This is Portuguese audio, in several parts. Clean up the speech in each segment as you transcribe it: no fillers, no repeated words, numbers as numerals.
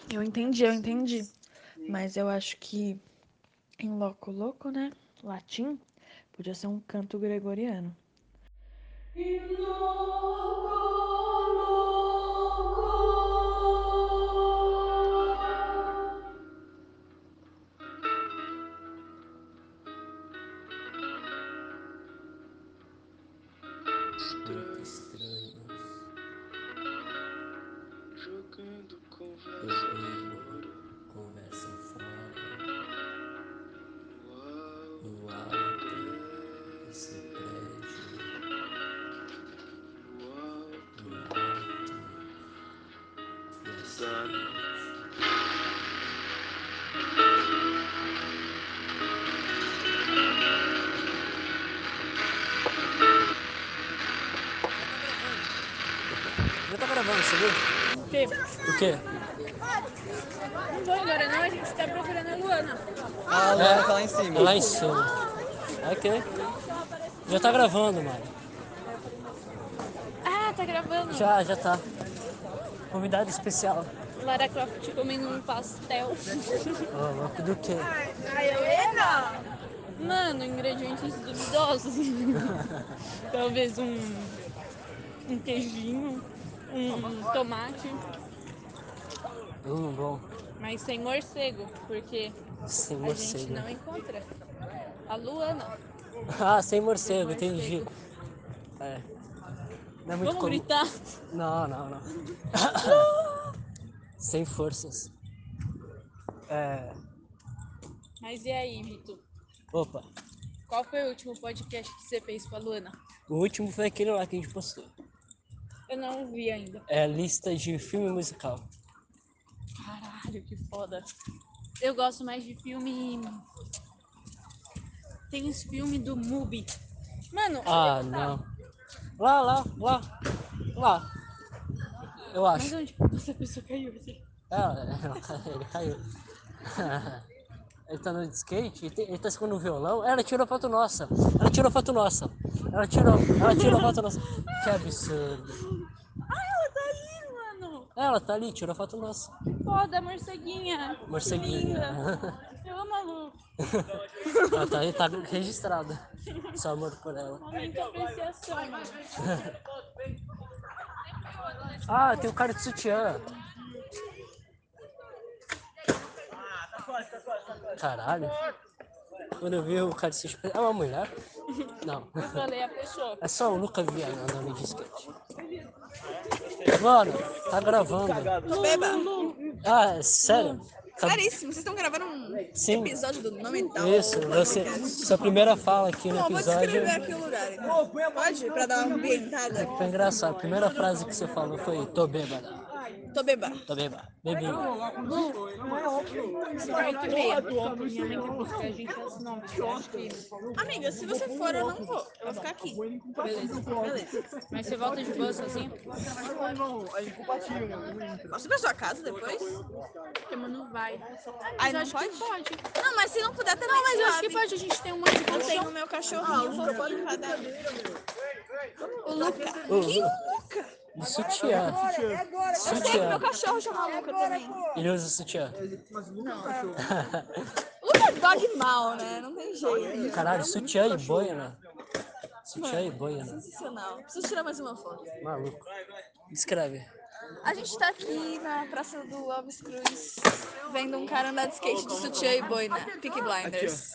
Eu entendi. Mas eu acho que em loco loco, né? Latim, podia ser um canto gregoriano. In loco, loco. Muito estranhos. Jogando conversa Jogando fora. conversa fora. No No alto alto desse prédio. No alto No alto dessa da noite. Já tá gravando, você viu? O quê? O quê? Não vou embora não, a gente tá procurando a Luana. A Luana tá lá em cima. É lá em cima. Ok. Já tá gravando, mano. Ah, tá gravando. Já tá. Convidado especial. Lara Croft comendo um pastel. Ô, louco do quê? Mano, ingredientes duvidosos. Talvez um queijinho, um tomate, Bom. mas sem morcego, porque Sem a gente morcego. não encontra a Luana. Ah, sem morcego, entendi. É. Não é muito Vamos comum. gritar? Não. Sem forças. Mas e aí, Vitor? Opa, Qual foi o último podcast que você fez com a Luana? o último foi aquele lá que a gente postou. Eu não vi ainda. É a lista de filme musical. Caralho, que foda. Eu gosto mais de filme. Tem uns filmes do Mubi. Mano, Ah, onde tá? não. Lá. Eu Mas acho. onde? Essa pessoa caiu assim. Ele caiu. Ele tá no skate, ele tá segurando um violão. Ela tirou foto nossa. Ela tirou foto nossa. Ela tirou foto nossa. Que absurdo. Ah, ela tá ali, mano. Ela tá ali, tirou foto nossa. Que foda, morceguinha. Que Morceguinha. linda. Eu amo a Lu. Ela tá aí, tá registrada. Seu amor por ela. Momento de apreciação, mano. Ah, tem o cara de sutiã. Caralho. Quando eu vi o cara de sutiã. É uma mulher? Não. Eu falei a pessoa. É só o Luca Viana andando de skate. Mano, tá gravando. Beba, Ah, é sério? claríssimo, vocês estão gravando um Sim. episódio do Nome Tal. Isso, você. Sua primeira fala aqui no Bom, vou episódio. descrever aqui o lugar, então. Pode? Pra dar uma ambientada. Foi engraçado. A primeira frase que você falou foi: tô bêbada. Tô beba. Tô bêbada. Bebi. São 8h30. Minha mãe quer buscar a gente às 9. Você acha que... Amiga, se você for, eu não vou. Eu vou ficar aqui. Beleza. Mas você volta de boa sozinho? Posso ir pra sua casa depois? Porque, mano, vai. Aí Eu não acho pode? que pode. Não, mas se não puder também, Não, mas eu acho que suave. pode. A gente tem um monte de Eu tenho colchão. o meu cachorrinho fofinho pra dar. O Luca. Que Luca? De sutiã. Eu sei que meu cachorro chama Luca também. Ele usa sutiã. Luca é dog mal, né? Não tem jeito. Caralho, sutiã e boina. Sutiã e boina. Sensacional. Preciso tirar mais uma foto. Maluco. Descreve. A gente tá aqui na praça do Alves Cruz, vendo um cara andar de skate de sutiã e boina. Peaky Blinders.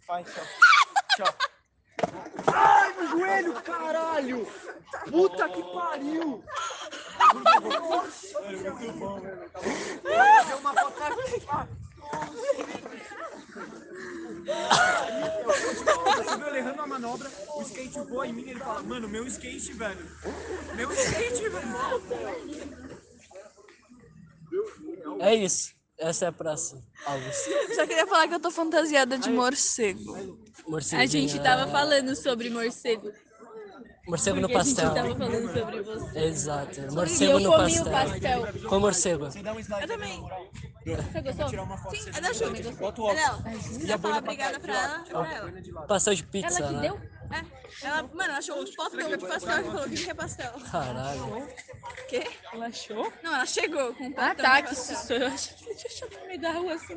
Ai, meu joelho, caralho! Puta que pariu! Fazer uma foto Você viu ele errando a manobra, o skate voa em mim e ele fala, mano, meu skate, velho. Meu skate, velho. É isso. Essa é a praça. Alves. Só queria falar que eu tô fantasiada de morcego. Morceguinha. A gente tava falando sobre morcego. Morcego no Porque a gente pastel. tava falando sobre você. Exato. E Morcego eu no comi o pastel. pastel. Com morcego. Eu também. Você gostou? Sim, é da Ju. É dela. Você quiser falar obrigada pra ela, é pra ela. Pastel de pizza, Ela te né? deu? Mano, ela achou um potão de pastel e falou: o que é pastel? Caralho. Quê? Ela achou? Não, ela chegou com um potão Ah, tá, de que pastel. susto. Eu achei que tinha achado no meio da rua assim.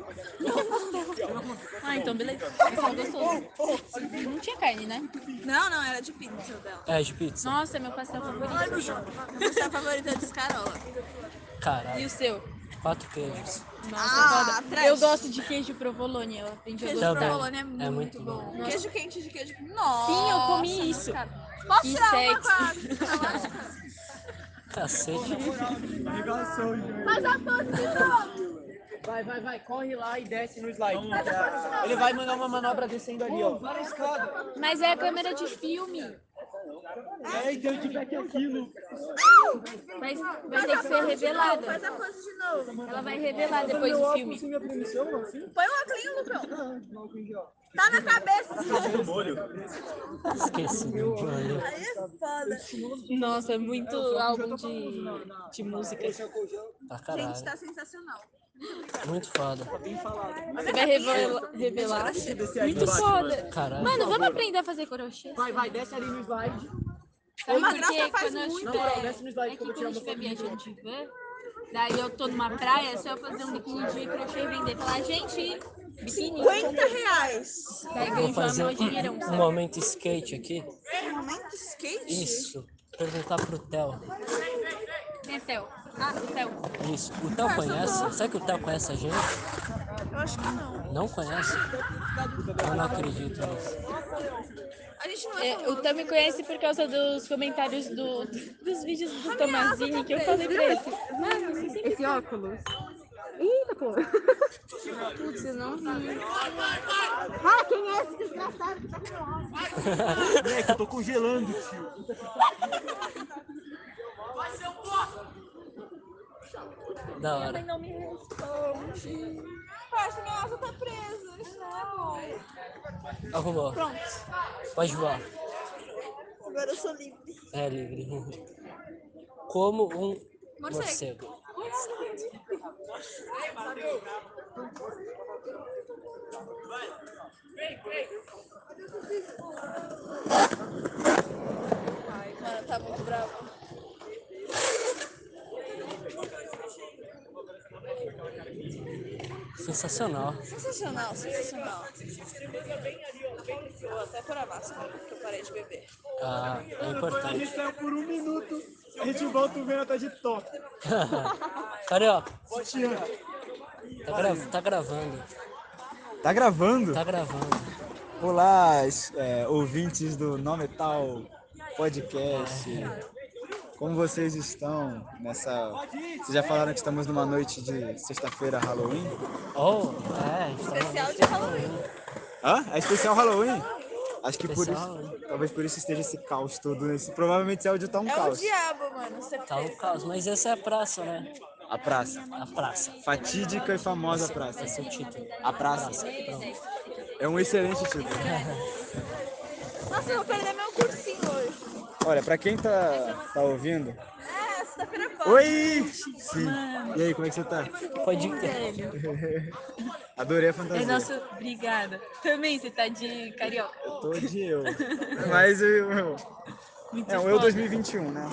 Ah, então beleza. Pastel gostoso. Não tinha carne, né? Não, era de pizza o dela. É, de pizza. Nossa, é meu pastel favorito. Meu pastel favorito é de escarola. E Caralho. o seu? 4 queijos. Nossa, foda. trash. Eu gosto de queijo provolone, eu aprendi a Queijo gostar. Também. provolone é É muito muito bom. bom. Queijo quente de queijo. Nossa, Sim, eu comi meus isso. caras. Posso Que tirar uma sexy. com a lógica? Cacete. Arregaçou, gente. Mas a pose de novo. Vai, corre lá e desce no slide. Ele vai mandar uma manobra descendo ali, ó. Mas é a câmera de filme. É, então de back aquilo. Vai ter que ser revelada. Faz a pose de novo. Ela vai revelar depois do filme. Minha permissão, assim? Põe o óculos, Lucão. Tá na cabeça. Esqueci do molho. Aí é foda. Nossa, muito álbum de músicas. Pra Gente, caralho. tá sensacional. Muito foda. Você vai revelar. Muito foda. Caralho. Mano, vamos aprender a fazer crochê. Vai, desce ali no slide. Sabe Uma por graça quê? faz Quando eu muito. Na moral, estiver... desce no slide É que eu que vou tirar quando eu uma estiver foto. viajando de van, daí eu tô numa praia, se eu fazer um biquíni de crochê e vender, falar, gente, biquíni. R$50. Daí Vou ganho já fazer mó dinheirão. um momento skate aqui. Momento skate? Isso. Perguntar pro Theo. Quem é Theo? Ah, o Theo. Isso. O Theo conhece? Será que o Theo conhece a gente? Eu acho que não. Não conhece? Eu não acredito nisso. A gente não é É, o famoso. Theo me conhece por causa dos comentários dos vídeos do Tomazini que eu falei pra ele. Mano, você sempre... Esse óculos. Eita, pô. Putz, eu não vi. Ah, quem é esse desgraçado que tá com óculos? Moleque, eu tô congelando, tio. Da hora. Não me responde. Parça, minha asa tá presa. Isso não é bom. Arrumou. Pronto. Pode voar. Agora eu sou livre. É livre. Como um Morcego. morcego. Mano, tá muito bravo. Sensacional. Sensacional. Vou até pôr a máscara, porque eu parei de beber. Ah, é A importante. gente saiu por 1 minuto. A gente volta vendo atrás de top. Cadê, ó? Tia. Tá gravando. Tá gravando? Tá gravando. Olá, ouvintes do No Metal Podcast. Como vocês estão nessa... Vocês já falaram que estamos numa noite de sexta-feira Halloween? Oh, então. Especial de Halloween. Hã? É especial Halloween? Acho que por Especial isso... Talvez por isso esteja esse caos todo. Provavelmente esse áudio tá um É o caos. diabo, mano, certeza. Tá um caos, mas essa é a praça, né? A praça. A praça. Fatídica e famosa praça. Esse é o título. A praça. Pronto. É um excelente título. Nossa, eu vou perder meu cursinho hoje. Olha, pra quem tá ouvindo... É, sexta-feira pode. Oi! Sim. E aí, como é que você tá? Pode crer. Adorei a fantasia. É nosso... Obrigada. Também, você tá de carioca. Eu tô de eu. Mas eu... Muito É um foda. eu 2021, né?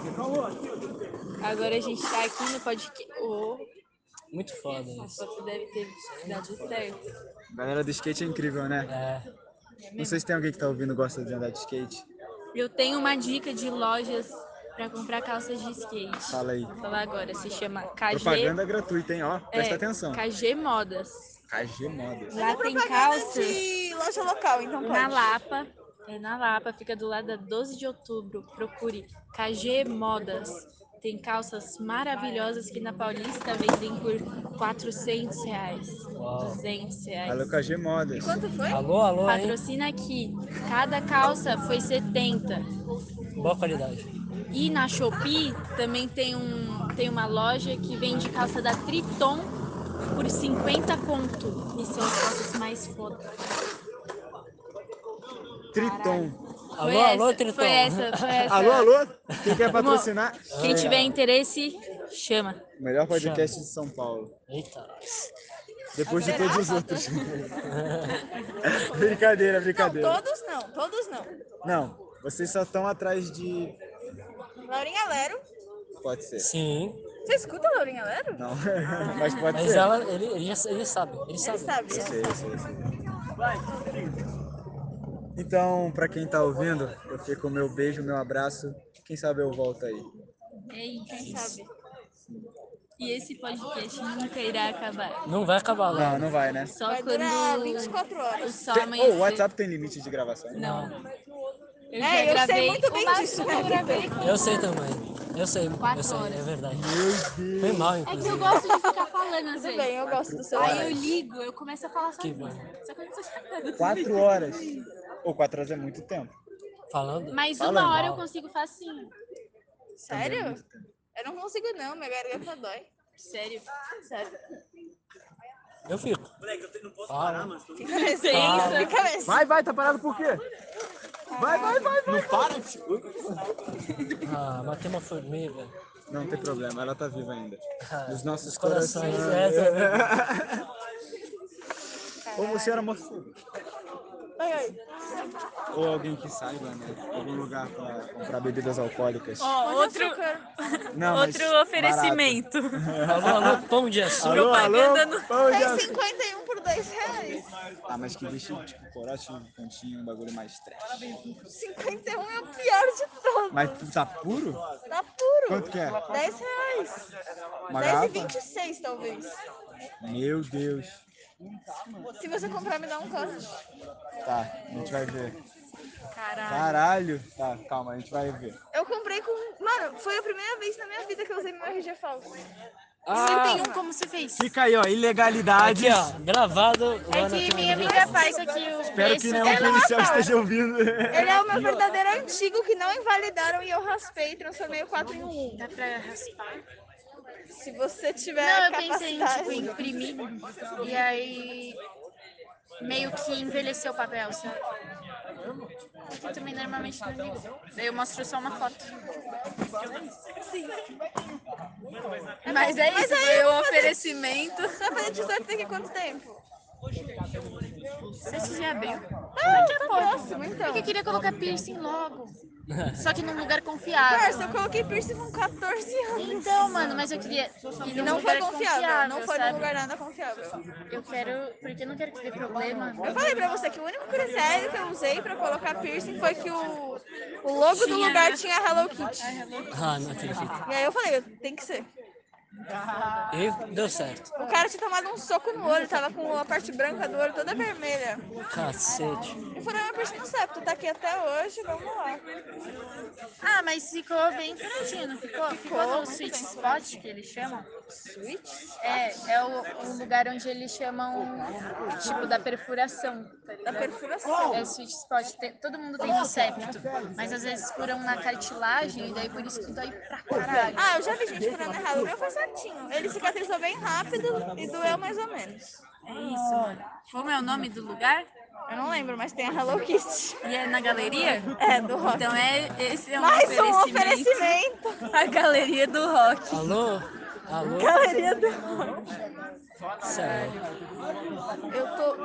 Agora a gente tá aqui no podcast. Muito foda isso. Você deve ter dado certo. A galera do skate é incrível, né? É. Não sei se tem alguém que tá ouvindo e gosta de andar de skate. Eu tenho uma dica de lojas pra comprar calças de skate. Fala aí. Vou falar agora. Se chama KG. Propaganda gratuita, hein? Ó, presta atenção. KG Modas. KG Modas. Lá tem Propaganda calças de loja local, então pode. na Lapa. É na Lapa, fica do lado da 12 de outubro. Procure KG Modas. Tem calças maravilhosas que na Paulista vendem por R$400, R$200. Alô, KG Modas. Quanto foi? Alô, hein? Patrocina aqui. Cada calça foi 70. Boa qualidade. E na Shopee também tem uma loja que vende calça da Triton por 50 conto. E são as calças mais foda. Triton. Alô, Triton. Foi essa. Alô? Quem quer patrocinar? Quem tiver interesse, chama. Melhor podcast de São Paulo. Eita. Depois de todos os outros. Brincadeira, brincadeira. Todos não. Não, vocês só estão atrás de... Laurinha Lero. Pode ser. Sim. Você escuta a Laurinha Lero? Não, mas pode Mas ser. ele sabe. Ele Ele sabe. sabe. Eu sei. Então, pra quem tá ouvindo, eu fico com o meu beijo, meu abraço. Quem sabe eu volto aí. Ei, Quem sabe? e esse podcast nunca irá acabar. Não vai acabar lá. Não vai, né? Só Vai quando durar 24 o horas. sol O amanhecer. WhatsApp tem limite de gravação? Não. Eu É, eu sei muito bem o máximo disso, que eu né? gravei foi Eu sei também. Eu sei, 4 é horas. verdade. Foi mal, É que eu inclusive. gosto de ficar falando às Tudo vezes. bem, eu gosto do seu Aí horário. eu ligo, eu começo a falar Que sozinha. bom. Só que eu não tô chamando. 4 horas. Ou 4 horas é muito tempo. Falando? Mas Fala uma hora mal. eu consigo facinho. Sério? Eu não consigo não, minha garganta dói. Sério. Sério. Eu fico. Fala. Fica nesse. Vai, tá parado por quê? Vai. Não para, Ah, matei uma formiga. Não tem problema, ela tá viva ainda. Nos nossos Os corações. corações. É, Como se era morcego. Ai. Ou alguém que saiba, né? Algum lugar pra comprar bebidas alcoólicas. Outro Não, mas oferecimento. alô, pão de açúcar. Alô, Propaganda no- pão de Tem açúcar. 51 por R$2. Ah, mas que bicho, tipo, corote, pontinho, um bagulho mais trash. 51 é o pior de todos. Mas tá puro? Tá puro. Quanto que é? R$10. Uma 10 e garrafa? 26 talvez. Meu Deus. Se você comprar, me dá um copo. Tá, a gente vai ver. Caralho. Caralho. Tá, calma, a gente vai ver. Eu comprei com... Mano, foi a primeira vez na minha vida que eu usei meu RG falso. 51 como se fez? Fica aí, ó, ilegalidade. Aqui, ó, gravado. É que minha amiga faz aqui o Espero que preço nenhum dela. policial esteja ouvindo. Ele é o meu verdadeiro antigo que não invalidaram e eu raspei e transformei o 4 em 1. Dá pra raspar? Se você tiver Não, eu pensei em capacidade. tipo, imprimir e aí meio que envelhecer o papel, sabe? Porque também normalmente não ligo. Daí eu mostro só uma foto. Mas é isso, foi o oferecimento. Você vai fazer 18 daqui a quanto tempo? 7 de abril. Ah, tá próximo, então. Porque eu queria colocar piercing logo. Só que num lugar confiável. Parça, eu coloquei piercing com 14 anos. Então, mano, mas eu queria ir E num não foi lugar confiável, não foi num sabe? lugar nada confiável. Eu quero, porque eu não quero que dê problema. Eu falei pra você que o único critério que eu usei pra colocar piercing foi que o logo do lugar tinha Hello Kitty. Ah, não acredito. E aí eu falei, tem que ser. E deu certo. O cara tinha tomado um soco no olho, tava com a parte branca do olho toda vermelha. Cacete. E foram meu piercing no septo, tá aqui até hoje, vamos lá. Ah, mas ficou bem furadinho, não ficou? Ficou no muito sweet bem. spot que eles chamam? Switch? É o lugar onde eles chamam, tipo, da perfuração. Da perfuração. É sweet spot. Todo mundo tem no septo, mas às vezes furam na cartilagem e daí por isso que dói pra caralho. Ah, eu já vi gente curando errado, o meu foi certinho. Ele cicatrizou bem rápido e doeu mais ou menos. É isso, mano. Como é o nome do lugar? Eu não lembro, mas tem a Hello Kitty. E é na galeria? É, do rock. Então esse é um Mais um oferecimento. oferecimento. A galeria do rock. Alô? Alô? Galeria do rock. Sério. Eu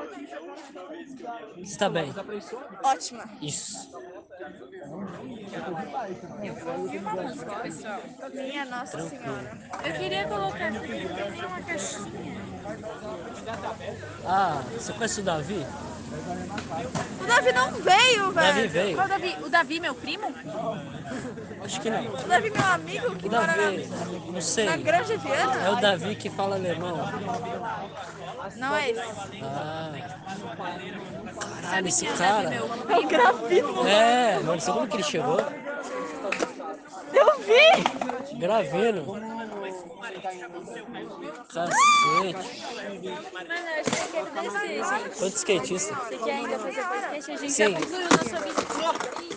tô Você tá bem? ótima. Isso. Eu vou ouvir uma música, pessoal. Minha Nossa Senhora. Eu queria colocar aqui, não tem nenhuma caixinha. Ah, você conhece o Davi? O Davi não veio, Davi velho. veio? Qual Davi? O Davi, meu primo? Acho que não. O Davi, meu amigo, que O mora Davi, não sei. na Grande Viana. É o Davi que fala alemão. Não é esse. Ah. Caralho, Sabe esse quem é o cara. Davi, meu É o primo? Gravino. É, mano, sabe como que ele chegou? Eu vi. Gravino. Cacete. Mano, eu acho que eu quero descer, gente. Todo skatista. Você quer ainda fazer podcast? A gente Sim. já concluiu nosso objetivo.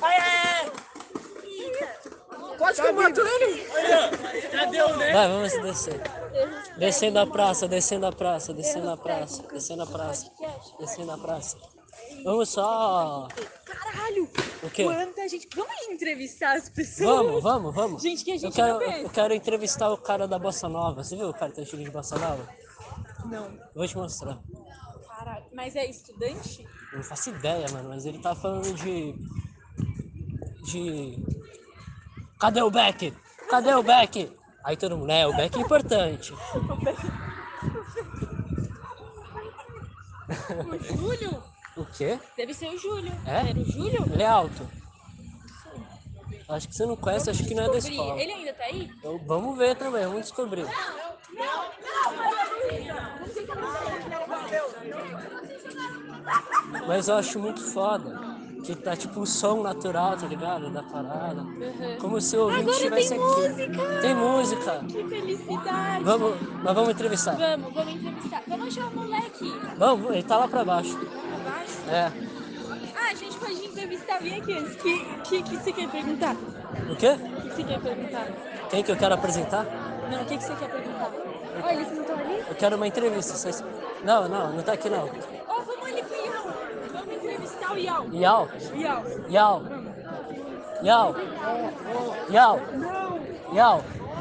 Quase que eu mato ele. Vai, vamos descer. Descendo a praça, descendo a praça, descendo a praça, descendo a praça, descendo a praça. Vamos só. Caralho! O quê? Quanta gente. Vamos entrevistar as pessoas? Vamos. Gente que a gente eu quero, não conhece. eu quero entrevistar o cara da Bossa Nova. Você viu o cara que tá vestido de Bossa Nova? Não. Vou te mostrar. Caralho. Mas é estudante? Eu não faço ideia, mano, mas ele tá falando de. Cadê o Beck? Cadê o Beck? Aí todo mundo, o Beck é importante. O Júlio? O quê? Deve ser o Júlio. É? Era o Júlio? Ele é alto. Acho que você não conhece, acho que não é da Descobri. escola. Ele ainda tá aí? Então, vamos ver também, vamos descobrir. Mas eu acho muito foda que tá tipo o som natural, tá ligado? Da parada. Como se o ouvinte Agora estivesse tem aqui. música! Tem música! Que felicidade! Mas vamos entrevistar. Vamos entrevistar. Vamos achar o moleque. Vamos, ele tá lá pra baixo. Pra baixo? É. Ah, a gente pode entrevistar alguém aqui antes. Que você quer perguntar? O quê? O que você quer perguntar? Quem que eu quero apresentar? Não, o que você quer perguntar? Olha, eles não estão ali? Eu quero uma entrevista. Não tá aqui não. Ó, vamos ali pro Iau. Vamos entrevistar o Iau. Yau? Iau. Yau? Yau? Yau? Yau?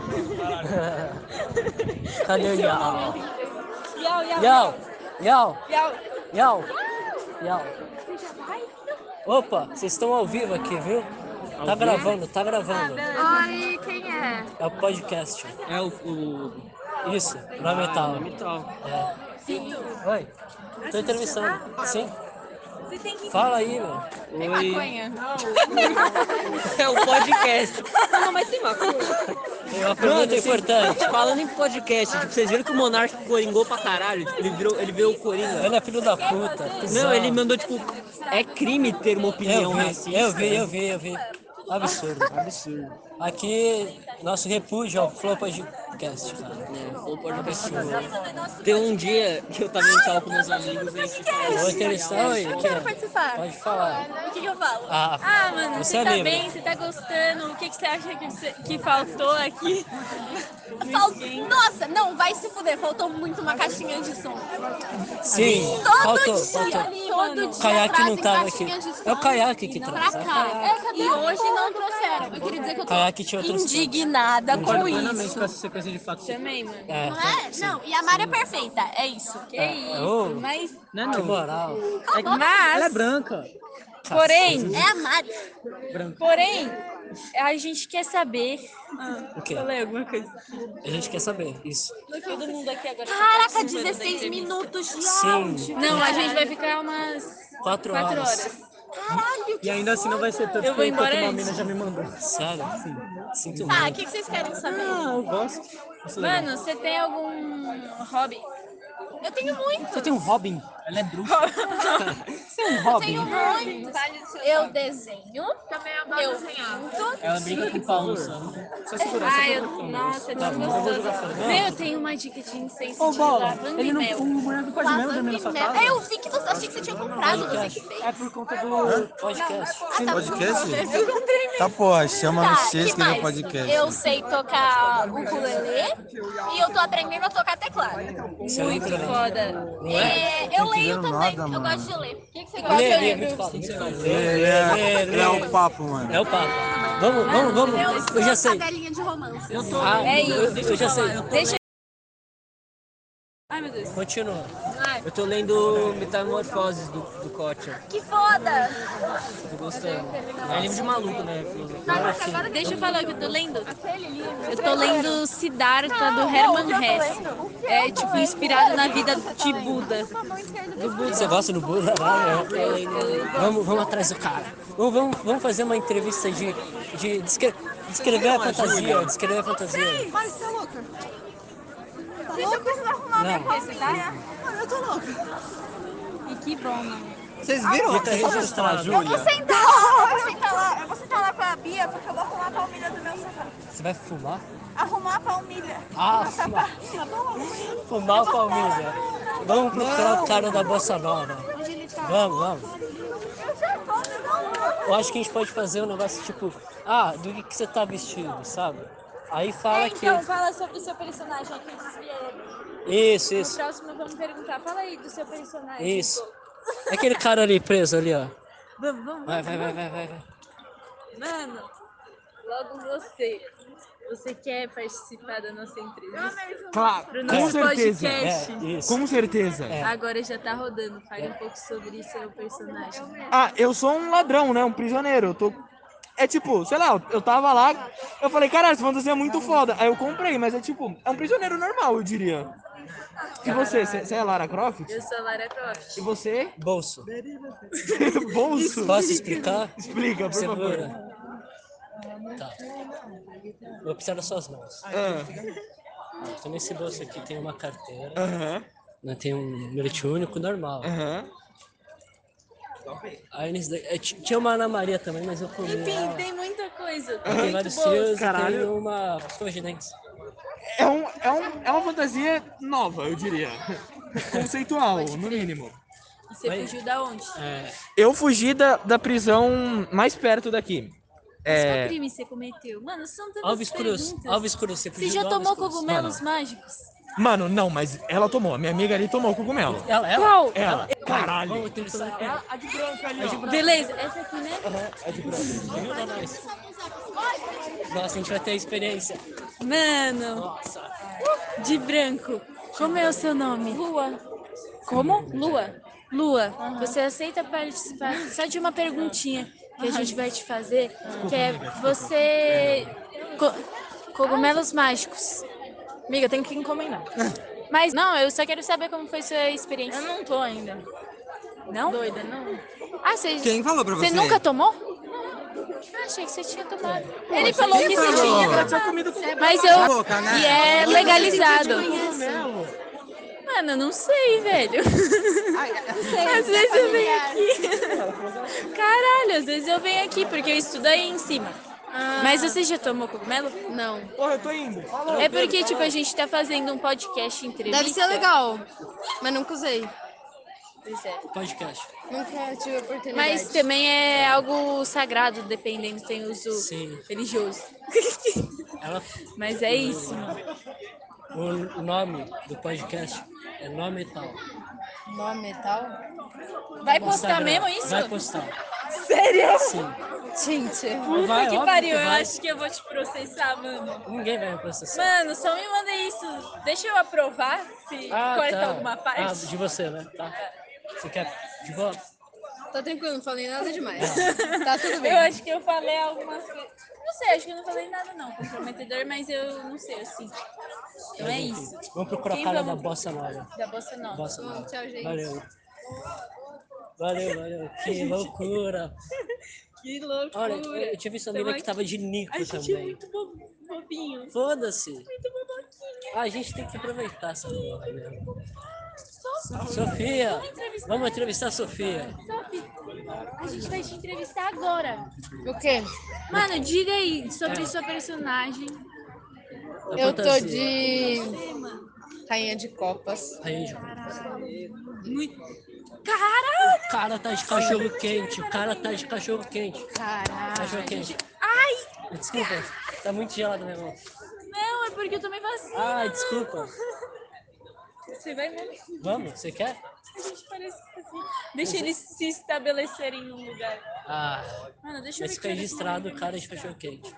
Cadê o Yau? Iau, Iau. Yau? Yau? Iau. Yau? Yau? Você já vai? Opa, vocês estão ao vivo aqui, viu? Tá gravando, tá gravando. Oi, quem é? É o podcast. É o Isso, não é metal. metal. É. Oi, tô entrevistando. Sim, Você tem que... fala aí, meu. Oi. Maconha. É o podcast. Não, mas tem maconha. É uma pergunta importante. Falando em podcast, tipo, vocês viram que o Monark coringou pra caralho? Tipo, ele virou o Coringa. Ele é filho da puta. Não, ele mandou, tipo, é crime ter uma opinião racista. Eu vi. Absurdo. Aqui, nosso repúdio ao Flow Podcast, cara. Tem um dia que eu tava em cal com meus amigos e a gente falou. Vou entrevistar, oi, Eu aqui, quero ó. participar. Pode falar. O que eu falo? Ah, mano, Você você é tá livre. bem? Você tá gostando? O que você acha que faltou aqui? Nossa, não, vai se fuder. Faltou muito uma caixinha de som. Sim, Todo faltou. dia, todo dia O Caiaque não trazem tava aqui. caixinha de som. É o Caiaque que Pra traz. É o cá. Caiaque. E hoje não trouxeram. Eu queria dizer que eu tô Caiaque tinha outros indignada com isso. Com essa sequência de fatos. Também, mano. É, Não é? Não, e a Mari é perfeita, é isso. Que isso, ô. mas... Não, que moral. Mas, Ela é branca. porém, É a Mari. a gente quer saber... O quê? Falei alguma coisa. A gente quer saber, isso. Todo mundo aqui agora... Caraca, 16 minutos de Sim, áudio. Não, a gente vai ficar umas 4 4 horas. horas. Caralho, E ainda assim não vai ser tanto Eu vou quanto embora uma antes. mina já me mandou. Sério? Sim. Sinto Tá, o muito. que vocês querem saber? Ah, eu gosto. Isso é legal. Mano, você tem algum hobby? Eu tenho muito. Você tem um Robin? Ela é bruxa. Você é um Robin? Tenho muito. Eu desenho. Eu pinto. Ela brinca com o Paulo Santos. Só segurar, só Ai, segurar. nossa, eu tô Eu vou gostando. jogar fora. Meu, eu tenho uma dica de incenso Ô, de Bola, lavanda ele e não, mel. o mulher não pode mesmo dormir na sua casa? Eu vi que você achei que você tinha comprado, você que fez. É por conta do... Podcast. Podcast? Eu comprei mesmo. Tá, porra, chama no Tá, X que que ele é mais? podcast. Eu sei tocar ukulele e eu tô aprendendo a tocar teclado. Isso é muito legal. Foda. Eu leio entendendo também, nada, eu mano. gosto de ler. O que você gosta de Lê, é ler? muito foda. Ele é o papo, mano. É o papo. Vamos. Eu já sei. Cadelinha de romance. Ah, É isso. eu já sei. Deixa... Ai, meu Deus. Continua. Eu tô lendo Metamorfoses do Kotia. Que foda! Tô gostando. É livro de maluco, né? Filosofia. Deixa eu falar o que eu tô lendo. Eu tô lendo Siddhartha do Hermann Hesse. É, tipo, inspirado na vida de Buda. Você gosta do Buda? Vamos atrás do cara. Vamos fazer uma entrevista de descrever a fantasia. Descrever a fantasia. Mas você é louca? Deixa eu precisar arrumar minha coisa, tá? Eu tô louca. E que bom, né? Vocês viram? Fica registrado. Eu vou sentar lá, eu vou sentar lá com a Bia porque eu vou arrumar a palmilha do meu sofá. Você vai fumar? Arrumar a palmilha. Ah, fumar o palmilha. Vamos procurar o cara da Bossa Nova. Vamos. Eu já tô, Eu acho que a gente pode fazer um negócio tipo, do que você tá vestido, sabe? Aí fala que... Então, fala sobre o seu personagem aqui, desvia ele. Isso. No próximo, vamos perguntar. Fala aí do seu personagem. Isso. Aquele cara ali preso ali, ó. Vamos. Vai. Mano, logo você. Você quer participar da nossa entrevista? Claro, Pro com nosso certeza. podcast? Isso. Com certeza. Agora já tá rodando. Fale um pouco sobre seu personagem. Ah, eu sou um ladrão, né? Um prisioneiro. Eu tô. É tipo, sei lá, eu tava lá, eu falei, caralho, essa fantasia é muito foda. Aí eu comprei, mas é tipo, é um prisioneiro normal, eu diria. E você? Você é Lara Croft? Eu sou a Lara Croft. E você? Bolso. Bolso? Posso explicar? Explica, por favor. Segura. Tá. Vou precisar das suas mãos. Então nesse bolso aqui tem uma carteira. Aham. Né, tem um bilhete único normal. Aham. Aí nesse daí, tinha uma Ana Maria também, mas eu comi Enfim, ela. tem muita coisa. Tem Muito vários boa. fios e tem Caralho. uma escova de dentes. É uma fantasia nova, eu diria. Conceitual, no mínimo. E você fugiu da onde? Eu fugi da prisão mais perto daqui. Qual crime você cometeu? Mano, são tantas Alves Cruz. perguntas. Alves Cruz, você Você fugiu já do tomou Alves Cruz. cogumelos mágicos? Mano, não, mas ela tomou. A minha amiga ali tomou cogumelo. Ela? Qual? Ela. Caralho. Vamos entrevistar ela. A de branca ali, ó. Beleza, essa aqui, né? A de branca. Ajuda nós. Nossa, a gente vai ter a experiência. Mano, Nossa. de branco. Como é o seu nome? Lua. Como? Lua. Lua, você aceita participar só de uma perguntinha que a gente vai te fazer, que é você... Cogumelos mágicos. Amiga, eu tenho que encomendar. Mas, não, eu só quero saber como foi sua experiência. Eu não tô ainda. Não? Doida, não. Ah, você... Quem falou pra você? Você nunca tomou? Ah, achei que você tinha tomado. Ele falou que você tinha. Ela tinha comido Mas eu... Louca, né? E é legalizado. Mano, eu não sei, velho. Às vezes eu venho aqui. Caralho, às vezes eu venho aqui porque eu estudo aí em cima. Mas você já tomou cogumelo? Não. Porra, eu tô indo. É porque, tipo, a gente tá fazendo um podcast entrevista. Deve ser legal, mas nunca usei. Pois é. Podcast. Nunca tive oportunidade. Mas também é algo sagrado, dependendo, tem uso Sim. religioso. Ela... Mas é isso, mano. O nome do podcast é Nome Tal. Nome metal? Vai postar mesmo isso? Vai postar. Sério? Sim. Gente, Puta Vai, que óbvio pariu, que eu vai. acho que eu vou te processar, mano. Ninguém vai me processar. Mano, só me manda isso. Deixa eu aprovar se corta alguma parte. Ah, de você, né? Tá. Você quer de volta? tá tranquilo, não falei nada demais. Tá tudo bem. Eu acho que eu falei algumas coisas. Não sei, acho que eu não falei nada não comprometedor, mas eu não sei, assim. Então é isso. Vamos procurar Quem a cara vamos- da Bossa Nova. Da Bossa Nova. Bossa Nova. Tchau, gente. Valeu. Valeu. Que loucura. Que loucura. Olha, eu tinha visto uma menina que tava de Nico A gente é também. muito bobinho. Foda-se. Muito boboquinho. A gente tem que aproveitar essa porra mesmo. Sofia! Vamos entrevistar a Sofia. Sophie, a gente vai te entrevistar agora. O quê? Mano, diga aí sobre sua personagem. A Eu tô fantasia. de Você, mano. rainha de copas. Aí, Muito... Caralho! o cara tá de cachorro quente. O cara tá de cachorro quente. Caralho. Cachorro quente. Ai! Desculpa, tá muito gelado minha mão. Não, é porque eu tomei vacina. Ai, desculpa. Você vai mesmo? Vamos, você quer? A gente parece assim. Deixa eles se estabelecerem em um lugar. Ah, Mano, deixa eu mas ver fica registrado o cara de cachorro quente.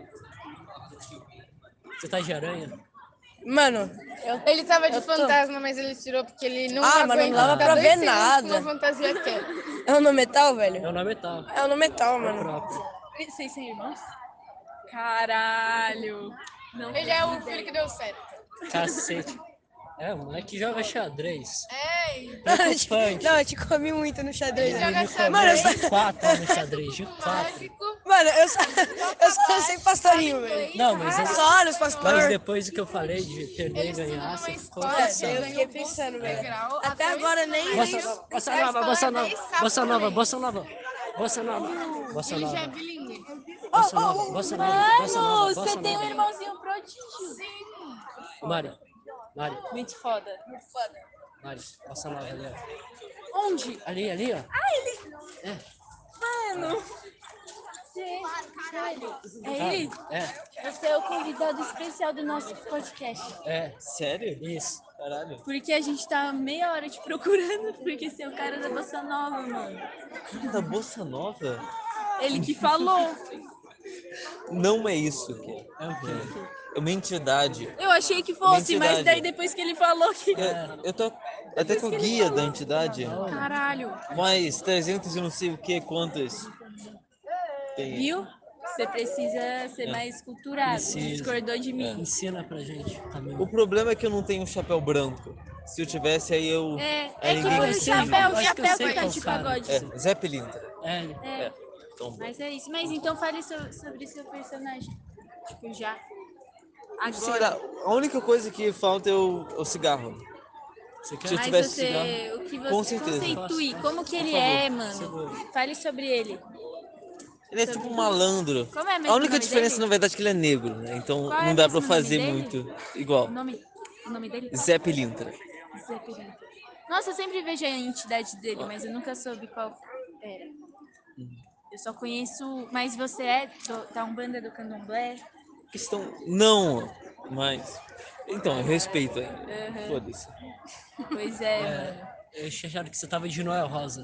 Você tá de aranha? Mano, Ele tava de Eu tô- fantasma, mas ele tirou porque ele não Ah, mas não aguenta dava ficar pra 2 ver segundos nada. com uma fantasia quieta. é o no metal, velho? É o nome tal. É o no metal, É o mano. próprio. Vocês são irmãos? Caralho! Não Ele é o filho que deu certo. Cacete. É, o moleque joga xadrez. É, Preocupante. Não, eu te comi muito no xadrez. Ele joga Ele me xadrez. Mano, eu comeu só, de 4 no xadrez, de 4. mágico. mano, eu só sei pastorinho, velho. Não, mas, Só nos mas pastores. depois do que eu falei de perder e ganhar, você ficou Eu cansado. fiquei pensando, velho. Grau, Até agora nem... Bossa nova, bossa nova, bossa nova, bossa nova, bossa nova, bossa Ele já é nova, bilingue. bossa nova, bossa nova, bossa Mano, nova, você bossa tem um nova. irmãozinho prodígio. Mário, Muito foda. Mário, bossa nova ali, ó. Onde? Ali, ó. Mano. É ele? É, Você é o convidado especial do nosso podcast. Sério? Isso. Caralho. Porque a gente tá meia hora te procurando, porque você é o cara da Bossa Nova, mano. Cara da Bossa Nova? Ele que falou. Não é isso, que É o quê? é uma entidade. Eu achei que fosse, mas Entidade. daí depois que ele falou que... Eu tô até com a guia da entidade. Caralho. Mais 300 e não sei o que, quantas. Tem. Viu? Você precisa ser mais culturado. Precisa. Discordou de mim. Ensina pra gente o caminho. O problema é que eu não tenho um chapéu branco. Se eu tivesse, aí eu. É aí tipo ninguém o me chapéu, Acho que eu sei que tá qual de cara. pagode. É, Zé Pilintra. É, Então, Mas é isso. Mas então fale sobre seu personagem. Tipo, já. sei lá, Agora. a única coisa que falta é o cigarro. Você quer? Se eu Mas tivesse você, cigarro. o que Com você certeza. conceitue, como que ele favor. é, mano? Fale sobre ele. Ele é tipo um malandro. Como é mesmo A o única nome diferença, dele? na verdade, é que ele é negro, né? Então Qual é não dá mesmo pra o nome fazer dele? muito igual. O nome dele? Zé Pilintra. Zé Pilintra. Nossa, eu sempre vejo a entidade dele, mas eu nunca soube qual era. Eu só conheço. Mas você é da Umbanda do Candomblé? Questão. Não, mas. Então, eu respeito ainda. Uhum. Foda-se. Pois é, mano. Eu achei achado que você tava de Noel Rosa.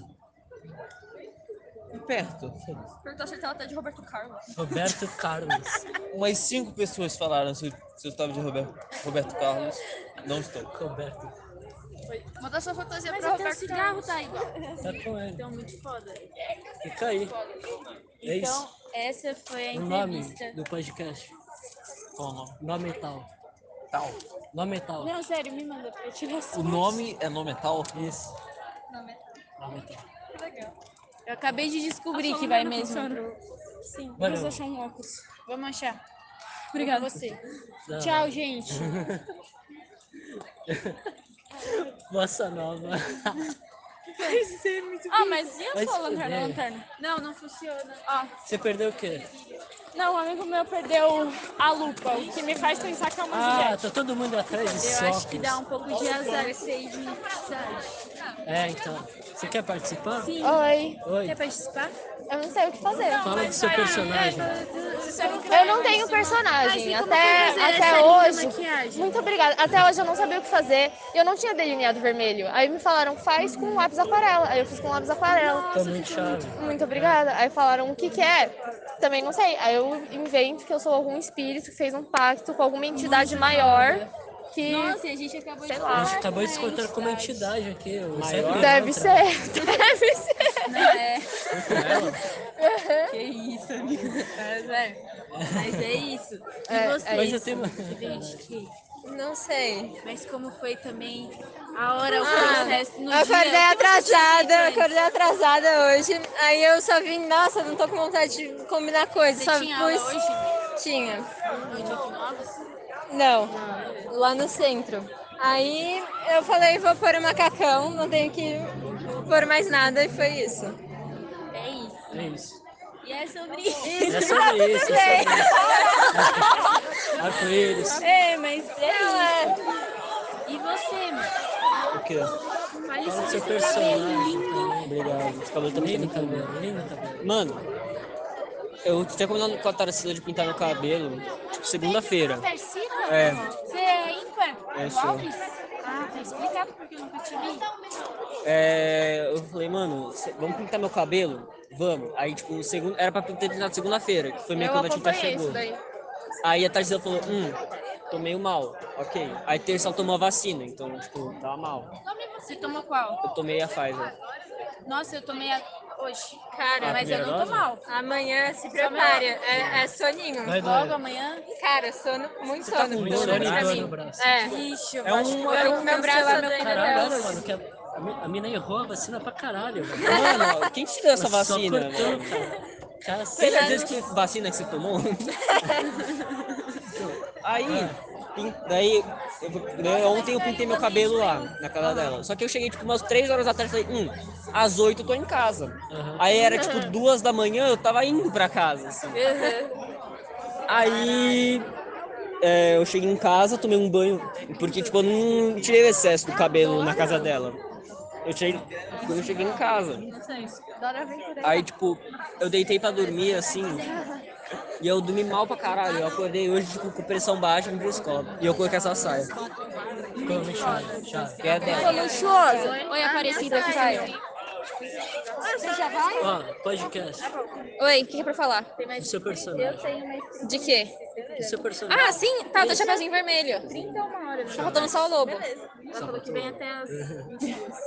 Perto, foda-se. Perguntou se ela tá de Roberto Carlos. Roberto Carlos. Umas 5 pessoas falaram se eu estava de Roberto Carlos. Não estou. Roberto. Manda sua fantasia Mas pra até o Roberto cigarro Carlos. tá igual. Tá com ele. Então, muito foda. Fica aí. É Então, isso. essa foi a O nome entrevista. do podcast. Como? Nome tal. Tal. Nome tal. Não, sério, me manda pra eu tirar essa O nome é nome tal? Isso. Nome tal. Eu acabei de descobrir que vai mesmo. Sim, Valeu. vamos achar um óculos. Vamos achar. Obrigada. Você. Não. Tchau, gente. Bossa nova. Vai ser muito mas e a Vai sua se lanterna? fuder. Não, não funciona. Você perdeu o quê? Não, um amigo meu perdeu a lupa, o que me faz pensar que é uma Ah, tá todo mundo atrás de Eu acho que óculos. dá um pouco de azar esse aí de amizade. É, então. Você quer participar? Sim. Oi. Oi. Quer participar? Eu não sei o que fazer. Fala do seu personagem. Eu não tenho personagem. Até hoje. Muito obrigada. Até hoje eu não sabia o que fazer. Eu não tinha delineado vermelho. Aí me falaram, faz com lápis aquarela. Aí eu fiz com lápis aquarela. Tá muito chave. Muito obrigada. Aí falaram o que que é. Também não sei. Aí eu invento que eu sou algum espírito que fez um pacto com alguma entidade maior. Que, Nossa, e a gente acabou sei de lá. A gente acabou de se encontrar com uma entidade aqui. O Zé Deve Pilintra. ser. Deve ser. Não é. Foi com ela? Que isso, amigo. Mas é isso. E É, vocês? Mas eu tenho uma... Não sei. Mas como foi também a hora, o processo no Eu acordei dia? O que você tinha feito antes? acordei atrasada hoje. Aí eu só vim, nossa, não tô com vontade de combinar coisas. Você Só tinha aula hoje? Tinha. Onde aqui novas? Não, lá no centro. Aí eu falei, vou pôr o macacão, não tenho que pôr mais nada e foi isso. É isso. É isso. E é sobre isso. É sobre isso. É sobre isso. Arco-íris. É, mas é isso. E você, mano? O quê? Fale Fala do seu sobre esse cabelo personagem lindo. também. Obrigado. Esse cabelo tá Lindo muito cabelo. cabelo, lindo cabelo. Mano, eu tinha combinado com a Tarsila de pintar meu cabelo, tipo, segunda-feira. Tarsila? É. Você é ímpar? É, Do sou. Alves? Ah, tá explicado porque eu nunca te vi. Eu falei, mano, vamos pintar meu cabelo? Vamos. Aí, tipo, era pra ter pintado segunda-feira, que foi minha quando a tinta chegou. Aí a Tarsila falou, tô meio mal, ok. Aí terça ela tomou a vacina, então, tipo, tava mal. Você tomou qual? Eu tomei a Pfizer. Nossa, eu tomei hoje. Cara, Mas eu primeira não tô dose? mal. amanhã se prepare, é soninho. Vai Logo doer. amanhã. Cara, sono, muito tá sono. com pelo dor no menos pra braço? mim. Dor no braço. É. Ixi, eu É acho que uma- eu meu braço cancelar tá meu doendo Caralho, até olha, hoje. mano, que a mina errou a vacina pra caralho. Velho. Mano, quem te deu essa Ela só vacina, cortou, mano? cara. Cara, Tem certeza que vacina que você tomou? Aí, daí, ontem eu pintei meu cabelo lá, na casa dela. Só que eu cheguei, tipo, umas 3 horas atrás e falei, às 8 eu tô em casa. Aí era, tipo, 2 da manhã, eu tava indo pra casa, assim. Aí, eu cheguei em casa, tomei um banho, porque, tipo, eu não tirei o excesso do cabelo na casa dela. Eu tirei quando eu cheguei em casa. Aí, tipo, eu deitei pra dormir, assim, e eu dormi mal pra caralho. Eu acordei hoje, tipo, com pressão baixa e pra escola. E eu coloquei essa saia. Ficou chave. Que é dela. Luxuoso. Oi, Aparecida. Saia. Você já vai? Ó, podcast. Oi, o que é pra falar? O seu personagem. De quê? O seu personagem. Ah, sim, tá, o teu chapeuzinho vermelho. 31 horas. Tá faltando só o lobo. Ela falou que vem até as 22.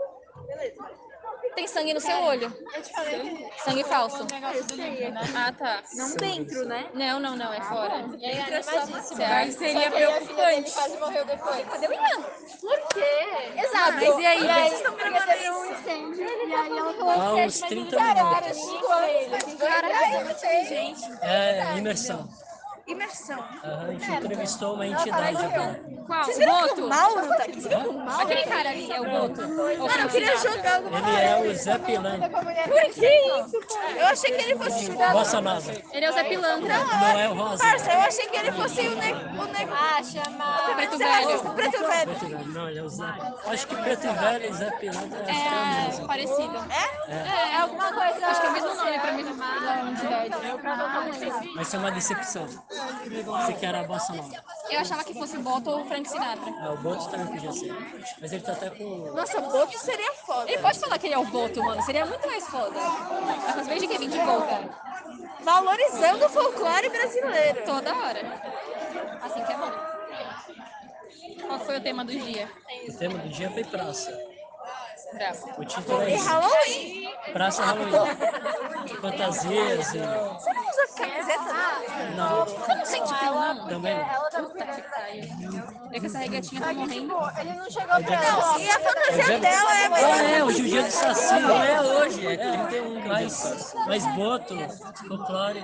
Tem sangue no seu olho. Sangue falso. Ah, tá. Não dentro, né? Não, é fora. E aí, animadíssima. Certo. Seria preocupante. Quase morreu depois. Cadê o Ian? Por quê? Exato. Mas e aí? Vocês estão Teve um incêndio e aí ela falou Há que uns 30 minutos. Caralho, gente. É imersão. Imersão. A gente entrevistou uma entidade agora. Qual? Vocês viram que Boto? o Mauro tá aqui? Vocês viram que o Mauro? Aquele cara ali é o Boto. Mano, eu queria jogar alguma Ele é o Zé Pilantra. Por que isso, cara? Eu achei que ele fosse Bossa Nova. Ele é o Zé Pilantra. Não é o Rosa. Parça, eu achei que ele fosse o nego. Ah, chama. Preto velho. Preto velho. Preto Velho. Não, ele é o Zé. Acho que Preto Velho e Zé Pilantra é É mesmo. parecido. É alguma coisa. Acho que é o mesmo nome pra mesma entidade. Vai ser uma decepção. Você quer a Bossa Nova. Eu achava que fosse o Boto ou o Frank Sinatra. O Boto também podia ser. Mas ele tá até com... Nossa, o Boto seria foda. Ele pode falar que ele é o Boto, mano. Seria muito mais foda. Mas veja que é 20 volta. Valorizando o folclore brasileiro. Toda hora. Assim que é bom. Qual foi o tema do dia? O tema do dia foi praça. Bravo. O título é E isso. Halloween. Praça Halloween. Fantasias e... Você não usa camiseta? Não, Você não sente frio, não? também não. Puta que pariu. É que essa regatinha tá morrendo. Ele não chegou pra ela. E a fantasia dela é Hoje é o dia do Saci. Não é hoje, é 31. Mais boto, folclore.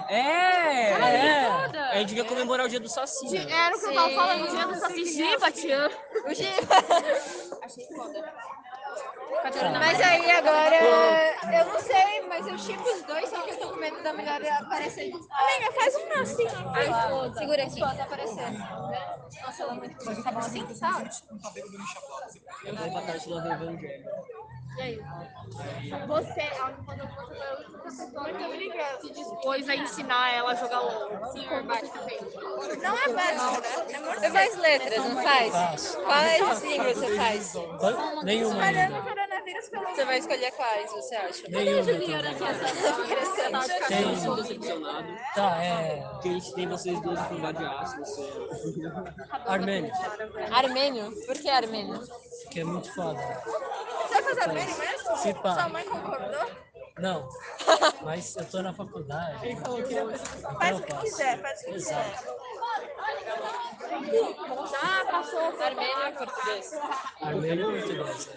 A gente ia comemorar o dia do Saci. Né? Era o que eu tava falando, o dia do Saci Giba, te amo. O Giba. Achei foda. Mas aí agora, eu não sei, mas eu chipo os dois, só que eu tô com medo da melhor aparecer. Amiga, faz um assim. Segura aqui. Pode aparecer. Nossa, ela é muito boa. Tá bom assim? Tá ótimo. Eu vou botar isso lá revendo. E aí? Você, a única pessoa que se dispôs a ensinar ela a jogar LOL. Sim, por baixo também. Não é básico, né? Você faz letras, não faz? Quais línguas você faz? Nenhuma ainda. Coronavírus pelo Você vai escolher quais, você acha? Nenhuma. Tem. Decepcionado. Tá, é... Porque a gente tem vocês duas com lugar de aço, você. Armênio. Armênio? Por que armênio? Que é muito foda. Você vai fazer armênio mesmo? Se pá. Sua mãe concordou? Não. Mas eu tô na faculdade. Então eu Faz o que posso. quiser, faz o que quiser. Exato. Ah, passou. Armênio e português. Armênio e português.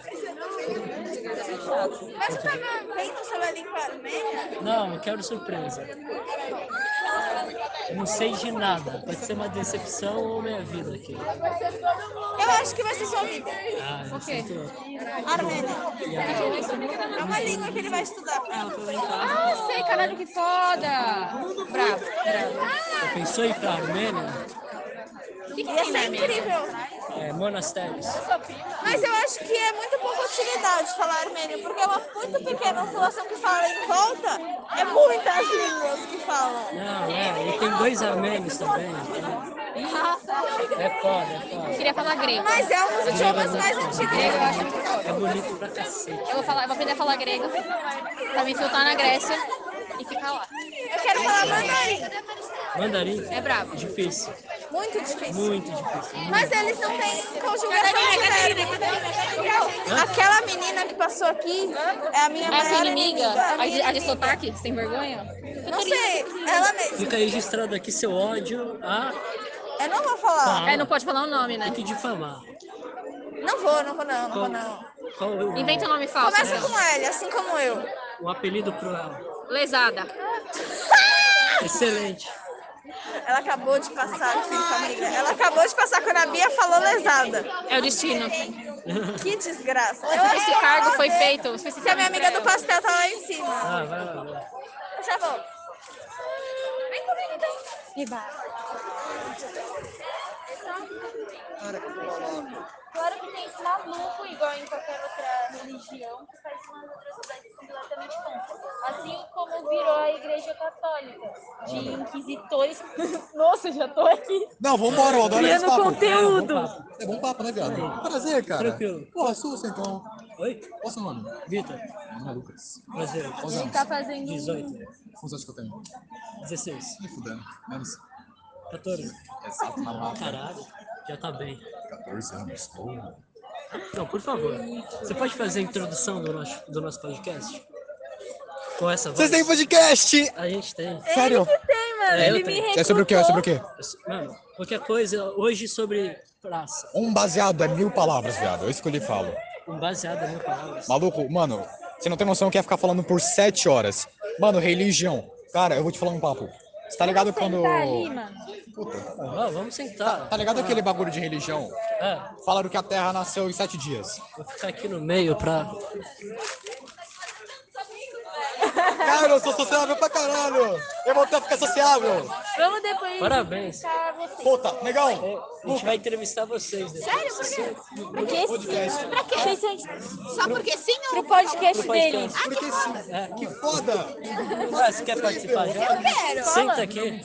Mas você tava vendo sobre a língua armênia? Não, eu quero surpresa. Eu não sei de nada. Pode ser uma decepção ou minha vida aqui. Eu acho que vai ser sua vida. Ah, eu sinto... Armênia. É uma língua que ele vai estudar. Ah, sei, caralho, que foda! Bravo. Eu pensou em ir pra Armênia? Ia ser incrível. É, monastérios. Mas eu acho que é muito pouca utilidade falar armênio, porque é uma muito pequena população que fala em volta, é muitas línguas que falam. Não, e tem 2 armênios também. É foda, é foda. Queria falar grego. Mas é um dos idiomas mais antigos. Grego eu acho muito foda. É bonito pra cacete. Eu vou aprender a falar grego pra me infiltrar na Grécia e ficar lá. Eu quero falar mandarim. Mandarim? É brabo. Difícil. Muito difícil. Muito difícil. Mas eles não têm conjugação de verbo. Aquela menina que passou aqui é a minha É a sua maior inimiga? inimiga. A de sotaque? Sem vergonha? Não sei, ela mesma. Fica registrado aqui seu ódio a... Eu não vou falar. É, não pode falar o nome, né? Tem que difamar. Não vou não. Qual o... Inventa um nome falso. Começa com L, assim como eu. Um apelido cruel. Lesada. Excelente. Ela acabou de passar aqui, família. Ela acabou de passar quando a Bia falou lesada. É o destino. Que desgraça. Esse cargo foi feito. Que a minha amiga do pastel tá lá em cima. Ah, vai lá. Eu já vou. Vem comigo então. Claro que tem esse maluco, igual em qualquer outra religião, que faz umas atrocidades completamente tontas. Assim como virou a Igreja Católica, de inquisitores. Nossa, já tô aqui. Não, vambora, eu adoro esse Criando papo. conteúdo. É bom papo, né, viado? Prazer, cara. Tranquilo. Porra, sussa então. Oi? Qual é o seu nome? Vitor. Meu nome é Lucas. Prazer. Quantos Ele anos? tá fazendo 18. Quantos anos que eu tenho? 16. Me fudendo. Menos. 14. Exato, na mata. Caralho. Já tá bem. 14 anos. Não, por favor. Você pode fazer a introdução do nosso podcast? Com essa voz? Vocês têm podcast? A gente tem. Sério? Ele que tem, mano. É, eu Ele me tenho. recrutou. É sobre o quê? É sobre o quê? Mano, qualquer coisa hoje sobre praça. Um baseado é 1000 palavras, viado. É isso que eu lhe falo. Um baseado em palavras. Maluco, mano, você não tem noção que ia ficar falando por 7 horas. Mano, religião. Cara, eu vou te falar um papo. Você tá ligado quando... Tá ali, mano. Puta, tá bom. Ah, vamos sentar. Tá ligado aquele bagulho de religião? É, Falaram que a Terra nasceu em 7 dias. vou ficar aqui no meio pra... Cara, eu sou sociável pra caralho. Eu vou ficar sociável. Vamos depois Parabéns. entrevistar você. Puta, negão. A gente vai entrevistar vocês. Né? Sério? Por quê? Pra quê? Podcast. Pra quê? Só porque sim ou... Pro podcast dele. Porque sim. É. Que foda. Ah, você quer participar já? Eu quero. Senta aqui.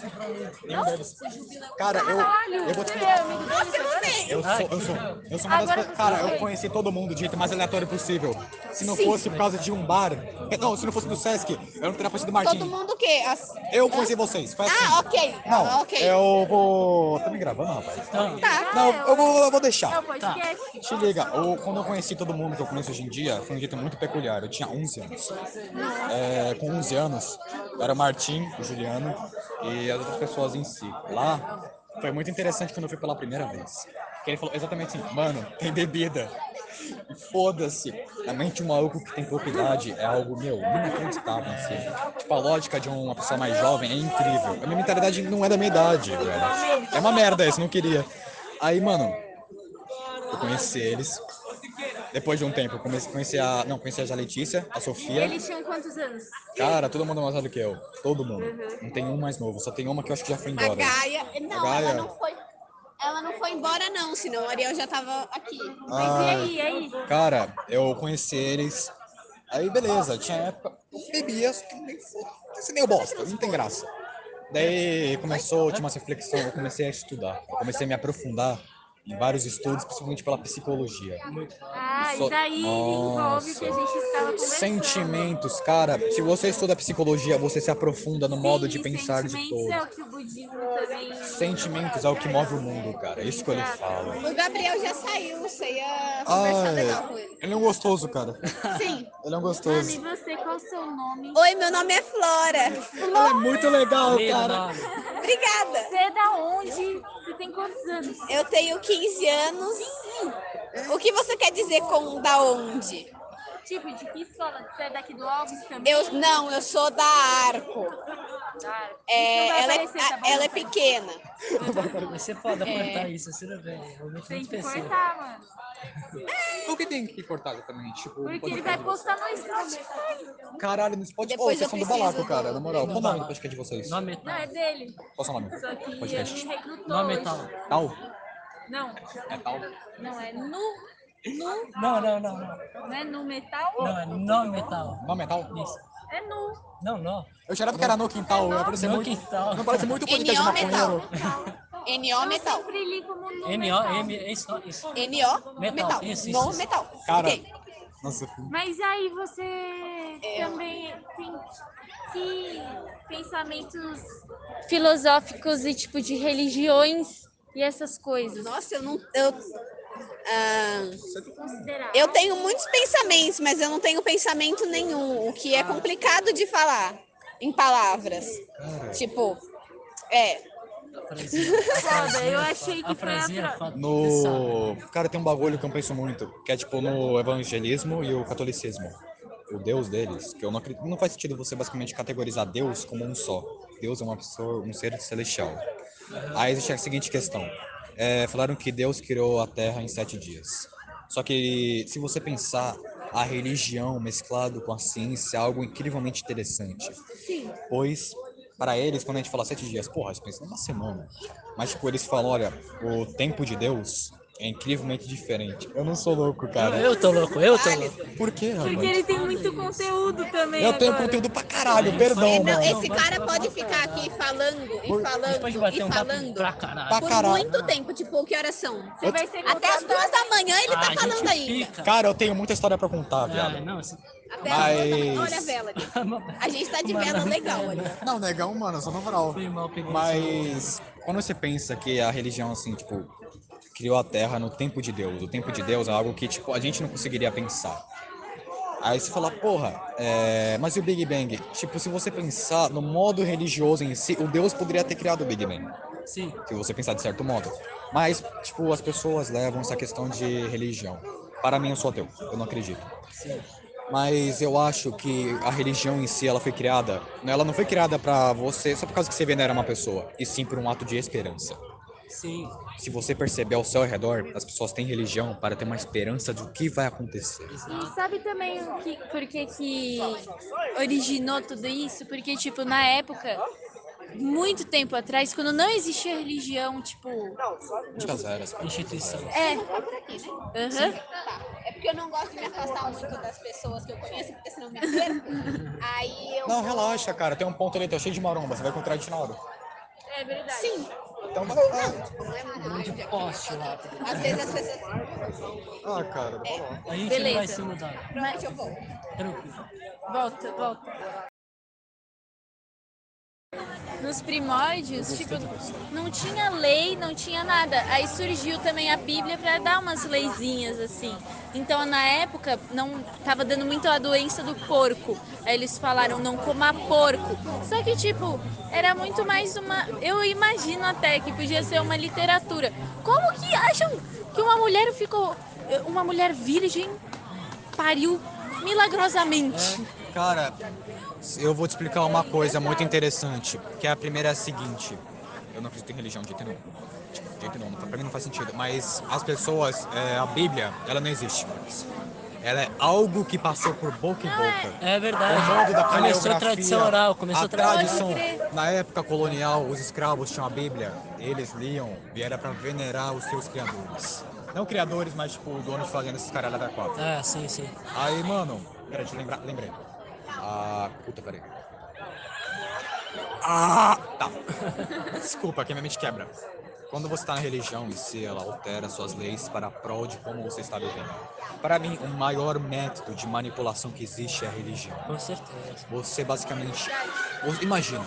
Cara, eu vou te Você é amigo dele? Eu sou uma das Agora pessoas. Cara, você eu foi. conheci todo mundo do jeito mais aleatório possível. Se não fosse por causa de um bar. Não, se não fosse do Sesc, eu não teria conhecido o Martim. Todo mundo o quê? Eu conheci vocês. Foi assim. Ah, ok. Não, Ok. eu vou. Tá me gravando, rapaz? Tá. Não, eu vou É o deixar. podcast. Te liga, quando eu conheci todo mundo que eu conheço hoje em dia, foi um jeito muito peculiar. Eu tinha 11 anos. Com 11 anos, eu era o Martim, o Juliano e as outras pessoas em si. Lá, foi muito interessante quando eu fui pela primeira vez. Porque ele falou exatamente assim, mano, tem bebida. E foda-se. A mente de um maluco que tem pouca idade é algo, inacreditável, assim. Tipo, a lógica de uma pessoa mais jovem é incrível. A minha mentalidade não é da minha idade, velho. É uma merda isso, não queria. Aí, mano, eu conheci eles. Depois de um tempo, eu conheci a Letícia, a Sofia. Eles tinham quantos anos? Cara, todo mundo é mais velho que eu. Todo mundo. Não tem um mais novo. Só tem uma que eu acho que já foi A embora. Gaia. Não, Gaia. ela não foi. Ela não foi embora, não, senão a Ariel já tava aqui. Mas e aí? Cara, eu conheci eles. Aí, beleza, tinha época. Eu bebia, só que nem foda-se, meio bosta, não tem graça. Daí tinha uma reflexão, eu comecei a estudar. Eu comecei a me aprofundar em vários estudos, principalmente pela psicologia. Ah, e daí envolve o que a gente estava conversando. Sentimentos, cara. Se você estuda psicologia, você se aprofunda no modo de pensar de Sentimentos é o todos. que o budismo também... Sentimentos é o que move o mundo, cara. É isso que ele fala. O Gabriel já saiu, você ia conversar legal com ele. Ele é um gostoso, cara. Sim. Ele é um Mano, gostoso. e você, qual o seu nome? Oi, meu nome é Flora. Ele é muito legal, cara. Obrigada. Você é da onde? Você tem quantos anos? Eu tenho 15 anos. O que você quer dizer com da onde? Tipo, de que escola? Você é daqui do Alves também? Eu sou da Arco. Ela é pequena. Vai ser foda cortar isso, você não vê. É muito Tem que específico. cortar, mano. O que tem que cortar exatamente? Tipo, Porque ele vai postar no Spotify. Caralho, no Spotify. Depois Vocês eu são do preciso balaco, cara. Na moral, qual o nome do podcast de vocês? Nome Não, é dele. Qual é o seu nome? Só que ele Podcast. me recrutou Nome hoje. tal. Tal? Não, É tal? não é nu. Não. Não é nu metal? Não, é no metal. Nome é tal? Isso. É nu. Não. Eu jurava que era no quintal. Ia parecer No muito. quintal. Não parece muito podcast de NO metal. maconheiro. NO metal. Sempre li como nu N-O-M, metal. isso. NO metal. Isso, No isso. metal. Cara. Ok. Nossa, Mas aí você também tem que pensamentos filosóficos e tipo de religiões e essas coisas. Nossa, Considerar. eu tenho muitos pensamentos, mas eu não tenho pensamento nenhum, o que é complicado de falar em palavras. Tipo, Foda, eu achei que A foi a frasinha é foda. Cara, tem um bagulho que eu penso muito, que é tipo no evangelismo e o catolicismo. O Deus deles, que eu não acredito, não faz sentido você basicamente categorizar Deus como um só. Deus é uma pessoa, um ser celestial. Aí existe a seguinte questão. Falaram que Deus criou a Terra em 7 dias. Só que se você pensar a religião mesclado com a ciência é algo incrivelmente interessante. sim. Pois, para eles, quando a gente fala 7 dias, porra, eles pensam numa semana. Mas, tipo, eles falam, olha, o tempo de Deus é incrivelmente diferente. Eu não sou louco, cara. Eu tô louco. Por quê, rapaz? Porque ele tem muito conteúdo também. Eu tenho agora. conteúdo pra caralho, perdão, Não, mano. esse cara pode ficar aqui falando e falando e falando pra caralho. Pra por caralho. muito tempo. Tipo, que horas são? Você vai ser Até as 2 da manhã ele tá falando ainda. Cara, eu tenho muita história pra contar, viado. Não, assim, Até as 2 da manhã. Olha a vela ali. A gente tá de vela legal ali. Não, negão, mano, só na moral. Mas quando você pensa que a religião, assim, tipo, criou a Terra no tempo de Deus, o tempo de Deus é algo que, tipo, a gente não conseguiria pensar. Aí você fala, porra, mas e o Big Bang? Tipo, se você pensar no modo religioso em si, o Deus poderia ter criado o Big Bang. Sim. Se você pensar de certo modo. Mas, tipo, as pessoas levam essa questão de religião. Para mim, eu sou ateu, eu não acredito. Sim. Mas eu acho que a religião em si, ela não foi criada pra você só por causa que você venera uma pessoa, e sim por um ato de esperança. Sim. Se você perceber ao seu redor, as pessoas têm religião para ter uma esperança do que vai acontecer. E sabe também por que originou tudo isso? Porque, tipo, na época, muito tempo atrás, quando não existia religião, tipo... Muitas eras. Instituição. É. Aham. Tá. É porque eu não gosto de me afastar muito das pessoas que eu conheço, porque senão eu me perco. Aí eu... Não, relaxa, cara. Tem um ponto ali, tá cheio de maromba. Você vai encontrar a gente na hora. É verdade. Sim. Então, Não é muito longe de poste lá. Às vezes as pessoas... Ah, cara, tá bom. A gente Beleza. não vai se mudar. Provavelmente eu vou. Tranquilo. Volta. Nos primórdios, tipo, não tinha lei, não tinha nada. Aí surgiu também a Bíblia para dar umas leizinhas assim. Então, na época, não tava dando muito a doença do porco. Aí eles falaram, não coma porco. Só que, tipo, era muito mais uma... Eu imagino até que podia ser uma literatura. Como que acham que uma mulher virgem pariu milagrosamente? Cara, eu vou te explicar uma coisa muito interessante, que a primeira é a seguinte. Eu não acredito em religião de jeito nenhum. De jeito nenhum, pra mim não faz sentido. Mas as pessoas, a Bíblia, ela não existe. Ela é algo que passou por boca em boca. É verdade. O mundo da Começou paleografia, a tradição oral, começou a a tradição. tradição. Na época colonial, os escravos tinham a Bíblia. Eles liam e era pra venerar os seus criadores. Não criadores, mas tipo, o dono de fazenda, esses caras lá da quatro. É, sim. Aí, mano, peraí, deixa eu lembrar, lembrei. Puta, peraí. Tá. Desculpa, que minha mente quebra. Quando você está na religião em si, ela altera suas leis para a prol de como você está vivendo. Para mim, o maior método de manipulação que existe é a religião. Com certeza. Você basicamente... Imagina,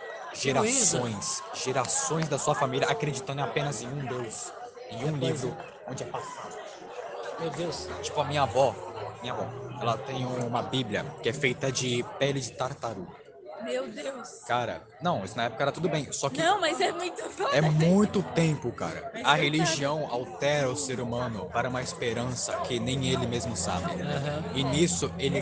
gerações da sua família acreditando apenas em um Deus, em um livro onde é passado. Meu Deus. Tipo, a minha avó, ela tem uma Bíblia que é feita de pele de tartaruga. Meu Deus. Cara, não, isso na época era tudo bem, só que Não, mas é muito foda. é muito tempo, cara. A religião altera o ser humano para uma esperança que nem ele mesmo sabe. E nisso ele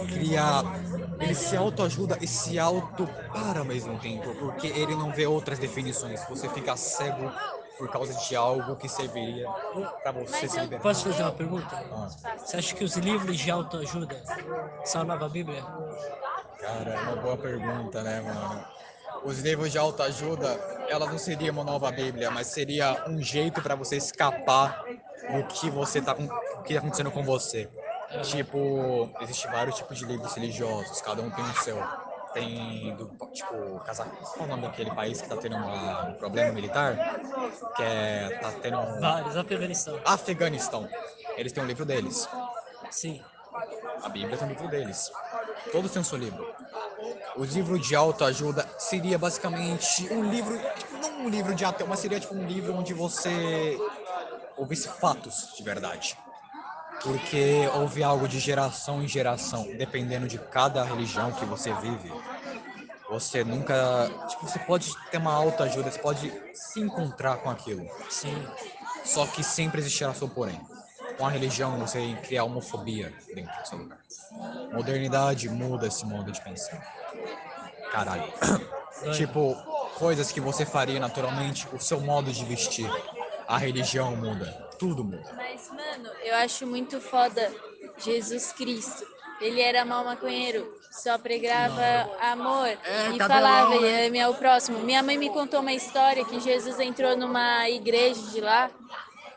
se autoajuda e se autopara ao mesmo tempo, porque ele não vê outras definições. Você fica cego por causa de algo que serviria pra você se libertar. Posso fazer uma pergunta? Você acha que os livros de autoajuda são a nova Bíblia? Cara, é uma boa pergunta, né, mano? Os livros de autoajuda, ela não seria uma nova Bíblia, mas seria um jeito pra você escapar do que você tá acontecendo com você. Tipo, existem vários tipos de livros religiosos, cada um tem o seu. Tem, tipo, Cazaquistão, qual é o nome daquele país que tá tendo um problema militar? Tá tendo Vários, Afeganistão. Afeganistão. Eles têm um livro deles. Sim. A Bíblia tem um livro deles. Todos têm o seu livro. O livro de autoajuda seria basicamente um livro, tipo, não um livro de ateu, mas seria tipo um livro onde você ouvisse fatos de verdade. Porque houve algo de geração em geração, dependendo de cada religião que você vive. Você nunca... Tipo, você pode ter uma autoajuda, você pode se encontrar com aquilo. Sim. Só que sempre existirá seu porém. Com a religião, você cria homofobia dentro do seu lugar. Modernidade muda esse modo de pensar. Caralho. Tipo, coisas que você faria naturalmente, o seu modo de vestir. A religião muda. Tudo muda. Mas, mano, eu acho muito foda Jesus Cristo. Ele era mal maconheiro, só pregava amor e falava, ame ao próximo. Minha mãe me contou uma história que Jesus entrou numa igreja de lá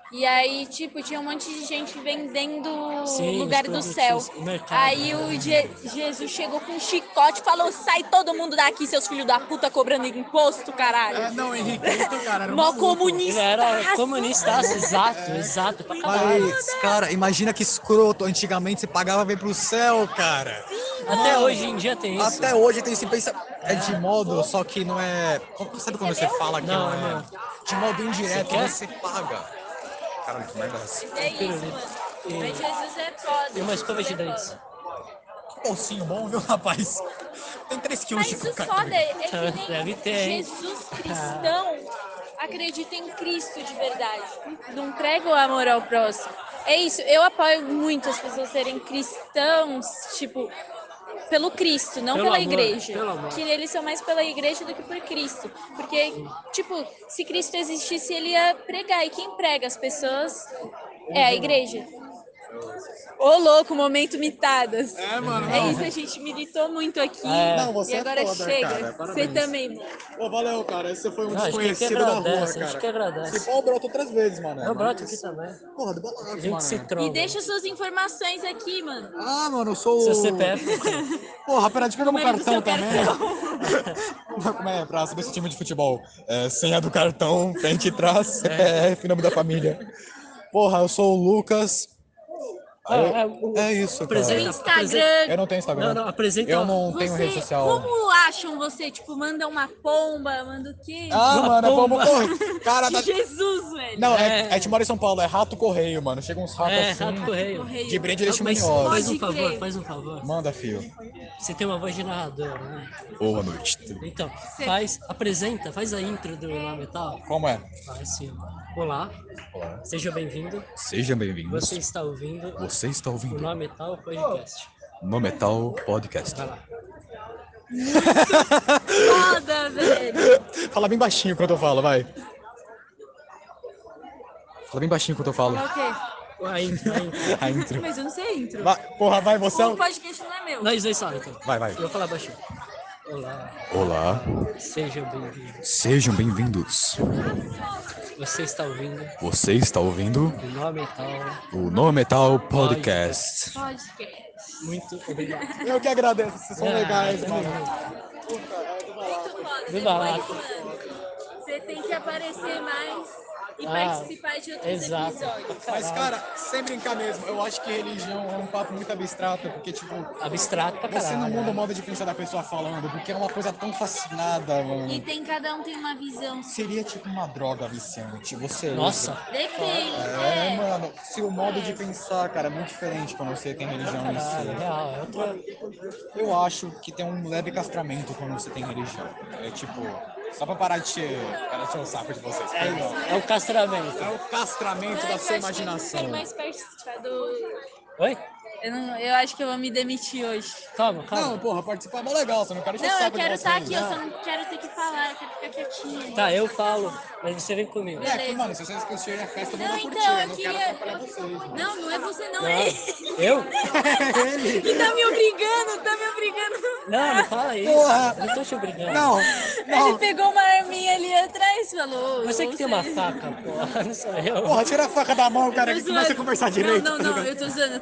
E aí, tipo, tinha um monte de gente vendendo Sim, lugar os do céu. produtos, o mercado, Aí o Jesus chegou com um chicote e falou: sai todo mundo daqui, seus filhos da puta, cobrando imposto, caralho. Não, Henrique, então, cara, era um Mó maluco. comunista. Ele era comunistaço, exato, pra caralho. Mas, cara, imagina que escroto. Antigamente você pagava pra ir pro céu, cara. Até hoje em dia tem isso. Até hoje tem esse pensamento. É de modo, só que não é. Sabe quando você fala que não é? De modo indireto, você paga. Caralho, que merda é essa? É isso, mano. Mas Jesus é foda. E uma escova de Jesus é dentes. foda. Que bolsinho bom, viu, rapaz? Tem 3 quilos Mas de o cocaína. foda é que nem Deve ter, hein? Jesus cristão acredita em Cristo de verdade. Não prega o amor ao próximo. É isso, eu apoio muito as pessoas serem cristãos, tipo, pelo Cristo, não Pelo pela amor, igreja. pelo amor. Que eles são mais pela igreja do que por Cristo. Porque, tipo, se Cristo existisse, ele ia pregar. E quem prega as pessoas é a igreja. Ô, louco, momento mitadas. É, mano, É não. isso, a gente militou muito aqui. Não, você e agora é foda, chega. cara, você parabéns. também, mano. Pô, valeu, cara. Esse foi um Não, a gente que desconhecido da rua, agradece, a gente cara. que agradece. Se for, eu broto outras vezes, mano. Eu broto aqui também. Porra, do barato, A gente mano. se E tromba. deixa suas informações aqui, mano. Ah, mano, eu sou... Seu CPF. Porra, pera, deixa eu pegar meu Número do cartão seu também. Como é? Pra saber esse time de futebol. Senha do cartão, frente e trás, CPF, nome da família. Porra, eu sou o Lucas. É isso, cara. Apresenta, Instagram. Eu não tenho Instagram. Não, apresenta. Eu não tenho rede social. Como acham você? Tipo, manda uma pomba, manda o quê? Ah, mano, é pombo correio. Cara, De Jesus, velho. Não, a gente mora em São Paulo, é rato correio, mano. Chega uns ratos assim. Rato correio. De brinde eles Mas maniosa. faz um favor. Manda, filho. Você tem uma voz de narrador, né? Boa noite. Então, faz a intro do Nome Metal. Como é? Faz sim. Olá. Olá. Seja bem-vindo. Sejam bem-vindos. Você está ouvindo Você está ouvindo o Nome Metal Podcast. No Metal Podcast. Vai lá. Foda, velho. Fala bem baixinho quando eu falo, vai. Fala bem baixinho quando eu falo. Fala o quê? A intro. A intro. Mas eu não sei a intro. Porra, vai, você é O um... podcast não é meu. Nós dois só, então. Vai. Eu vou falar baixinho. Olá. Olá. Sejam bem-vindos. Sejam bem-vindos. Você está ouvindo Você está ouvindo o Nome Metal o No Metal Podcast. Podcast. Muito obrigado. Eu que agradeço, vocês são legais, é mano. Muito foda. Do barato. Depois, mano, você tem que aparecer mais e Ah, participar de outros exato. episódios. Mas, cara, sem brincar mesmo, eu acho que religião é um papo muito abstrato, porque, tipo, Abstrato pra você não caralho. muda o modo de pensar da pessoa falando, porque é uma coisa tão fascinada, mano. E cada um tem uma visão. Seria tipo uma droga viciante, você Nossa. usa. Depende. Mano, se o modo de pensar, cara, é muito diferente quando você tem religião em Caralho, si. real. É outra... Eu acho que tem um leve castramento quando você tem religião. É tipo, só pra parar de encher o saco de vocês. perdão. É o castramento. É o castramento da sua imaginação. Eu mais participar do... Oi? Eu acho que eu vou me demitir hoje. Calma. Não, porra, participar é mó legal, você não quer encher o Não, eu saco de quero vocês. estar aqui, eu só não quero ter que falar, eu quero ficar quietinha. Tá, eu falo, mas você vem comigo. É, que, mano, se vocês curtirem a festa, Não, vamos curtir. então, Eu eu não queria... quero atrapalhar vocês. Mano. Não é você não, Não. é Eu? ele. Que tá me obrigando. Não fala isso. Porra. Não tô te obrigando. Não. Ele pegou uma arminha ali atrás e falou... Você que tem uma faca, porra, não sou eu. Porra, tira a faca da mão, cara, que começa a conversar direito. Não, eu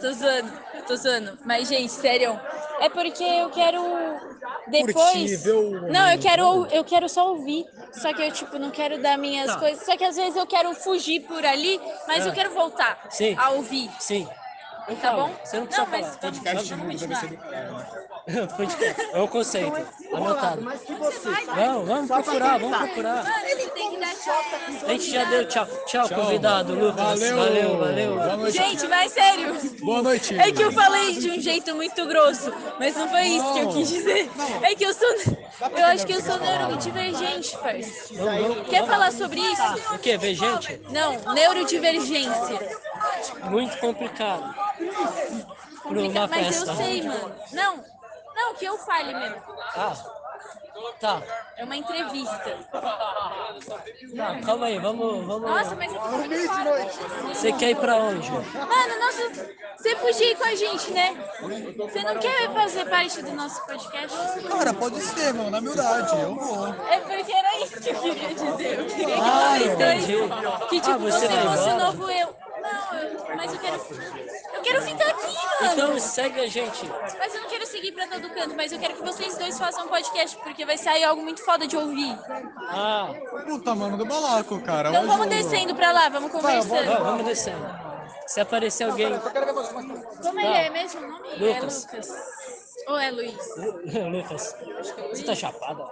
tô zoando. Mas, gente, sério, é porque eu quero depois... Curtir, ver o Não, momento. eu quero só ouvir. Só que eu, tipo, não quero dar minhas Tá. coisas. Só que às vezes eu quero fugir por ali, mas Ah. eu quero voltar Sim. a ouvir. Sim. Eu Tá falo, bom? Você não precisa Não, mas falar. vamos Deve continuar. ser do caralho, né? Podcast. É o conceito. Anotado. Mas que você? Vamos procurar. Mano, ele tem que dar tchau. A gente já deu tchau. Tchau, convidado, Lucas. Valeu. Valeu. Boa noite. Gente, mas sério. Boa noite. É que eu falei de um jeito muito grosso, mas não foi isso que eu quis dizer. É que eu sou. Eu acho que eu sou neurodivergente, parceiro. Quer falar sobre isso? O que? Ver gente? Não, neurodivergência. Muito complicado. Pra uma Mas festa. eu sei, mano. Não, que eu fale mesmo. Ah, Tá, É uma entrevista. tá, calma aí, vamos. Nossa, mas aqui tá muito fora. Você quer ir pra onde? Mano, você podia ir com a gente, né? Você não quer fazer parte do nosso podcast? Cara, pode ser, mano, na humildade, eu vou. É porque era isso que eu queria dizer. Eu queria que Ah, vocês dois. entendi. Que tipo, Ah, você você vai fosse o embora? novo eu. Não, mas eu quero. Eu quero ficar aqui, mano. Então segue a gente. Mas eu não quero seguir pra todo canto, mas eu quero que vocês dois façam um podcast, porque vai sair algo muito foda de ouvir. Ah, Puta, mano, do balaco, cara. Então eu vamos ajudo. descendo pra lá, vamos conversando. vamos descendo. Se aparecer alguém. Como ele é mesmo o nome? Lucas. É Lucas. Ou é Luiz? Lucas, você tá chapada?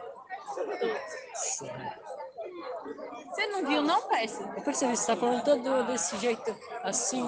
Você não viu, não, parça? Eu percebi, você tá falando todo desse jeito, assim.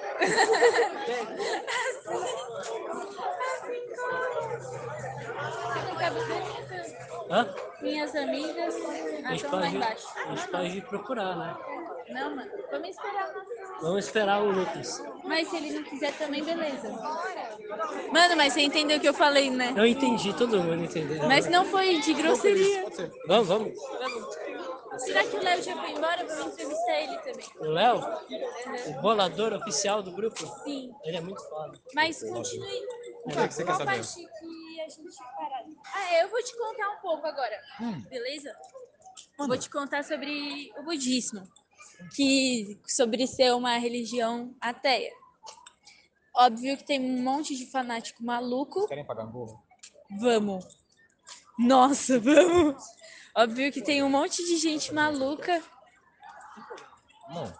Você não cabe dentro. Hã? Minhas amigas estão lá embaixo. A gente pode ir procurar, né? Não, mano. Vamos esperar. Vamos esperar o Lucas. Mas se ele não quiser também, beleza. Mano, mas você entendeu o que eu falei, né? Eu entendi, todo mundo entendeu. Mas não foi de grosseria. Vamos. Será que o Léo já foi embora? Vamos entrevistar ele também. O Léo, o bolador oficial do grupo? Sim. Ele é muito foda. Mas continue. O que você quer Qual saber? parte que a gente tinha parado? Eu vou te contar um pouco agora. Beleza? Vou te contar sobre o budismo. Sobre ser uma religião ateia. Óbvio que tem um monte de fanático maluco. Querem pagar gorro? Vamos. Nossa, vamos. Óbvio que tem um monte de gente maluca. Não.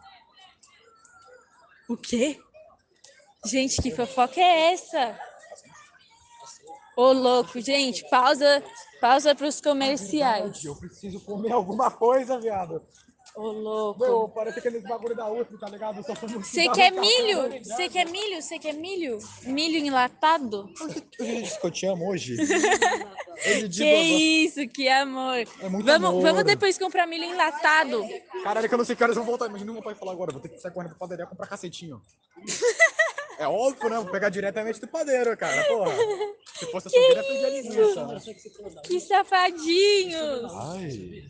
O quê? Gente, que fofoca é essa? Ô, louco, gente, pausa pros comerciais. Eu preciso comer alguma coisa, viado. Ô, louco. Meu, parece aqueles bagulho da USP, tá ligado? Eu só tô no Você quer milho? Você quer milho? Você quer milho? Milho enlatado? Eu disse que eu te amo hoje. Que isso, que amor. É muito amor. Vamos depois comprar milho enlatado. Caralho, que eu não sei que horas eu vou voltar. Imagina o meu pai falar agora. Vou ter que sair correndo pra padaria comprar cacetinho. É óbvio, né? Vou pegar diretamente do padeiro, cara. Porra. Se fosse a sujeira, pedia linguiça, né? Que safadinhos. Ai.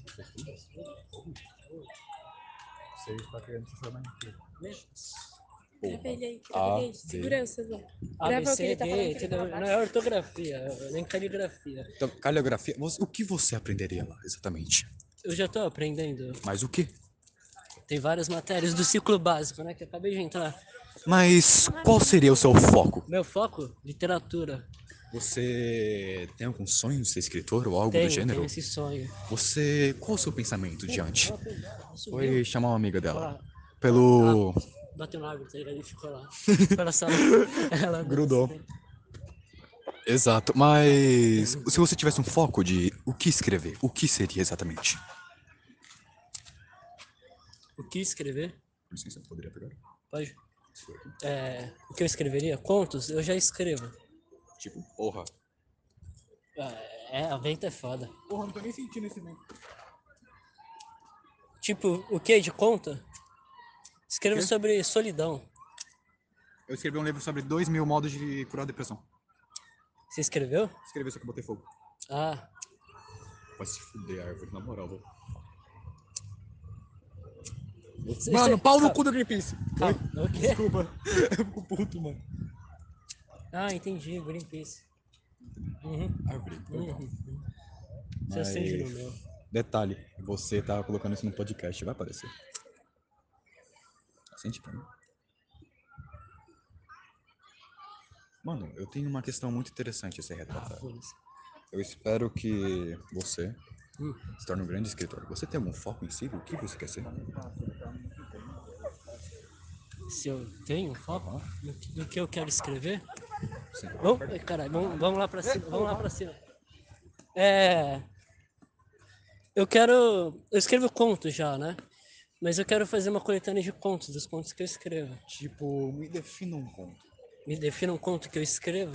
Você está querendo se formar em quê? Grava ele aí. Segurança, Zé. A, Grava B, o que ele C, tá D, falando. entendeu? Não é ortografia, nem caligrafia. Então, caligrafia. O que você aprenderia lá, exatamente? Eu já tô aprendendo. Mas o quê? Tem várias matérias do ciclo básico, né? Que eu acabei de entrar. Mas qual seria o seu foco? Meu foco? Literatura. Você tem algum sonho de ser escritor ou algo Tenho do gênero? Tenho esse sonho. Você. Qual o seu pensamento diante? Subiu. Foi chamar uma amiga dela. Ah. Pelo. Bateu na árvore, ele ficou lá. Pela sala. Ela Grudou. Exato, mas se você tivesse um foco de o que escrever, o que seria exatamente? O que escrever? Com licença, poderia pegar? Pode. O que eu escreveria? Contos? Eu já escrevo. Tipo, porra. A vento é foda. Porra, não tô nem sentindo esse vento. Tipo, o que de conta? Escrevo O quê? sobre solidão. Eu escrevi um livro sobre 2.000 modos de curar a depressão. Você escreveu? Escrevi, só que eu botei fogo. Ah, Vai se fuder, árvore, na moral, velho. Você- Mano, você- pau no calma. cu do Greenpeace. Calma, Oi? o quê? Desculpa. Eu fico puto, mano. Ah, entendi, Greenpeace. Árvore, legal. Você acende no meu. Detalhe, você tá colocando isso no podcast, vai aparecer. Acende pra mim. Mano, eu tenho uma questão muito interessante a ser retratada. Foda-se. Eu espero que você se torne um grande escritor. Você tem algum foco em si? O que você quer ser? Se eu tenho foco do que eu quero escrever? Sim. Ai, caralho, vamos lá pra cima, vamos lá pra cima. Eu escrevo contos já, né? Mas eu quero fazer uma coletânea de contos, dos contos que eu escrevo. Tipo, me defina um conto. Me defina um conto que eu escrevo?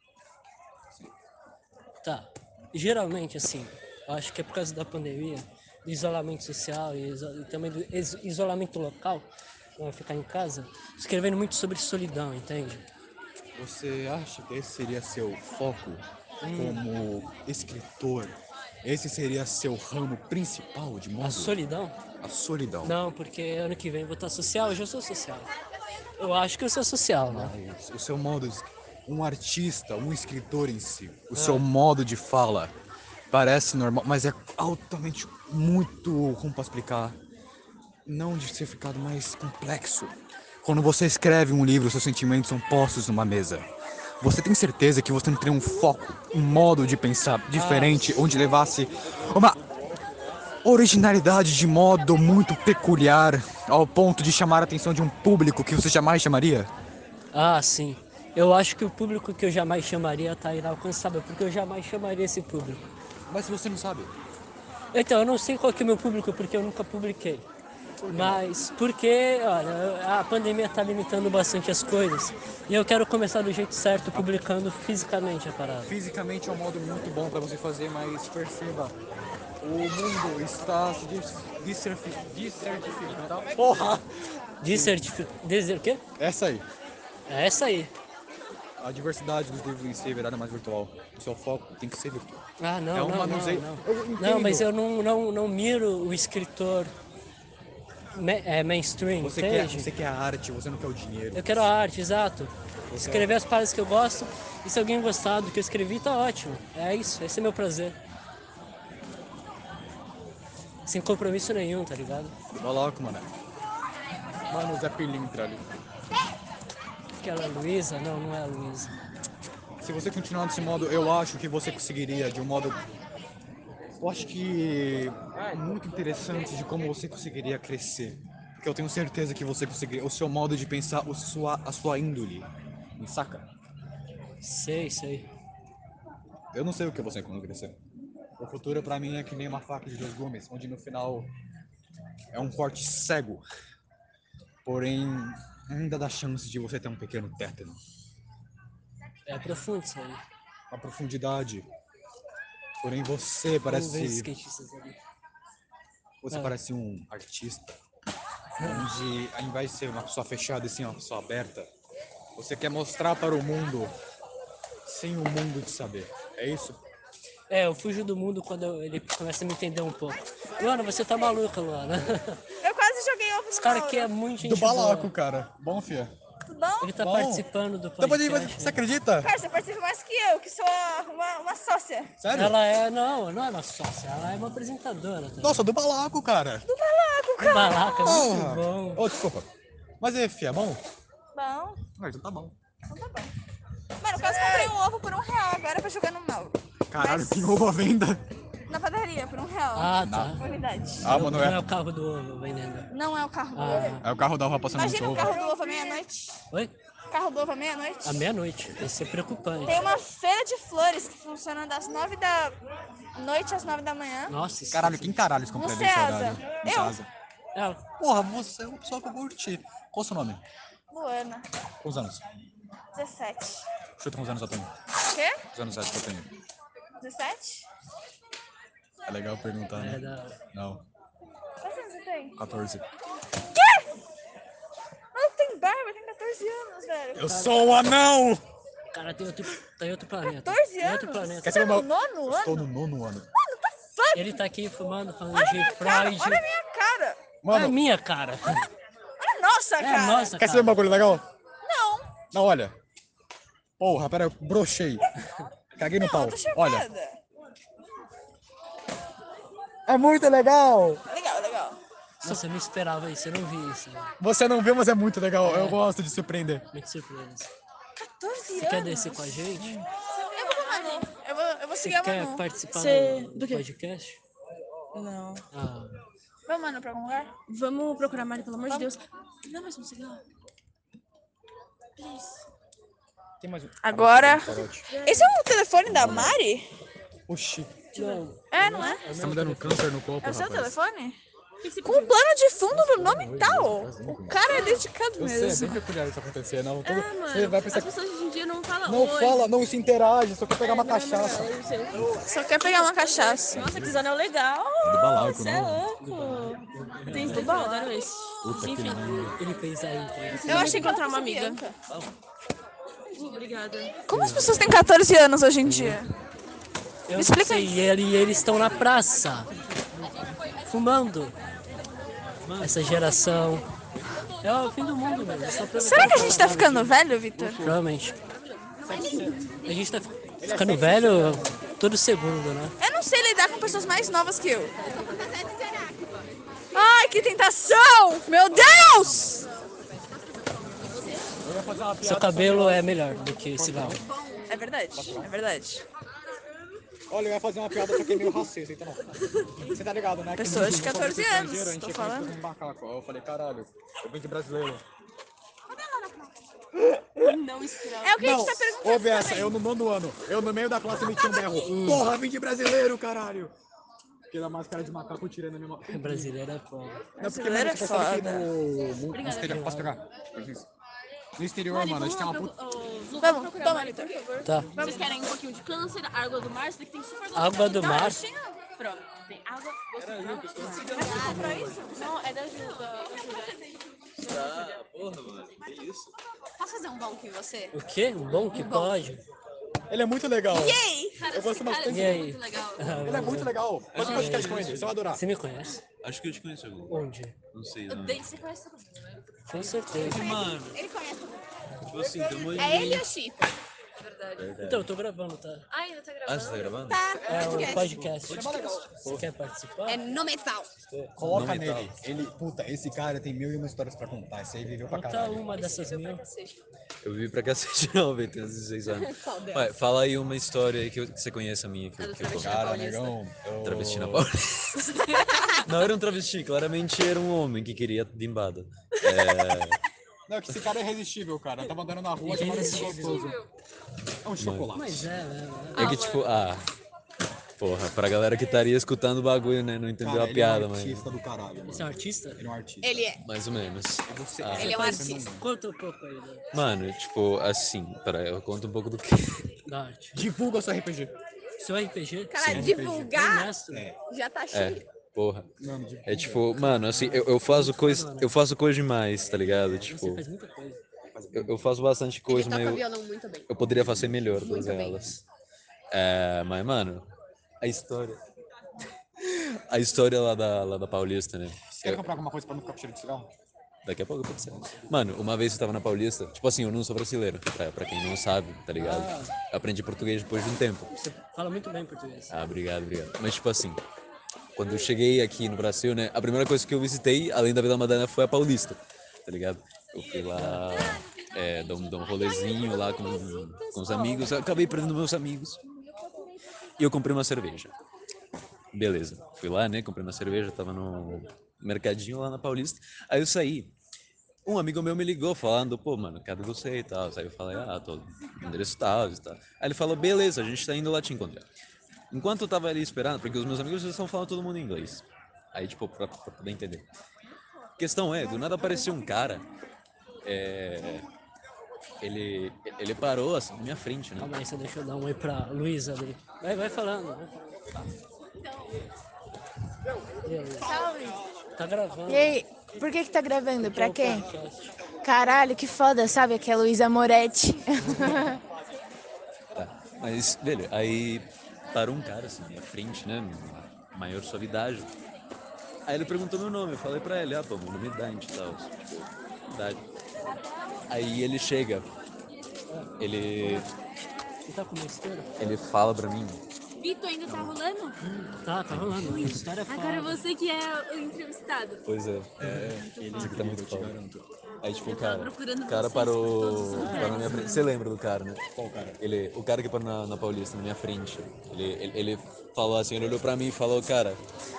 Tá. Geralmente, assim, eu acho que é por causa da pandemia, do isolamento social e também do isolamento local, ficar em casa, escrevendo muito sobre solidão, entende? Você acha que esse seria seu foco como escritor Esse seria seu ramo principal de modo? A solidão? A solidão. Não, porque ano que vem eu vou estar social, hoje eu sou social. Eu acho que eu sou social, né? Mas o seu modo, um artista, um escritor em si, o seu modo de fala parece normal, mas é altamente muito, como posso explicar, não de ser ficado mais complexo. Quando você escreve um livro, seus sentimentos são postos numa mesa. Você tem certeza que você não teria um foco, um modo de pensar diferente, onde levasse uma originalidade de modo muito peculiar, ao ponto de chamar a atenção de um público que você jamais chamaria? Ah, sim. Eu acho que o público que eu jamais chamaria tá inalcançável, porque eu jamais chamaria esse público. Mas você não sabe. Então, eu não sei qual que é o meu público, porque eu nunca publiquei. Mas porque, olha, a pandemia tá limitando bastante as coisas. E eu quero começar do jeito certo, publicando fisicamente a parada. Fisicamente é um modo muito bom para você fazer, mas perceba, o mundo está se descertificando. Porra! Dizer o quê? Essa aí. É essa aí. A diversidade dos livros em si é virada mais virtual. O seu foco tem que ser virtual. Ah, não, é um não, manuseio. não. Não, mas eu não miro o escritor mainstream, Você quer a arte, você não quer o dinheiro. Eu quero a arte, exato. Escrever as paradas que eu gosto, e se alguém gostar do que eu escrevi, tá ótimo. É isso, esse é meu prazer. Sem compromisso nenhum, tá ligado? Vai logo, mano. Mano, o Zé Pilintra ali. Aquela Luísa? Não, não é a Luísa. Se você continuar desse modo, eu acho que você conseguiria de um modo... Eu acho que é muito interessante de como você conseguiria crescer. Porque eu tenho certeza que você conseguiria... O seu modo de pensar, a sua índole. Me saca? Sei. Eu não sei o que você quando crescer. O futuro pra mim é que nem uma faca de dois gumes, onde no final é um corte cego. Porém, ainda dá chance de você ter um pequeno tétano. É profundo isso aí. A profundidade. Porém, você parece... Você parece um artista. Onde, ao invés de ser uma pessoa fechada e sim uma pessoa aberta, você quer mostrar para o mundo sem o mundo de saber. É isso? É, eu fujo do mundo quando ele começa a me entender um pouco. Luana, você tá maluca, Luana. Eu quase joguei ovo no Esse cara Mauro. aqui é muito gente Do balaco, boa. cara. Bom, fia. Tudo bom? Ele tá Bom. participando do podcast. Você acredita? Cara, você participa mais que eu, que sou uma sócia. Sério? Ela é, não é uma sócia, ela é uma apresentadora. Também. Nossa, do balaco, cara. Do balaco, cara. Do balaca, muito Porra. bom. Ô, desculpa. Mas aí, fia, é bom? Bom. Ah, então tá bom. Então tá bom. Mano, eu quase comprei um ovo por R$1 agora pra jogar no Mauro. Caralho, tem ovo à venda. Na padaria, por R$1. Ah, tá. Unidade. Ah, mano, Não é é. o carro do ovo vendendo. Não é o carro do Ah. ovo. É o carro da uva passando no Imagina seu o ovo. carro do ovo à meia-noite. Oi? Carro do ovo à meia-noite. À meia-noite. Isso é preocupante. Tem uma feira de flores que funciona das 9 da noite às 9 da manhã. Nossa, isso Caralho, quem caralho compra No nesse Ceasa. horário? No Eu. Ceasa. Ela. Porra, você é uma pessoa que eu curti. Qual o seu nome? Luana, Quantos anos? 17. Chuta quantos anos eu tenho. O quê? Quantos anos acho que eu tenho? 17? É legal perguntar, né? É da... Não, Quantos anos você tem? 14. Quê? Não tem barba, tem 14 anos, velho. Eu sou um anão! O cara tem outro planeta. 14 Tem anos? outro planeta. Quer Você saber tá no uma... nono Eu ano? estou no 9º ano. Mano, tá fuck? Ele tá aqui fumando, falando Olha a de minha cara, Freud. olha a minha cara. Olha a minha cara. Olha a nossa É cara. a nossa Quer saber um cara. bagulho legal? Não. Não, olha. Porra, pera, eu brochei. Caguei no pau. Eu tô chocada. Olha. É muito legal! Legal, legal. Nossa, eu não esperava isso, eu não vi isso. Né? Você não viu, mas é muito legal. Eu gosto de surpreender. Muito surpresa. 14 Você anos. quer descer com a gente? Eu vou com a Manu. Eu vou Você seguir a quer Manu. participar Do quê? podcast? Não. Ah, Vamos, Manu, pra algum lugar? Vamos procurar a Mari, pelo amor de Vamos. Deus. Dá mais um cigarro. Please. Tem mais um. Agora. Carote. Esse é o telefone da Mari? Oxi. não. É, não é? Você tá me dando câncer no copo, É o seu rapaz. telefone? Com um plano de fundo no nome tal. O cara é dedicado Eu sei, é mesmo. bem peculiar isso acontecer. Não, Ah, mano, você vai pensar as pessoas hoje em dia não falam Não oi. fala, não se interage, só quer pegar uma cachaça. Só quer pegar uma cachaça. Nossa, que anel legal. Do balaco, Você é não. louco. Tem que falar, adoro esse. Puta que Enfim, lindo. Ele fez aí. Eu achei que encontrar ela uma fosse amiga. Bianca. Obrigada. Como as pessoas têm 14 anos hoje em dia? Eu Me explica não sei, aí. e eles estão na praça, fumando. Essa geração. É o fim do mundo, velho. Será que a gente tá ficando velho, Vitor? Provavelmente. A gente tá ficando velho todo segundo, né? Eu não sei lidar com pessoas mais novas que eu. Ai, que tentação! Meu Deus! Seu cabelo é melhor do que cigarro. É verdade, é verdade. Olha, eu ia fazer uma piada, só que é meio racista, então não. Você tá ligado, né? Que Pessoas no- de no 14 contexto anos, estrangeiro, a gente tô é conhecido falando. como macaco. Aí eu falei, caralho, eu vim de brasileiro. Não inspirava. É o que a gente Não, tá perguntando ouve essa, também. eu no 9º ano, eu no meio da classe meti um berro. Porra, vim de brasileiro, caralho! Fiquei na máscara de macaco tirando a minha mão. Brasileiro é foda. Não, porque, Brasileiro mano, é você percebe que foda. no exterior... Posso pegar? No exterior, mano, a gente tem uma puta... Vamos, toma, Vitor. Tá. Vocês querem um pouquinho de câncer, água do mar, isso daqui tem super gostoso. Água do mar? Pronto, tem água, gostoso. Não, é da Juba. Tá, porra, mano, que isso? Posso fazer um bom com você? O quê? Um bom que pode? Ele é muito legal. Yay! Cara, Eu gosto esse cara bastante E é aí? muito legal. Ele é muito legal. Faz um podcast com ele, você vai adorar. Você me conhece? Acho que eu te conheço algum. Onde? Não sei, O não. Dente, você conhece todo mundo, né? Com certeza. Mano, Ele conhece. tipo assim, tem uma... É ele ou o Chico? É verdade. Verdade. Então, eu tô gravando, tá? Ah, ainda tá Ah, gravando? você tá gravando? Tá, É um podcast. podcast. Você quer participar? É no metal. Coloca Não nele. metal. Ele, puta, esse cara tem 1001 histórias pra contar. Esse aí viveu pra Conta caralho. uma dessas mil. Eu vivi pra cacete não, velho, tenho 16 anos. Vai, fala aí uma história aí que você conheça a minha. Que eu conto. Cara, negão. Travesti na Paulista. Não era um travesti, claramente era um homem que queria bimbada. Não, que esse cara é irresistível, cara. Tava andando na rua, chamando de gostoso. É um chocolate. Mas né? É que tipo, porra, pra galera que estaria escutando o bagulho, né, não entendeu Cara, a ele piada, é um mas... artista do caralho. Mano. Você é um artista? Ele é um artista. Ele é. Mais ou menos. Você, Ele é um artista. Conta um pouco aí Mano, tipo, assim, peraí, eu conto um pouco do que... da arte. Divulga o seu RPG. Seu RPG? Cara, Sim. divulgar Mestre? já tá cheio. Porra. Mano, divulga. É tipo, mano, assim, eu faço coisa demais, tá ligado? Você Tipo, faz muita coisa. eu faço bastante coisa, Ele mas toca eu, violão muito bem. eu poderia fazer melhor todas Muito bem. elas. Mas, mano, a história... A história lá da Paulista, né? Você quer comprar alguma coisa pra não ficar com cheiro de cigarro? Daqui a pouco pode ser. Mano, uma vez eu tava na Paulista, tipo assim, eu não sou brasileiro, pra quem não sabe, tá ligado? Eu aprendi português depois de um tempo. Você fala muito bem português. Ah, obrigado. Mas tipo assim, quando eu cheguei aqui no Brasil, né, a primeira coisa que eu visitei, além da Vila Madalena, foi a Paulista, tá ligado? Eu fui lá, dar um rolezinho lá com os amigos, eu acabei perdendo meus amigos. E eu comprei uma cerveja. Beleza, fui lá, né, comprei uma cerveja, tava no mercadinho lá na Paulista. Aí eu saí, um amigo meu me ligou falando, pô, mano, cadê você e tal? Aí eu falei, tô no endereço tal e tal. Aí ele falou, beleza, a gente tá indo lá te encontrar. Enquanto eu tava ali esperando, porque os meus amigos já estão falando todo mundo em inglês. Aí, tipo, pra poder entender. A questão é, do nada apareceu um cara, ele parou assim na minha frente, né? Calma aí, deixa eu dar um oi pra Luísa ali. Vai falando. E aí? Salve. Tá gravando. E aí, por que tá gravando? Pra quê? Caralho, que foda, sabe? Que é a Luísa Moretti. Tá, mas, velho, aí parou um cara assim na minha frente, né? Maior suavidade. Aí ele perguntou meu nome, eu falei pra ele, pô, meu nome é Dante e tal. Tipo, Dante. Aí ele chega, ele tá com uma história? Ele fala pra mim. Vitor, ainda tá rolando? Tá rolando. A história é foda. Agora você que é o entrevistado. Pois é. Isso aqui tá muito foda. Aí tipo, o cara vocês parou na minha frente. Você lembra do cara, né? Qual cara? O cara que parou na Paulista, na minha frente. Ele falou assim, ele olhou pra mim e falou, cara...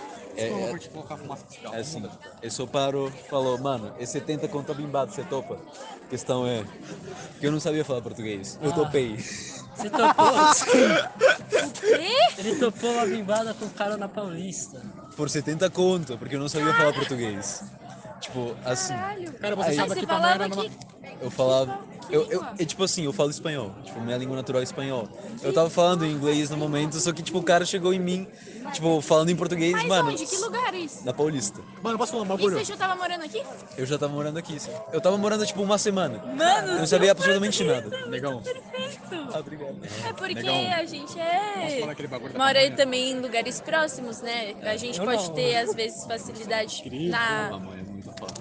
assim, ele só parou, falou, mano, é 70 conto bimbado, você topa? A questão é que eu não sabia falar português. Eu topei. Você topou? O quê? Ele topou uma bimbada com o cara na Paulista. Por 70 conto, porque eu não sabia falar português. Tipo, assim. Cara, você aí, sabe que também era numa... Eu falava. Tipo assim, eu falo espanhol. Tipo, minha língua natural é espanhol. Eu tava falando em inglês no momento, só que, tipo, o cara chegou em mim, tipo, falando em português, Mas mano. onde? Que lugar é isso? Na Paulista. Mano, posso falar um E bagulho? você já tava morando aqui? Eu já tava morando aqui, sim. Eu tava morando, tipo, uma semana. Mano, eu não sabia absolutamente nada. Negão. Ah, obrigado. É porque Negão. a gente Posso falar aquele bagulho da mora pamonha? também em lugares próximos, né? A gente Eu pode não. ter, às vezes, facilidade na, Pamonha é muito foda.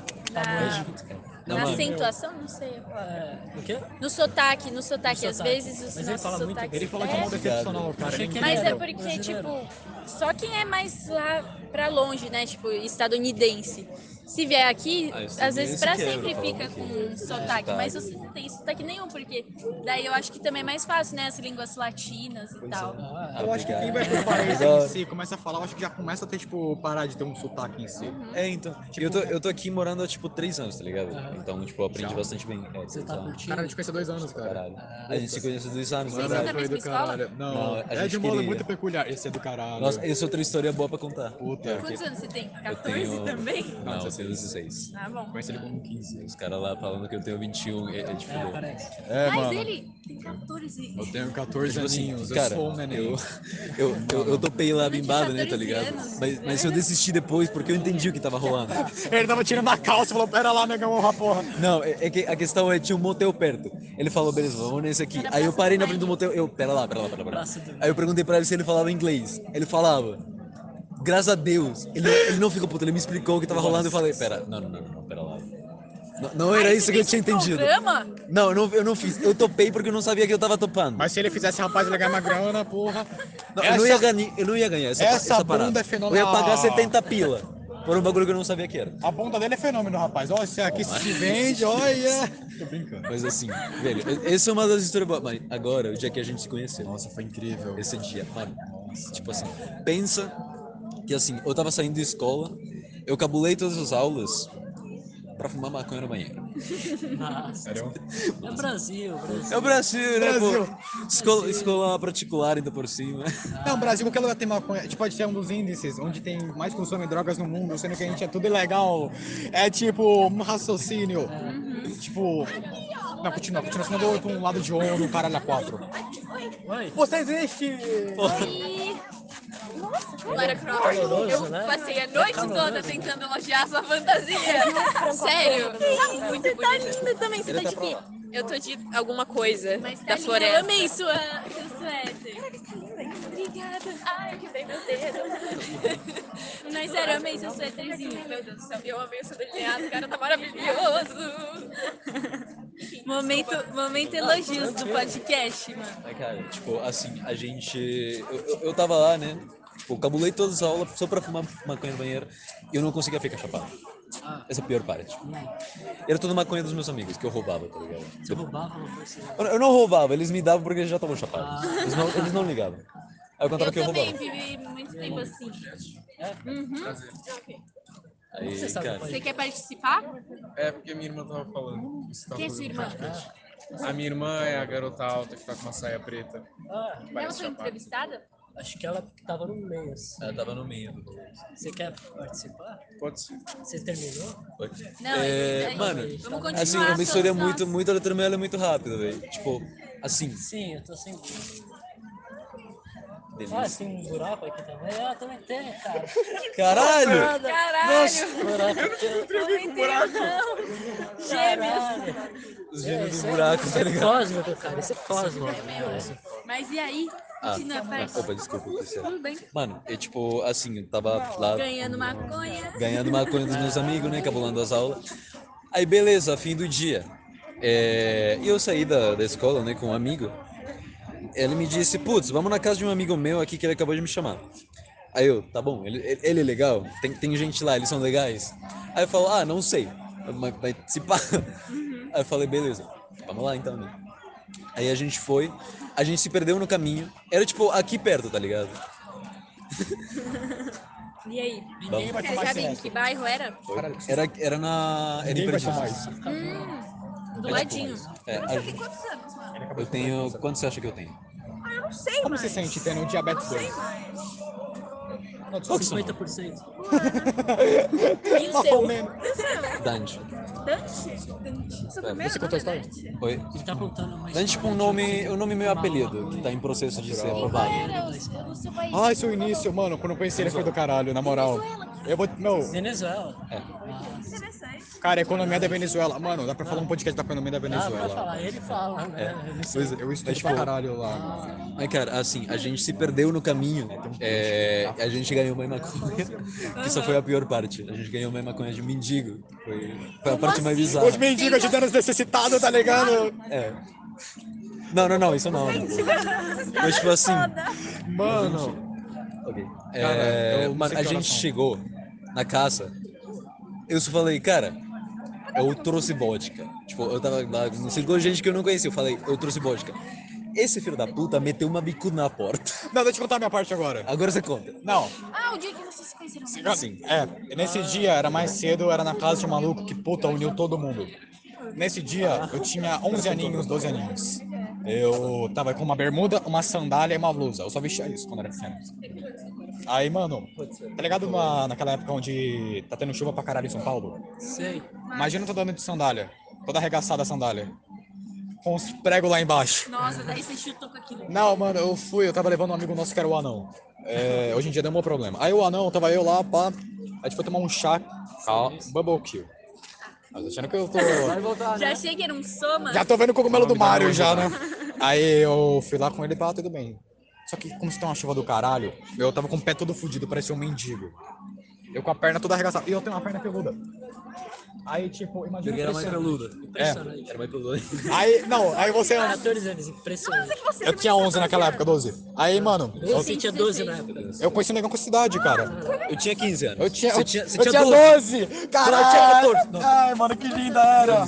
na Não, mano. acentuação, não sei. O quê? No sotaque, às sotaque. vezes os Mas ele nossos fala muito sotaques... Ele fala de modo excepcional, cara. Achei que ele Mas era é porque, brasileiro. tipo, só quem é mais lá pra longe, né? Tipo, estadunidense. Se vier aqui, às vezes pra sempre fica com sotaque. Mas você não tem sotaque nenhum, porque daí eu acho que também é mais fácil, né? As línguas latinas e tal. Eu acho que quem vai pro país em si começa a falar, eu acho que já começa a ter, tipo, parar de ter um sotaque em si. É, então. Eu tô aqui morando há, tipo, 3 anos, tá ligado? Então, tipo, eu aprendi bastante bem. É, Você tá curtindo? Cara, a gente conhece há 2 anos, cara. Caralho. A gente se conhece há 2 anos, Mano, verdade. foi do caralho. Não, a é gente de um modo queria. muito peculiar. Esse é do caralho. Nossa, essa é outra história boa pra contar. Puta. Quantos anos você tem? Eu 14 tenho... também? Não, eu tenho 16. Ah, bom. Conhece ele como 15. Os caras lá falando que eu tenho 21, é de fuder. Parece. É, Mas mano. ele tem 14. Eu tenho 14 Tipo assim, aninhos, cara, eu sou um neném. eu topei lá bimbado, né, tá ligado? Mas eu desisti depois porque eu entendi o que tava rolando. Ele tava tirando a calça e falou, pera lá, negão, honra porra. Não, é que a questão é, tinha um motel perto. Ele falou, beleza, vamos nesse aqui. Aí eu parei na frente do motel, pera lá. Aí eu perguntei pra ele se ele falava inglês. Ele falava. Graças a Deus, ele não ficou puto, ele me explicou o que tava rolando e eu falei, pera, não, pera lá. Não era isso que eu tinha entendido. Não, eu não fiz. Eu topei porque eu não sabia que eu tava topando. Mas se ele fizesse, rapaz, ele ia ganhar uma grana, porra. Não, eu não ia ganhar essa parada. bunda é fenomenal. Eu ia pagar 70 pila por um bagulho que eu não sabia que era. A bunda dele é fenômeno, rapaz. Olha, se aqui se vende, olha. Tô brincando. Mas assim, velho, essa é uma das histórias boas. Mas agora, o dia que a gente se conheceu. Nossa, foi incrível. Esse dia, mano. Tipo assim, pensa que assim, eu tava saindo da escola, eu cabulei todas as aulas pra fumar maconha no banheiro. Nossa. Sério? É Brasil. É o Brasil, né, pô? Escola particular ainda por cima. Não, Brasil, qualquer lugar tem maconha. A gente pode ser um dos índices onde tem mais consumo de drogas no mundo, sendo que a gente é tudo ilegal. É tipo um raciocínio. Tipo. Não, continua, senão eu dou pra um lado de ONU, um caralho a 4. Oi. Você existe! Oi! Lara Croft, eu passei a noite toda tentando elogiar a sua fantasia. Sério? Tá muito bonita. Tá linda também. Você tá de quê? Eu tô de alguma coisa da floresta. Eu amei seu suéter. Obrigada. Ai, eu quebrei meu dedo. Mas sério, eu amei seu suéterzinho. Meu Deus do céu, eu amei o seu delineado. O cara tá maravilhoso. Momento elogios do podcast, mano. Cara, tipo, assim, a gente... Eu tava lá, né? Tipo, cabulei todas as aulas só pra fumar maconha no banheiro e eu não conseguia ficar chapado. Essa é a pior parte. Era toda maconha dos meus amigos, que eu roubava, tá ligado? Você roubava, não foi assim? Eu não roubava, eles me davam porque eles já estavam chapados. Eles não ligavam. Aí eu contava que eu roubava. Eu também vivi muito tempo assim. Aí, cara... Você quer participar? É, porque minha irmã tava falando. Quem é sua irmã? A minha irmã é a garota alta que tá com uma saia preta. Ah, Ela foi entrevistada? acho que ela tava no meio, assim. Ela tava no meio do rolê. Você quer participar? Pode ser. Você terminou? Pode. Não, mano, vamos continuar. assim, é uma história muito ela também ela é muito rápida, velho. Tipo, assim. Sim, eu tô sem. Delícia. Ah, tem um buraco aqui também? Ah, também tem, cara. Caralho! Caralho! Buraco aqui. Eu não entendo, não. Gêmeos. Os gêmeos do buraco, tá ligado? Cósmico, cara. Isso é cósmico. Mas e aí? Continua a parte. Opa, desculpa, Cristiano. Tudo bem. Mano, eu tipo, assim, eu tava lá. Ganhando maconha. Ganhando maconha dos meus amigos, né? Cabulando as aulas. Aí, beleza, fim do dia. E eu saí da escola, né, com um amigo. Ele me disse, putz, vamos na casa de um amigo meu aqui que ele acabou de me chamar. Aí eu, tá bom, ele é legal? Tem gente lá, eles são legais? Aí eu falo, não sei, mas se pá. Aí eu falei, beleza, vamos lá então, né? Aí a gente foi, a gente se perdeu no caminho, era tipo aqui perto, tá ligado? E aí? Vamos. Você sabe em que bairro era? Era na... Era em Perdizes. Do ladinho. Você tem quantos anos, mano? Eu tenho... Quanto você acha que eu tenho? Eu não sei, Como você sente tendo diabetes 2? Quantos são? 50%. E o seu? Dante. Você contou a história? Oi? Ele tá contando uma Dante, tipo, um nome meio apelido, que tá em processo de ser aprovado. Ah, esse é o início, mano. Quando eu conheci ele foi do caralho, na moral. Eu vou. Meu. Venezuela. Cara, economia da Venezuela. Mano, dá pra falar um podcast da economia da Dá Venezuela. pra falar, ele fala, né? Pois é. Eu estudo pra caralho lá. Mas, cara, assim, a gente se perdeu no caminho. A gente ganhou uma maconha, que isso foi a pior parte. A gente ganhou uma maconha de mendigo. Foi a parte mais bizarra. Os mendigos ajudando os necessitados, tá ligado? É. Não, isso não. Mas, tipo assim... Mano... Ok. Cara, mano, a gente chegou na casa, eu só falei, cara, eu trouxe vodka. Tipo, eu tava lá, não sei, com gente que eu não conhecia, eu falei, eu trouxe vodka. Esse filho da puta meteu uma bicuda na porta. Não, deixa eu te contar a minha parte agora. Agora você conta. Não. Ah, o dia que vocês se conheceram. Sim. Nesse dia, era mais cedo, era na casa de um maluco que, puta, uniu todo mundo. Nesse dia, eu tinha 11 aninhos, 12 aninhos. Eu tava com uma bermuda, uma sandália e uma blusa. Eu só vestia isso quando era pequeno. Aí, mano, tá ligado naquela época onde tá tendo chuva pra caralho em São Paulo? Sei. Imagina eu tô andando de sandália, toda arregaçada a sandália, com os pregos lá embaixo. Nossa, daí você chutou com aquilo. Não, mano, eu tava levando um amigo nosso que era o anão. Hoje em dia deu um problema. Aí o anão, tava eu lá, pá, a gente foi tomar um chá, Bubble Kill. Mas achando que eu tô... Já achei que era um soma. Já tô vendo o cogumelo do Mario já, né? Aí eu fui lá com ele e pá, tudo bem. Só que como se tem uma chuva do caralho, eu tava com o pé todo fudido, parecia um mendigo. Eu com a perna toda arregaçada. E eu tenho uma perna peluda. Aí, tipo, imagina... Porque era mais peluda. Impressionante. Era mais peluda. Aí você... 14 anos, impressionante. Eu tinha 11 naquela época, 12. Aí, mano... Você tinha 12 na época. Eu conheci um negão com cidade, cara. Eu tinha 15 anos. Eu tinha 12. 12! Caralho! Eu tinha 14. Ai, mano, que linda era!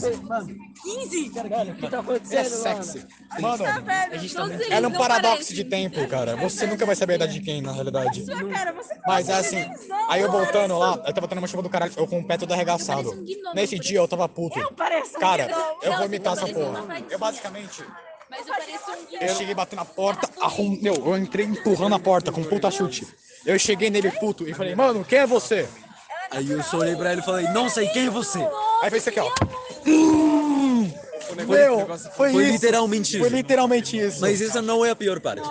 15? Caralho, o que tá acontecendo, É sexy. Mano, A gente tá muito... ela é um paradoxo de tempo, cara. Você nunca vai saber a idade de quem, na realidade. Mas é assim, aí eu voltando lá, eu tava tendo uma chuva do caralho, eu com o pé todo arregaçado. Nesse dia eu tava puto. Cara, eu vou imitar essa porra. Eu basicamente... Mas eu pareço um guinou. Eu cheguei batendo na porta, eu entrei empurrando a porta com um puta chute. Eu cheguei nele puto e falei, mano, quem é você? Aí eu só olhei pra ele e falei, não sei quem é você. Aí fez isso aqui, ó. Foi literalmente isso. Foi literalmente isso. Mas essa não é a pior parte.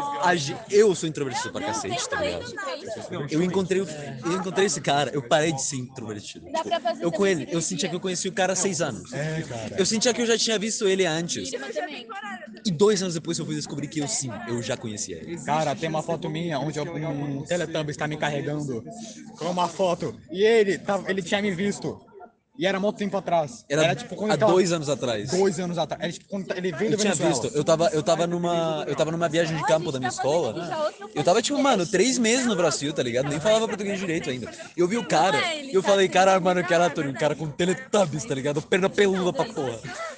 Eu sou introvertido pra cacete, tá ligado? Eu encontrei esse cara, eu parei de ser introvertido. Tipo, eu com ele, eu sentia que eu conheci o cara há 6 anos. Cara. Eu sentia que eu já tinha visto ele antes. E 2 anos depois eu fui descobrir que eu já conhecia ele. Cara, tem uma foto minha onde um Teletubbies está me carregando com uma foto. E ele tinha me visto. E era muito tempo atrás. Era tipo quando há ele tava... 2 anos atrás. 2 anos atrás. Era tipo quando ele veio Eu do tinha Venezuela. visto, eu tava numa viagem de campo da minha escola. Eu tava tipo, mano, 3 meses no Brasil, tá ligado? Nem falava português direito ainda. Eu vi o cara, e eu falei, caralho, mano, que aleatório, um cara com Teletubbies, tá ligado? Perna peluda pra porra.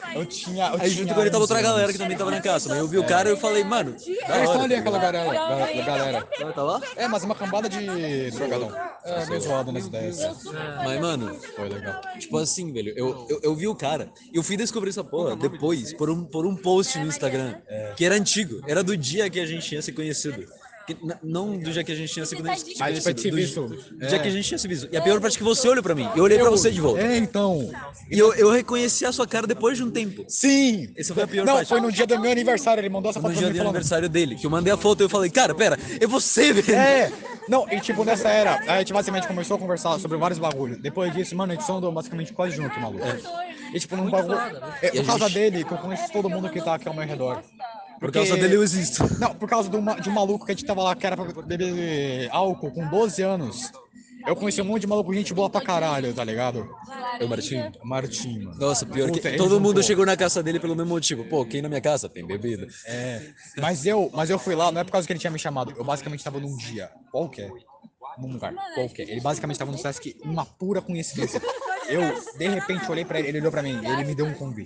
Aí junto com ele tava outra galera que também tava na casa. Mas eu vi o cara e eu falei, mano, da Eles hora. estão ali, aquela galera. Tá lá? É, mas uma cambada de drogadão. É, meio zoado nas ideias. Mas, mano, foi legal. Tipo assim, velho, eu vi o cara e eu fui descobrir essa porra depois por um post no Instagram que era antigo, era do dia que a gente tinha se conhecido. Não do dia que a gente tinha se conhecido. Mas tipo, se visto. Do dia que a gente tinha se visto. E a pior parte é que você olhou pra mim. Eu olhei pra você de volta. Então. E eu reconheci a sua cara depois de um tempo. Sim! Essa foi a pior Não, parte. foi no dia do meu aniversário, ele mandou essa foto No pra dia mim do falando. aniversário dele, que eu mandei a foto e eu falei, cara, pera, é você, velho. Não, e tipo, nessa era, a gente basicamente começou a conversar sobre vários bagulhos. Depois disso, mano, a gente só andou basicamente quase junto, maluco. E tipo, num bagulho. Por causa dele, que eu conheço todo mundo que tá aqui ao meu redor. Por causa dele eu existo. Não, por causa de um maluco que a gente tava lá, que era pra beber álcool com 12 anos. Eu conheci um monte de maluco, gente boa pra caralho, tá ligado? É o Martinho? Martinho. Nossa, pior Puta, que ele todo mundo juntou. chegou na casa dele pelo mesmo motivo. Pô, quem na minha casa tem bebida. Mas eu fui lá, não é por causa que ele tinha me chamado. Eu basicamente tava num dia qualquer. Num lugar qualquer. Ele basicamente tava no Sesc, uma pura coincidência. Eu, de repente, olhei pra ele, ele olhou pra mim, ele me deu um convite.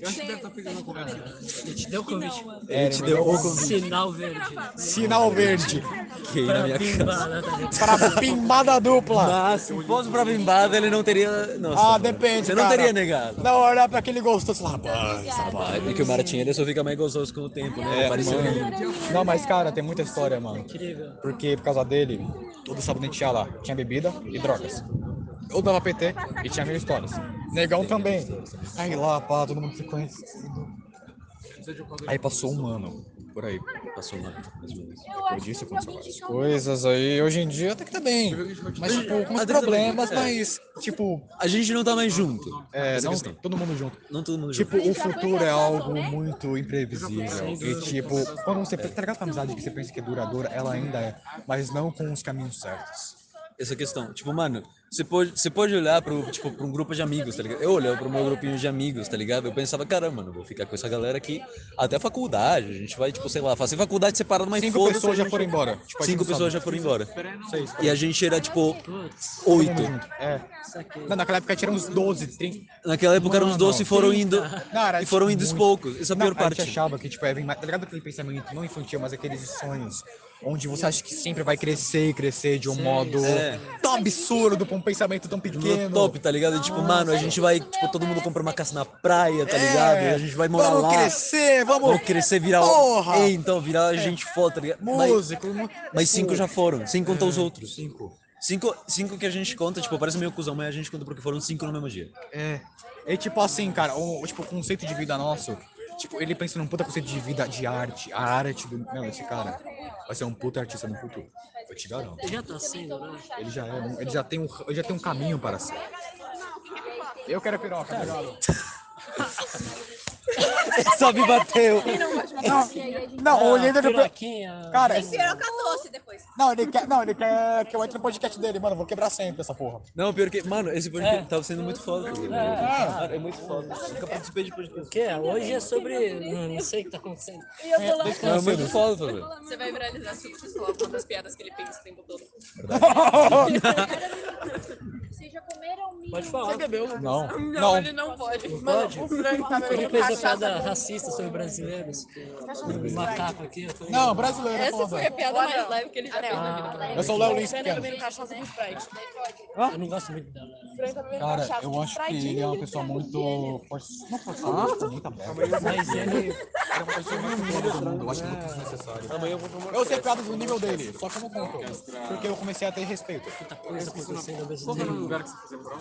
Ele te deu o convite. Ele te deu o convite. Sinal verde. Sinal verde. Que na minha Pimbada, tá ligado? Pra pimbada dupla. Mas se fosse pra pimbada, ele não teria... Nossa, depende, você não cara. teria negado. Não, olhar pra aquele gostoso lá, É que o Martinho, ele só fica mais gostoso com o tempo, né? Pareceu mano. Não, mas cara, tem muita história, mano. Incrível. Porque por causa dele, todo sábado a gente ia lá. Tinha bebida e drogas. Eu dava PT e tinha mil histórias. Negão também. Aí lá, pá, todo mundo se conhece. Aí passou um ano, por aí. Passou um ano. Depois disso aconteceu várias coisas aí. Hoje em dia até que tá bem. Mas, tipo, com os problemas, mas, tipo... A gente não tá mais junto. Não todo mundo junto. Não todo mundo tipo, junto. o futuro é algo muito imprevisível. E, tipo, quando você tá ligado com a amizade que você pensa que é duradoura, ela ainda é. Mas não com os caminhos certos. Essa questão. Tipo, mano, você pode olhar pra um grupo de amigos, tá ligado? Eu olhava pro meu grupinho de amigos, tá ligado? Eu pensava, caramba, mano, vou ficar com essa galera aqui até a faculdade. A gente vai, tipo, sei lá, fazer faculdade separada, mas 5 pessoas já foram embora. Tipo, 5 pessoas já foram embora. 6. E a gente era, tipo, 8. É. Não, naquela época tinha uns 12, 30. Naquela época eram uns 12 e foram indo. Não, E foram indo aos poucos. Essa é a pior A parte. gente achava que, tipo, tá ligado aquele pensamento não infantil, mas aqueles sonhos, onde você acha que sempre vai crescer e crescer de um modo tão absurdo pra um pensamento tão pequeno. Top, tá ligado? Tipo, mano, a gente vai, tipo, todo mundo compra uma casa na praia, tá ligado? A gente vai morar lá. Vamos crescer, virar Porra! então, virar gente foda, tá ligado? Músico. Mas 5 já foram, sem contar os outros. 5 que a gente conta, tipo, parece meio cuzão, mas a gente conta porque foram 5 no mesmo dia. É tipo assim, cara, o conceito de vida nosso, tipo, ele pensa num puta conceito de vida, de arte. A arte do... Não, esse cara vai ser um puta artista no futuro. Eu te garanto. Ele já tá sendo, né? Ele já é, ele já tem um caminho para ser. Eu quero a piroca, obrigado. Só me bateu. Não, o líder do... Cara, Tem piroca doce depois. Não, ele quer que eu entre no podcast dele, mano. Eu vou quebrar sempre essa porra. Não, pior que, mano, esse podcast tava sendo muito foda. É muito foda. Nunca participei de podcast. O quê? Hoje é sobre... Não sei o que tá acontecendo. É muito foda, velho. Você vai viralizar se você falar uma das piadas que ele pensa o tempo todo. Vocês já comeram milho? Pode falar. Você bebeu? Não. Ele não pode. Pode? O Frank tá Ele bebendo fez a cachaça. piada racista sobre brasileiros. O macaco aqui. Eu falei, Não, brasileiro é Essa foda. foi a piada mais leve que ele já fez na vida. Eu sou o Léo Lins Frank tá pequeno. bebendo cachaça com Sprite. Eu não gosto muito dela. Frank tá bebendo Cara, cachaça eu com acho que Sprite. ele é uma pessoa muito... Não forçada, muito aberta. Mas ele... É uma pessoa muito foda do mundo. Eu acho que é muito desnecessário. Eu sei piadas do nível dele, só que eu não conto. Porque eu comecei a ter respeito. Muita coisa acontecendo ao mesmo tempo.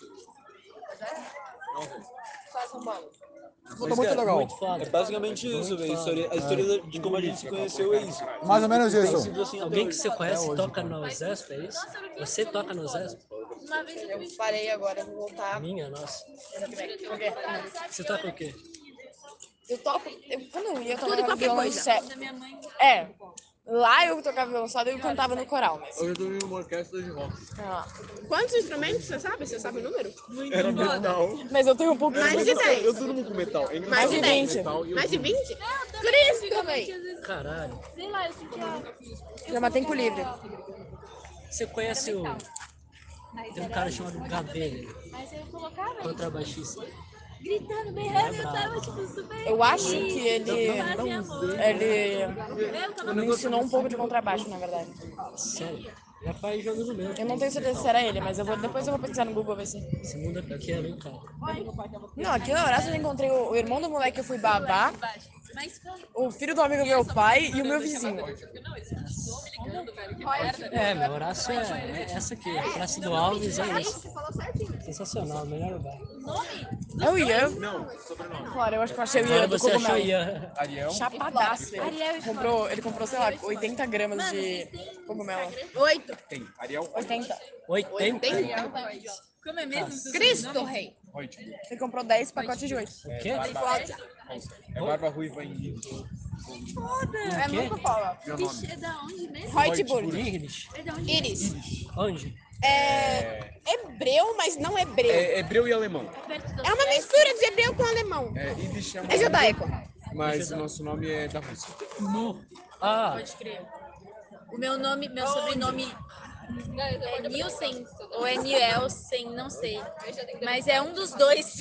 Ficou muito legal. Muito foda. É basicamente isso, velho. A história de como a gente se conheceu é isso. Mais ou menos isso. Assim, alguém que você conhece toca no exército, é isso? Você toca no exército? Uma vez eu parei agora, vou voltar. Minha, nossa. Por quê? Você toca o quê? Eu toco. Quando eu ia, eu Tudo e tocava qualquer violão coisa. sério. Da minha mãe. É. Lá eu tocava violão só, eu cantava no coral, mas... Hoje eu tô em uma orquestra de rock. Quantos instrumentos você sabe? Você sabe o número? Era metal. Mas eu tenho um pouco mais de 10. Eu durmo com metal. É Mais de engraçado. 20. Metal e eu Mais de durmo. 20? Cristo também. Caralho. Sei lá, eu sentia. Chama Tempo Livre. Você conhece o... Tem um cara chamado Gabriel, Mas eu colocava contrabaixista. gritando, berrando, eu tava tipo super. Eu acho que ele me ensinou um pouco de contrabaixo, na verdade. Sério? Já faz jogo no meu. Eu não tenho certeza se era ele, mas depois eu vou pesquisar no Google ver se... Esse mundo aqui é bem caro. Não, aqui na Horácio eu encontrei o irmão do moleque que eu fui babar, Mas o filho do amigo do meu pai e o meu vizinho. É, meu Horácio é essa aqui, a Praça do Alves, é isso. Sensacional, melhor lugar. É o Ian. Não, sobrenome. Claro, eu acho que eu achei o Agora Ian do você achou cogumelo. Ian. Ariel. Chapadaço, velho. Ele comprou, sei lá, 80 gramas de cogumelo. 8. Tem. Ariel. 80. 80? como é mesmo? Cristo Rei. Ele comprou 10 pacotes de 8. O quê? É Barba Ruiva em... Foda! É muito foda. Vixe, é da onde mesmo? Reuteburg. Íris. É da onde? Iris. Onde? É hebreu, mas não hebreu. É hebreu e alemão. É uma mistura de hebreu com alemão. É Yiddish é uma... É judaico. Mas o nosso nome é da Rússia. Ah, Pode crer. O meu nome, meu sobrenome é Nielsen ou é Nielsen, não sei. Mas é um dos dois.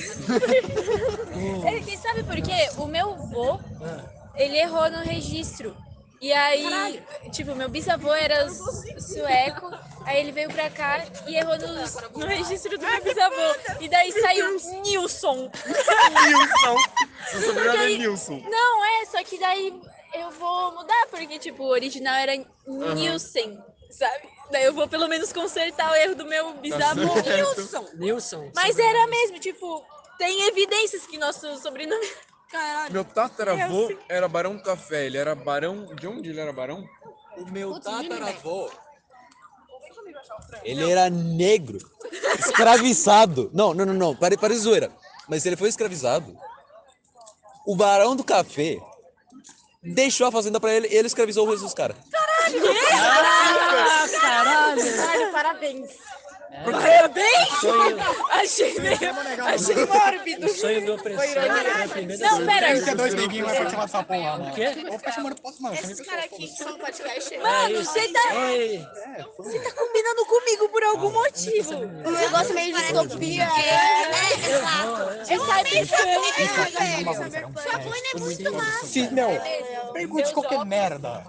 Sabe por quê? O meu avô, ele errou no registro. E aí, tipo, meu bisavô era sueco, aí ele veio pra cá e errou no registro do meu bisavô. E daí saiu Nilson. Nilson. Seu sobrenome é Nilson. Não, só que daí eu vou mudar, porque, tipo, o original era Nielsen. sabe? Daí eu vou pelo menos consertar o erro do meu bisavô. Nilson. Mas era mesmo, tipo, tem evidências que nosso sobrenome... Caralho. Meu tataravô era Barão do Café. Ele era barão... De onde ele era barão? O meu tataravô, ele era negro, escravizado. Não. Pare de zoeira. Mas ele foi escravizado. O Barão do Café deixou a fazenda pra ele e ele escravizou o resto dos caras. Caralho! Caralho, parabéns. Parabéns! Achei mórbido. O sonho do opressor. Não, pera. Tem que ter dois neguinhos vai participar dessa porra, mano. O quê? Vou ficar chamando, posso, mano? Esses caras aqui que são no podcast. Mano, você tá combinando comigo por algum motivo. Um negócio meio de utopia. Eu sabia Sua mãe é muito massa. Se, não, pergunte qualquer merda.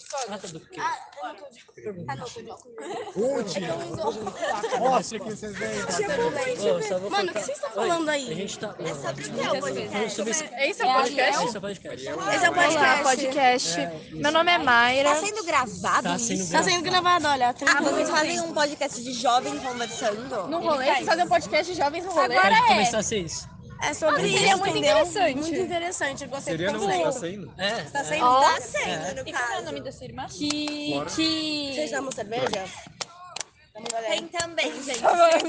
Útil. Mostra que vocês veem. Mano, o que vocês estão falando aí? A gente tá... É sobre o que é o podcast? Esse é o podcast? Esse é o podcast. Esse é o podcast. Meu nome é Mayra. Tá sendo gravado? Tá sendo gravado, olha. Vocês fazem um podcast de jovens conversando? No rolê? Vocês fazem um podcast de jovens no rolê? Agora Pode é. começar a ser isso. É sobre isso, seria muito entendeu? interessante. Muito interessante. Eu gostei Seria do não conceito. tá saindo? É. Tá saindo? Tá sendo, no E qual é o caso. nome da sua irmã? Vocês tomam cerveja? Tem também, gente.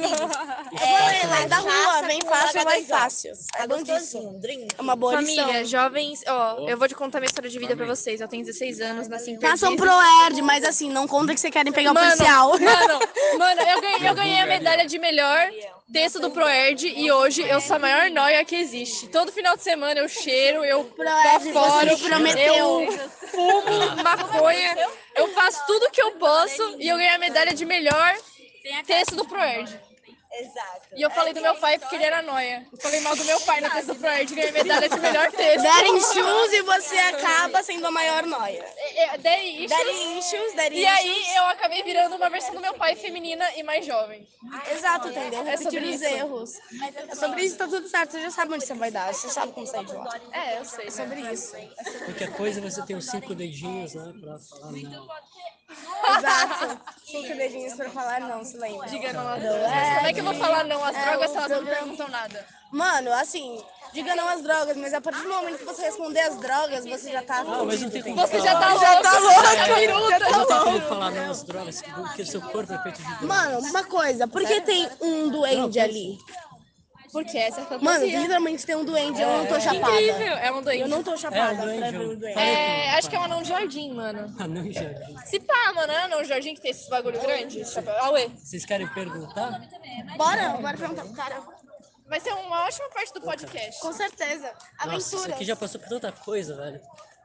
É da rua, vem fácil, vai fácil. É gostosinho, um drink. É uma boa lição. Família, jovens, ó, eu vou te contar minha história de vida pra vocês. Eu tenho 16 anos, nasci em Façam Perdizes. pro Erd, mas assim, não conta que vocês querem pegar o policial. Mano, eu ganhei a medalha de melhor texto do Proerd e hoje eu sou a maior nóia que existe. Todo final de semana eu cheiro, eu baforo, você prometeu. eu fumo maconha, eu faço tudo que eu posso e eu ganhei a medalha de melhor texto do Proerd. Exato. E eu falei do meu pai porque ele era nóia. Eu falei mal do meu pai no texto do Proerd e ganhei medalha de melhor texto. Derem shoes e você acaba sendo a maior noia. Daddy issues. E aí eu acabei virando uma versão do meu pai feminina e mais jovem. Exato, entendeu? É sobre Repetir os isso. erros. É sobre isso, tá tudo certo. Você já sabe onde você vai dar. Você sabe como sair de lá. É, eu sei. É sobre isso. Qualquer coisa você tem os 5 dedinhos, né? Pra falar não. Exato. 5 dedinhos pra falar não, se lembra. Diga não às drogas. Como é que eu vou falar não às drogas se elas não perguntam nada? Mano, assim, diga não às drogas, mas a partir do momento que você responder às drogas, você já tá mas não tem como Você falar. já tá louca, É, piruta. não tem como falar não às drogas, porque seu corpo é feito de drogas. Mano, uma coisa, por que tem um duende ali? Porque essa é a fantasia. Mano, literalmente tem um duende, eu não tô chapada. Incrível, é um duende. Eu não tô chapada pra ver o duende. Acho que é um anão de jardim, mano. Anão de jardim. Se pá, mano, é anão de jardim que tem esses bagulho grande? Auê. Vocês querem perguntar? Bora perguntar pro cara. Vai ser uma ótima parte do podcast. Com certeza. Nossa, isso Aventura. aqui já passou por tanta coisa, velho.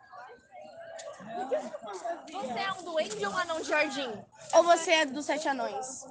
Você é um duende ou um anão de jardim? Ou você é dos 7 anões?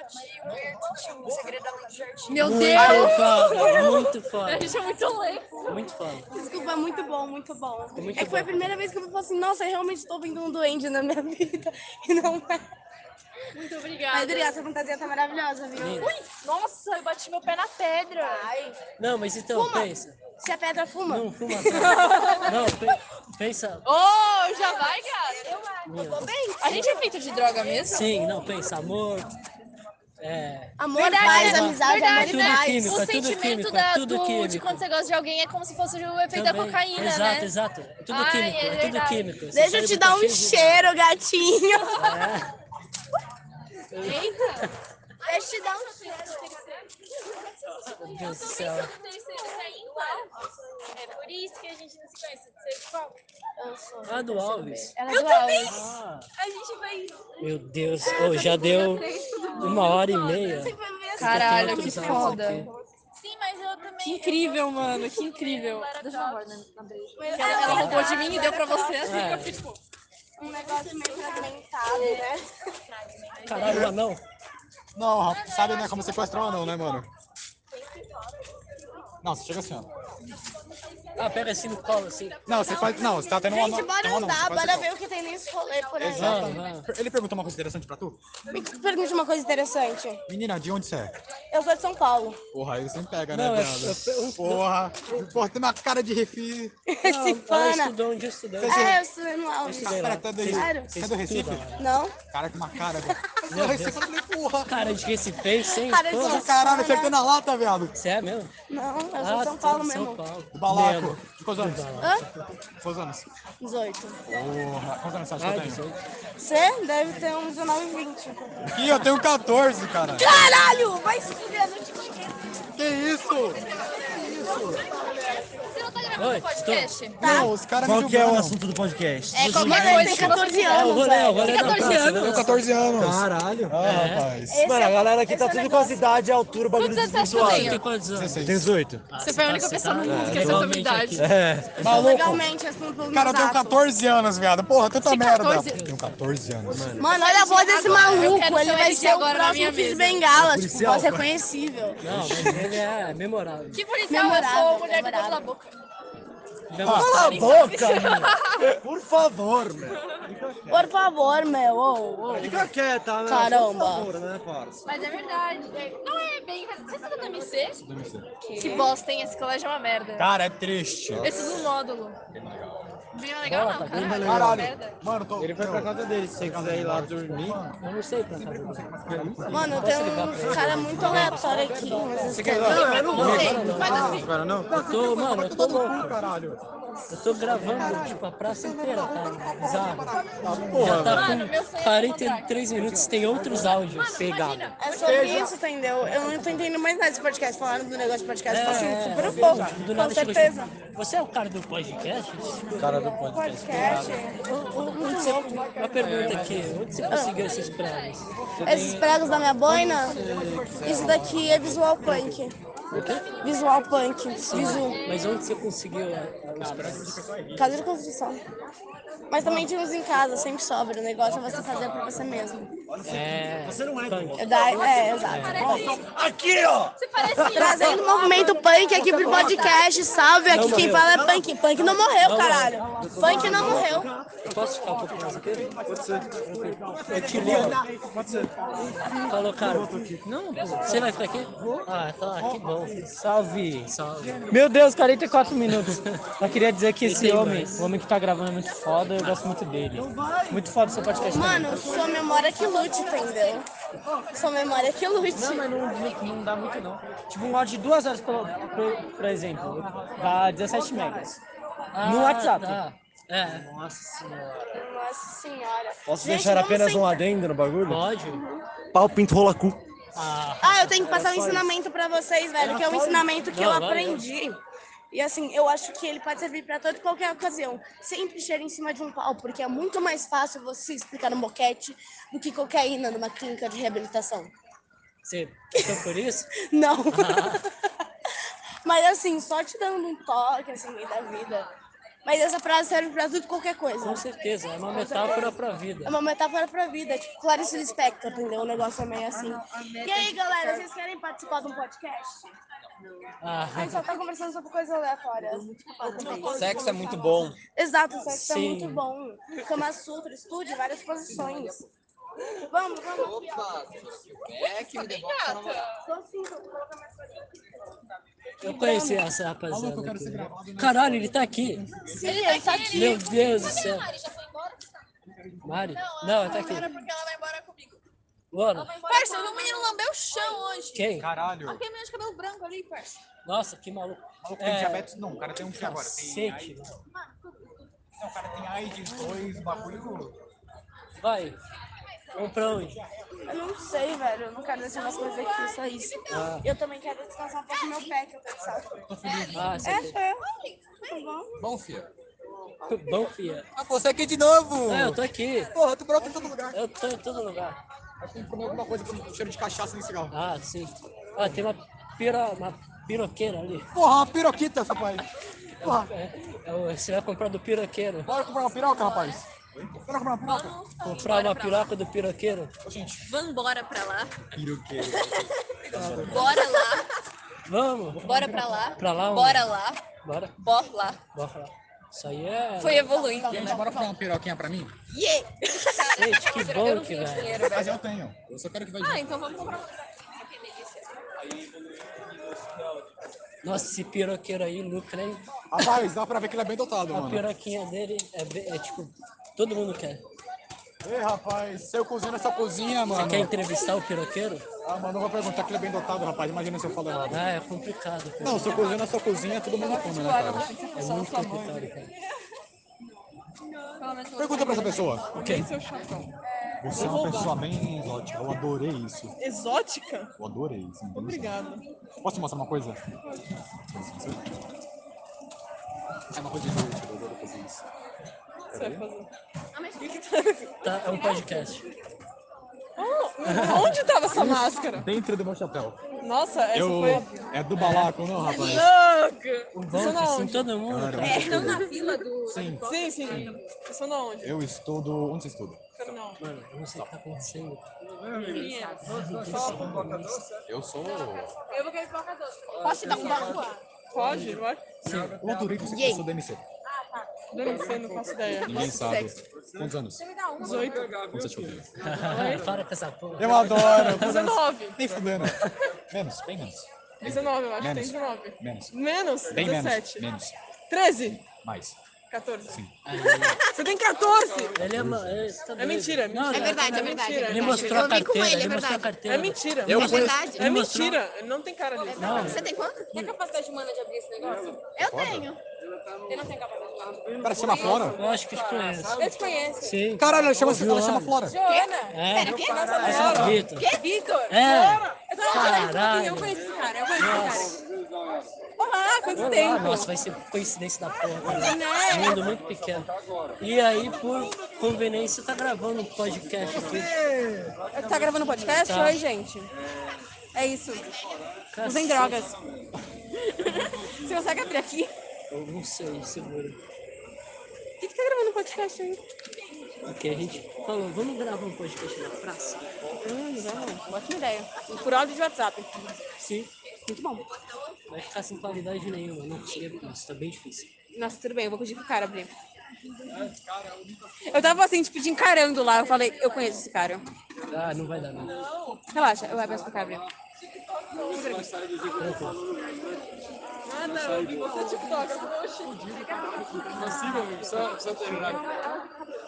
Meu Muito Deus! foda, muito foda. A gente é muito lento. Muito foda. Desculpa, muito bom, muito bom. Muito É que foi a bom. primeira vez que eu falei assim, nossa, eu realmente tô vendo um duende na minha vida. E não é. Muito obrigada. Mas obrigada, essa fantasia tá maravilhosa, viu? Linda. Ui, nossa, eu bati meu pé na pedra. Ai. Não, mas então, Fuma. pensa. Se a pedra fuma. Não, fuma atrás. Não, pensa. Oh, já vai, gata? Eu tô bem. A gente é feito de droga mesmo? Sim, não, pensa. Amor. Amor, paz, amizade, amor e tudo paz. químico, O é tudo sentimento químico, da, é tudo de químico. quando você gosta de alguém é como se fosse o efeito da Também. cocaína, Exato, né? exato. É tudo Ai, químico, é é tudo verdade. químico. Seu Deixa eu te cérebro dar tá um cheio de- cheiro, gatinho. Eita! Deixa eu te dar um cheiro. Meu Deus do céu. É por isso que a gente não se conhece. Você qual? Eu sou. Ah, do Alves. Ela é Eu do também. Alves. Ah, A gente vai. meu Deus. Oh, já deu 1h30. Caralho, que Episódio foda. aqui. Sim, mas eu também. Que incrível, mano, que incrível. Deixa eu ver na breja. Ela roubou de mim e deu pra você, assim, É. eu fiquei tipo... Um negócio meio fragmentado, né? Caralho, anão. Não, Rafa, sabe, né, como sequestrar ou não, né, mano? Não, você chega assim, ó. Ah, pega assim no colo, assim. Não, você faz. Não, você tá tendo uma. Gente, bora não, andar, você faz bora igual. ver o que tem nesse rolê por aí. Exatamente. Ele perguntou uma coisa interessante pra tu? Me pergunte uma coisa interessante. Menina, de onde você é? Eu sou de São Paulo. Porra, aí você me pega, Não, né, eu- viado? Porra, tem uma cara de refil. Se fana. Onde estudou? É, eu estudei no Alves. Cara, tá do Sério? Você é do Recife? Não. Cara, com uma cara, velho. Meu Recife, Deus. eu falei, porra. Cara de Recife, sem Cara de porra. Caralho, acertei na lata, viado. Você é mesmo? Não, eu sou de São Paulo mesmo. São Paulo. Do Balaco. Mesmo. De quantos anos? Hã? Quantos anos? 18. Porra, quantos anos você acha que eu tenho? Você deve ter uns 19, 20. Ih, eu tenho 14, cara. Caralho! Vai se fuder, não te conheço. Que isso? Oi, podcast? Não, os caras Qual me que é o julgaram. assunto do podcast? É qualquer coisa, tem 14 anos. o rolê velho. da praça. Tenho 14 anos. Caralho. Ah, rapaz. Mano, a galera aqui tá tudo com as idades, a altura, o bagulho desvirtuado. Tem quantos anos? 18. Você foi a única pessoa no mundo que É, é essa idade. É. Maluco. Legalmente, assunto pelos Cara, eu tenho meus atos. 14 anos, viado. Porra, tanta merda. 14? Eu tenho 14 anos. Mano, olha a voz desse Eu maluco. quero Ele seu vai RG ser o agora na minha próximo Kid mesa. Bengala. Tipo, Policial. voz reconhecível. Não, mas ele é memorável. Que policial, eu sou mulher de pela boca. Cala a boca, mano. Por favor, meu. Por favor, meu. Ô, ô. Fica quieta, né? Caramba. Por favor, né, parça? Mas é verdade. Não é bem. Você estuda no MC? Que bosta, hein? Esse colégio é uma merda. Cara, é triste. Esse do módulo. Bem legal, não, caralho. Caralho. Merda. Mano, tô... Ele foi pra casa dele, se você quiser ir lá dormir. Eu não sei pra casa dele. Mano, tem um cara muito aleatório aqui. Você quer ir lá? Agora não? Mano, eu tô louco. Caralho. Eu tô gravando, tipo, a praça inteira, cara. Bizarro. Porra, Já tá Mano, meu com sonho é 43 minutos, tem outros áudios pegados. É sobre isso, entendeu? Eu não tô entendendo mais nada desse podcast. Falaram do negócio de podcast, tá assim, super fofo. Do Com nada chegou, certeza. tipo, você é o cara do podcast? Cara do podcast. Podcast. Uma pergunta aqui, onde você conseguiu esses pregos? Esses pregos da minha boina, isso daqui é visual punk. Visual punk. Visu. Mas onde você conseguiu os pregos? Casa de construção. Mas também tinha uns em casa, sempre sobra. O negócio é você fazer por você mesmo. É. Você não Exato. Aqui, ó! Você parece Trazendo o movimento punk aqui pro podcast. Salve aqui, quem fala é punk. Punk não morreu, caralho. Punk não morreu. Posso ficar um pouco mais aqui? Pode ser. Eu te ligo. Pode ser. Falou, cara. Não, você vai ficar aqui? Ah, tá, que bom. Salve. Salve. Meu Deus, 44 minutos. Eu queria dizer que esse tem homem, mais. o homem que tá gravando é muito foda, eu gosto muito dele. Muito foda o seu podcast também. Mano, sua memória que lute, entendeu? Sua memória que lute. Não, mas não dá muito não. Tipo, um áudio de 2 horas, por exemplo, dá 17 megas. No WhatsApp. Tá. É. Nossa senhora. Nossa senhora. Posso Gente, deixar vamos apenas um sentar. adendo no bagulho? Pode? Pau, pinto, rola, cu. Ah, eu tenho que passar um ensinamento pra vocês, velho, que é um ensinamento que eu aprendi. E assim, eu acho que ele pode servir pra toda e qualquer ocasião. Sempre cheira em cima de um pau, porque é muito mais fácil você explicar no boquete do que cocaína numa clínica de reabilitação. Você passou por isso? Não. Mas assim, só te dando um toque, assim, meio da vida. Mas essa frase serve pra tudo e qualquer coisa. Com certeza, é uma metáfora pra vida. É uma metáfora pra vida, tipo Clarice Lispector, entendeu? O negócio é meio assim. E aí, galera, vocês querem participar de um podcast? Ah, A gente só tá conversando sobre coisas aleatórias. Sexo é muito bom. Exato, o sexo é Sim. muito bom. Kama Sutra, estude várias posições. Vamos. Opa, é que me devolve na Tô sim, vou colocar mais coisa. eu conheci essa rapaziada aqui. Caralho, ele tá aqui. Sim, ele tá aqui. Meu Deus do céu. Mari já foi embora? Mari? Não, tá aqui. Porque ela vai embora comigo. Bora. Parça, eu vi um menino lamber o chão hoje. Quem? Caralho. Aquele menino de cabelo branco ali, parça. Nossa, que maluco. Maluco tem diabetes? Não, o cara tem um que agora. Tem Cacete. AIDS. Não, o cara tem AIDS 2, bagulho. Vai. Vamos pra onde? Eu não sei, velho. Eu não quero deixar umas coisas aqui, só isso. Ah. Eu também quero descansar um pouco meu pé, que eu tô de saco. Ah, você É, sou eu. Tá bom. Bom, filha. Bom, fia. Ah, você aqui de novo! É, eu tô aqui. Porra, tu brota em todo lugar. Eu tô em todo lugar. Acho que tem que comer alguma coisa com cheiro de cachaça nem cigarro. Ah, sim. Ó, tem uma piroqueira ali. Porra, uma piroquita, rapaz. Porra. Você vai comprar do piroqueiro. Bora comprar uma piroca, rapaz. Bora comprar uma piroca. Comprar uma piroca do piroqueiro. Vambora pra lá. Piroqueiro. Bora lá. Vamos. Bora pra lá. Pra lá? onde? Bora lá. Bora. Bora lá. Bora lá. Isso aí é... Foi evoluindo, Gente, né? bora fazer uma piroquinha pra mim? Yeah! Gente, que Eu bom não que tenho vai. dinheiro, Mas velho. eu tenho. Eu só quero que vai Ah, então vamos comprar um. Que delícia. Nossa, esse piroqueiro aí lucra, hein? Rapaz, dá pra ver que ele é bem dotado, A mano. piroquinha dele é tipo... Todo mundo quer. Ei, rapaz, se eu cozinho nessa cozinha, mano... Você quer entrevistar o piroqueiro? Ah, mano, eu vou perguntar que ele é bem dotado, rapaz. Imagina se eu falo errado. Ah, é complicado. Cara. Não, se eu cozinho na sua cozinha, todo mundo come, né, cara? É muito complicado, cara. Pergunta pra essa pessoa. O quê? Você é uma pessoa bem exótica. Eu adorei isso. Exótica? Eu adorei isso. Não tem Obrigada. noção. Posso te mostrar uma coisa? É uma coisa divertida, eu adoro fazer isso. O que você vai fazer? Tá, é um podcast. Onde tava essa máscara? Dentro do meu chapéu. Nossa, essa foi... É do balaco, não, rapaz? Louca! O Vocês banco, são assim, onde? todo mundo. Cara, cara. Estão na fila do... Sim. Sim. Vocês são de onde? Eu estudo... Onde você estuda? Não. Mano, eu não sei o que tá acontecendo. Eu sou... Eu vou querer colocar doce. Posso te dar um banco? Pode, vai. Sim. Eu adorei que você passou DMC. DMC, não faço ideia. Ninguém sabe. Quantos anos? 18. Quanto você achou dele? Para com essa porra. Eu adoro. 19. Nem fudendo. Menos, bem menos. 19, eu acho que tem Menos. 19. Menos. Menos? Bem 17. menos. 13? Mais. 14. Sim. Você tem 14? Ele é... É mentira, é mentira. É verdade, é verdade. mentira. Ele mostrou a Eu vim com carteira, ele, é ele mostrou a verdade. carteira. É mentira. Eu É conheço... verdade. É mentira. Ele não tem cara disso. Não. Você tem quanto? Tem capacidade humana de abrir esse negócio? Eu tenho. Eu não tenho capacidade humana. Cara, chama Flora? Eu acho que te conheço. Eu te conheço. Sim. Caralho, ela chama Flora. Joana. É. Pera, quem? Ela chama Vitor. Que? Vitor? É. Eu tô falando, Caralho. eu conheço esse cara, eu conheço esse cara. Olá, quanto Olá, tempo? nossa, vai ser coincidência da porra. Né? Um mundo muito pequeno. E aí, por conveniência, tá gravando um podcast aqui. Tá gravando podcast? Tá. Oi, gente. É isso. Usem drogas. Você consegue abrir aqui? Eu não sei, segura. Por que tá gravando podcast aí? Porque a gente falou, vamos gravar um podcast na praça? Vamos. Ótima ideia. Por áudio de WhatsApp. Sim. Muito bom. Vai ficar sem qualidade nenhuma, não sei, isso tá bem difícil. Nossa, tudo bem, eu vou pedir pro cara abrir. Eu tava assim, tipo, te encarando lá. Eu falei, eu conheço esse cara. Ah, não vai dar não. Relaxa, eu vou peço pro cara abrir. Ah, não. Eu vi você no TikTok. Oxi. Consigo, amigo, só terminar.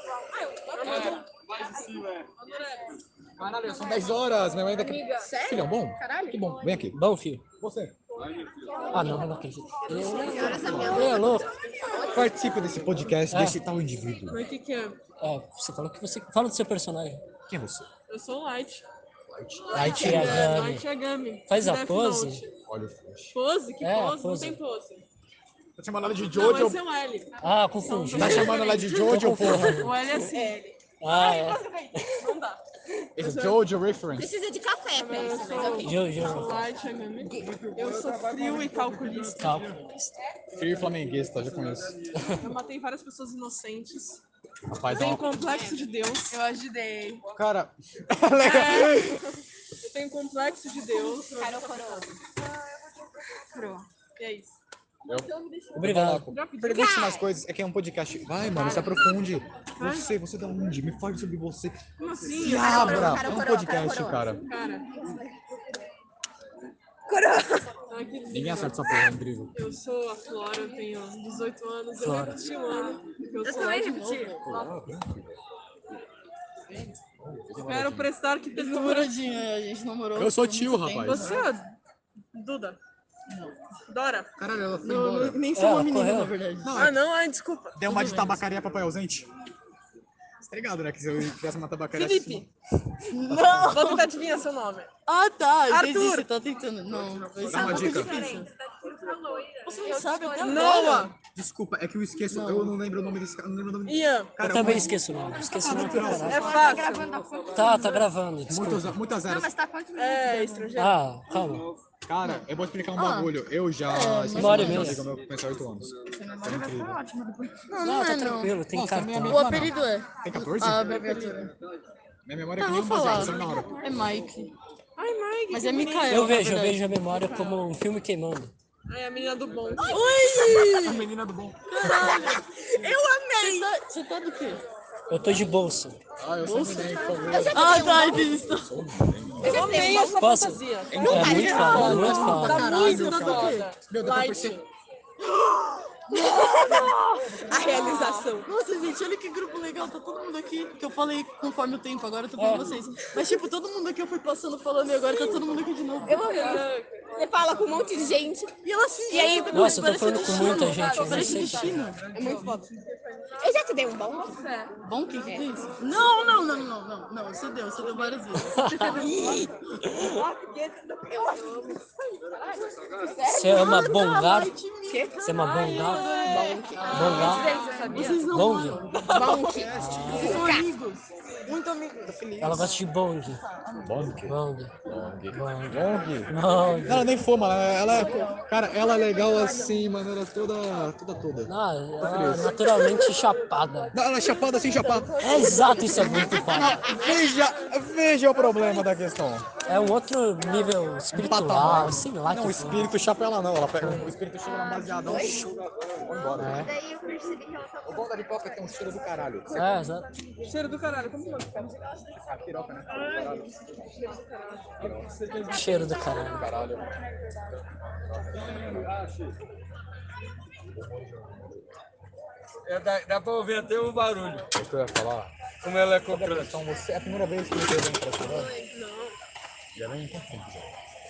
Caralho, são 10 horas. Minha mãe daqui... Sério? Filhão, bom? Caralho. Que bom. Vem aqui. Bom, filho. Você. Ah, não, eu não acredito. Ele é louco. Participe desse podcast, É. desse tal indivíduo. Mas o que é? É, você falou que você... Fala do seu personagem. Quem é você? Eu sou o Light. Light Yagami. Light Yagami. Faz a Death pose? Note. Olha o flash. Pose? Que É, pose? pose. Não tem pose. Tá chamando ela de Não, Jojo? esse é o L. Ah, confundi. Tá chamando ela de Jojo, porra? O L é assim. Ah, é. Não dá. Esse Jojo reference. Precisa de café pra Eu isso, sou mas ok. Jojo. Light Yagami. Eu sou frio e calculista. Cálculo. Frio flamenguista, já conheço. Eu matei várias pessoas inocentes. Rapaz, é Tenho uma... complexo de Deus. Eu ajudei. Cara... Eu tenho complexo de Deus. Cara, coroa. Coroa. E é isso. Obrigado. Pergunte mais coisas. É que é um podcast. Vai, mano, se aprofunde. Você da onde? Me fale sobre você. Como assim? Se abra. É um podcast, cara. Cara. Ai, que lindo. Ninguém acerta essa porra, é incrível. Eu sou a Flora, eu tenho 18 anos. Eu Flora. repeti um ano. Eu sou também lá de repeti. novo. Quero prestar arquitetura. Namoradinha, a gente namorou. Eu sou tio, rapaz. Você é Duda? Dora? Caralho, ela foi Não, embora. nem sou uma Ela menina, correu? na verdade. Não, Ah, não? Ai, desculpa. deu uma de tabacaria papai ausente. Você tá ligado, né? Que se eu tivesse uma tabacaria... Felipe. Não! Vou tentar adivinhar seu nome. Ah, tá. Arthur. Entendi, você tá tentando. Não, vai ser Dá uma muito dica. difícil. Você não sabe até agora. Noah. Desculpa, é que eu esqueço. Eu não lembro o nome desse cara. Não lembro o nome desse Ian. Eu também esqueço o nome. Esqueci o nome pra É caralho. fácil. Tá gravando. Desculpa. Muitas eras. Mas tá quantos minutos? É estrangeiro. Ah, calma. Cara, eu vou explicar um bagulho. Eu já... esqueci uma hora e o nome meia. de um amigo meu que conheceu há 8 anos. É incrível. Não, Não, é tá não. tranquilo, tem cartão. O apelido é. Tem 14? A abreviatura. Minha memória é que Não, nem vou um baseado, falar. só na hora. É Mike. Ai, Mike. Mas é Mikael. Eu na vejo verdade. a memória como um filme queimando. Ai, a menina do bom. A menina do bom. Caralho. Eu amei. Você tá do quê? Eu tô de bolsa. Ah, eu sou um neném, por favor. Ah, tá, entendi. Eu amei essa Posso? fantasia. É muito foda, muito Tá foda. muito foda. Meu, dá pra perceber. A realização. Nossa, gente, olha que grupo legal. Tá todo mundo aqui. Que eu falei conforme o tempo, agora eu tô vendo vocês. Mas, tipo, todo mundo aqui eu fui passando falando e agora tá todo mundo aqui de novo. Eu amo. Você fala com um monte de gente. E ela se E aí, Nossa, eu tô falando com muita gente. Eu não Parece sei. destino. É muito foda. Eu já te dei um bom. Bom, que é isso? Não. Você deu várias vezes. Você é uma bongar? Você é uma bongar? Bongar? Vocês não Bong? Vocês são amigos. Muito amigos. Ela gosta de bong. Bong? Bong. Bong? Ela nem for, mano. Cara, ela é legal assim, maneira toda. Não, ela é naturalmente chapada. Não, ela é chapada assim, chapada. É exato, isso é muito foda. Veja o problema da questão. É um outro nível espiritual, sei lá. Não, o espírito chapa ela não. Ela pega, o espírito chega na baseada, vai embora. É. O bom da pipoca é que tem um cheiro do caralho. É, exato. Cheiro do caralho, como pode ficar? A piroca, né? Cheiro do caralho. Dá pra ouvir até o barulho. É o que eu ia falar. Como ela é comprada. Então, você é a primeira vez que você vem pra cidade? Não. Já vem quanto tempo já?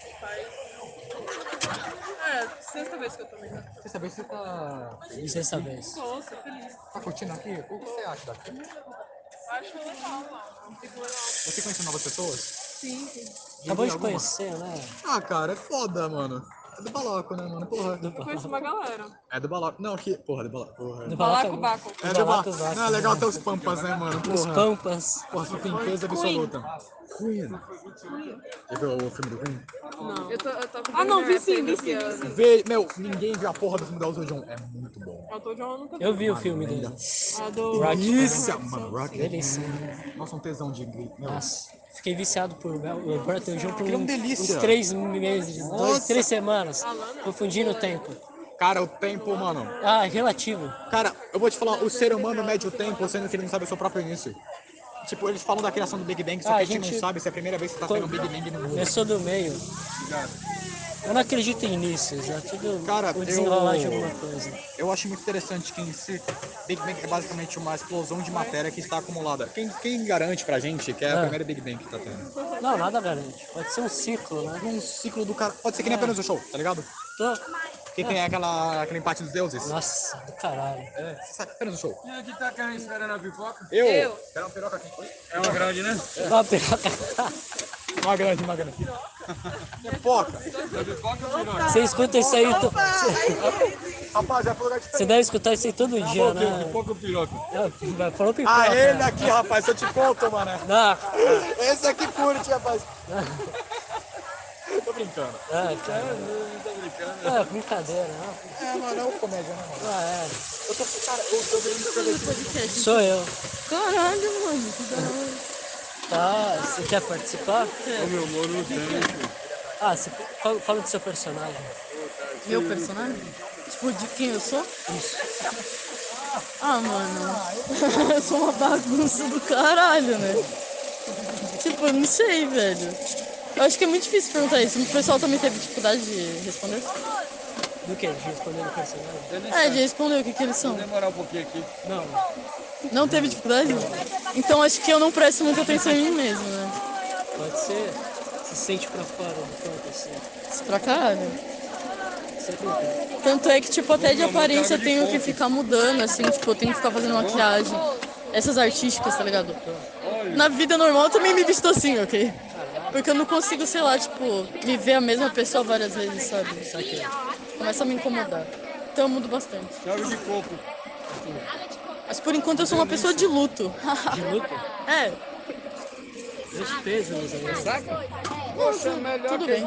Sexta vez que eu tô vendo. Sexta vez você tá feliz? Sexta vez. Nossa, feliz. Tá curtindo aqui? O que você acha daqui? Acho legal, mano. Fico legal. Você conhece novas pessoas? Sim. Acabou de conhecer, né? Ah, cara, é foda, mano. É do Baloco, né, mano? Porra. Eu conheço uma galera. É do Baloco. Não, aqui. Porra, do Baloco. Porra. Do Balaco Baco. É do Baloco. Não, é legal ter os Pampas, né, mano? Porra. Os Pampas. Porra, sua limpeza absoluta. Queen. Já viu o filme do Queen? Não. Eu tô não, vi sim. Meu, ninguém viu a porra do filme da Elton John. É muito bom. Elton John eu nunca vi. Eu vi o filme dele. A do... Delícia, mano. Rock. Delícia. Nossa, um tesão de grito. Nossa, fiquei viciado por Elton John por Ele é um delícia. uns 3 meses, Nossa. 3 semanas, confundindo o tempo. Cara, o tempo, mano. Ah, relativo. Cara, eu vou te falar, o ser humano mede o tempo sendo que ele não sabe o seu próprio início. Tipo, eles falam da criação do Big Bang, só que a gente não sabe se é a primeira vez que você tá tendo um Big Bang no mundo. Eu sou do meio. Eu não acredito em inícios, é tudo Cara, o desenrolar de alguma coisa. Eu acho muito interessante que em si, Big Bang é basicamente uma explosão de matéria que está acumulada. Quem garante pra gente que é a primeira Big Bang que tá tendo? Não, nada garante. Pode ser um ciclo, né? Um ciclo do cara. Pode ser que nem apenas o show, tá ligado? Que tem aquele empate dos deuses. Nossa, do caralho. É, você sabe apenas o show. Quem aqui tá querendo esperando a pipoca? Eu. Quero uma piroca aqui. É uma grande, né? Uma piroca. Uma grande. Pipoca. É pipoca ou piroca? Você escuta isso aí... Rapaz, já falou lugar diferente. Você deve escutar isso aí todo dia, né? Pipoca ou piroca? Falou pipoca. Ah, ele aqui, rapaz, eu te conto, mano. Não. Esse aqui curte, rapaz. Tô brincando. É, brincadeira, não. É, mano, é uma comédia, né, mano? É. Eu tô, cara, eu tô vendo Sou eu. Caralho, mano, que da hora. Tá, você quer participar? Ô, meu amor, não tem. Ah, você fala do seu personagem. Meu personagem? Tipo, de quem eu sou? Isso. Ah, mano, eu sou uma bagunça do caralho, né? Tipo, eu não sei, velho. Eu acho que é muito difícil perguntar isso. O pessoal também teve dificuldade de responder? Do que? De responder o personagem? É, de responder o que eles são. Vou demorar um pouquinho aqui. Não. Não teve dificuldade? Então acho que eu não presto muita atenção em mim mesmo, né? Pode ser. Se sente pra fora do campo, assim. Pra caralho. Sempre tem. Tanto é que, tipo, até de aparência eu tenho que ficar mudando, assim, tipo, eu tenho que ficar fazendo maquiagem. Essas artísticas, tá ligado? Na vida normal eu também me visto assim, ok? Porque eu não consigo, sei lá, tipo, me ver a mesma pessoa várias vezes, sabe? Começa a me incomodar. Então eu mudo bastante. Chave de coco. Mas por enquanto eu sou uma pessoa de luto. De luto? É. Meus pesos, né? Saca? Poxa, é melhor tudo que bem.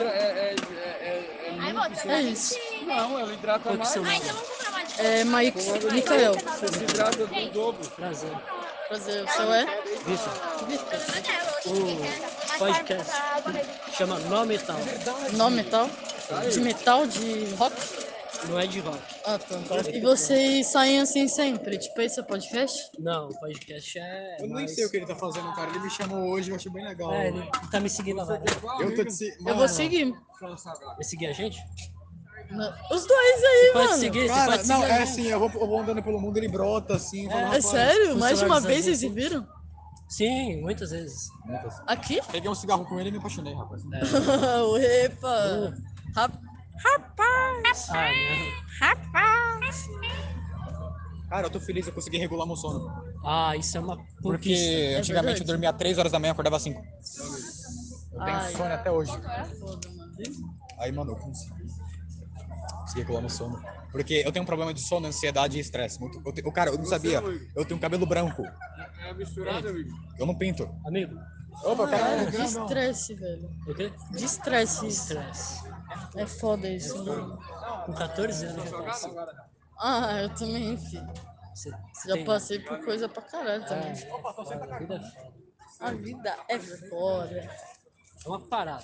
é isso. Não, ela hidrata mais. É Micael. Você se hidrata do dobro. Prazer. Prazer. O seu é? Vitor. Vitor. O podcast chama Nó Metal. Nó Metal? De metal, de rock? Não é de rock. Ah, tá. E vocês saem assim sempre? Tipo, esse é o podcast? Não, o podcast é. Eu nem sei o que ele tá fazendo, cara. Ele me chamou hoje, eu achei bem legal. É, ele tá me seguindo agora. Eu tô te seguindo. Eu vou seguir. Vai seguir a gente? Os dois aí, Pode mano. seguir, Cara, pode não, seguir. é assim, eu vou andando pelo mundo, ele brota assim. fala, É rapaz, sério? o Mais de uma celular vez da vocês se gente. viram? Sim, muitas vezes. Aqui? Peguei um cigarro com ele e me apaixonei, rapaz. Epa! Rapaz! Ah, não. Rapaz! Cara, eu tô feliz, eu consegui regular meu sono. Ah, isso é uma Porque conquista. antigamente eu dormia 3 horas da manhã, acordava 5. Eu tenho Ai. sono até hoje. Aí, mano, eu consegui regular meu sono. Porque eu tenho um problema de sono, ansiedade e estresse. Cara, eu não sabia. Eu tenho cabelo branco. É misturado, amigo. Eu não pinto. Amigo. Opa, caralho. De estresse, velho. O quê? De estresse. Estresse. É foda isso, mano. Com 14 anos já passou. Ah, eu também, filho. Você Já tem- passei por coisa pra caralho também. A vida é foda. A vida é foda. É uma parada.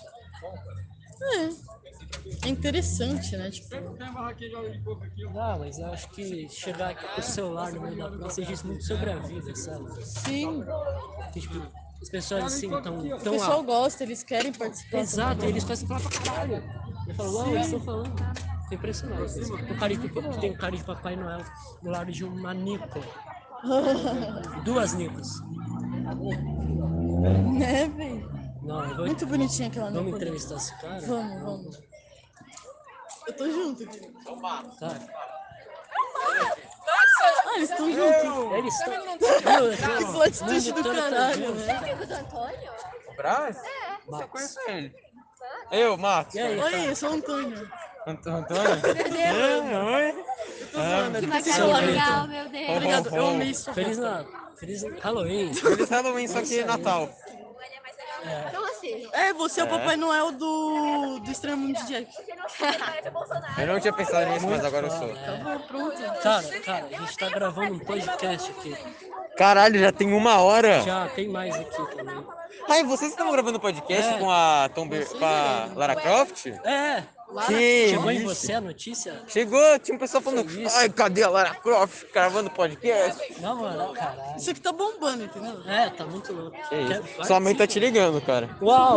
É interessante, né? Tipo, Não, mas eu acho que chegar aqui com o celular no meio da praça diz muito sobre a vida, sabe? sim. Que, tipo, as pessoas assim estão O tão pessoal gosta, eles querem participar. Exato, também. eles fazem falar pra caralho. Eu falo, uau, eles estão falando. É impressionante. Tem um cara de Papai Noel do lado de uma Nico. 2 Nicos. Né, velho? Não, eu vou... Muito bonitinha aquela Vamos Nico. entrevistar esse cara? Vamos. Eu tô junto aqui. Tá. Ah, eles estão juntos. Eles estão. Que plot twist do caralho, né? Amigo do Antônio? O Brás? É. Você conhece ele? Eu, Matos. Oi, eu sou o Antônio. Antônio? Meu Deus. Oi. Tô zoando, Que é macaco legal, meu Deus. Obrigado, eu amei sua Feliz, foto. Feliz Halloween. Feliz Halloween, só que Natal. Como assim? É, você é o Papai Noel do Estranho Mundo de Jack. Eu não tinha pensado nisso, mas agora eu sou. Acabou, pronto. Cara, a gente tá gravando um podcast aqui. Caralho, já tem 1 hora. Já tem mais aqui também. Ai, vocês estão gravando podcast É. com a com a Lara Croft? É. Que Chegou em isso? você a notícia? Chegou, tinha um pessoal falando, ai, cadê a Lara Croft gravando podcast? Não, mano, caralho. Isso aqui tá bombando, entendeu? É, tá muito louco. Que isso? Sua mãe tá te ligando, cara. Uau!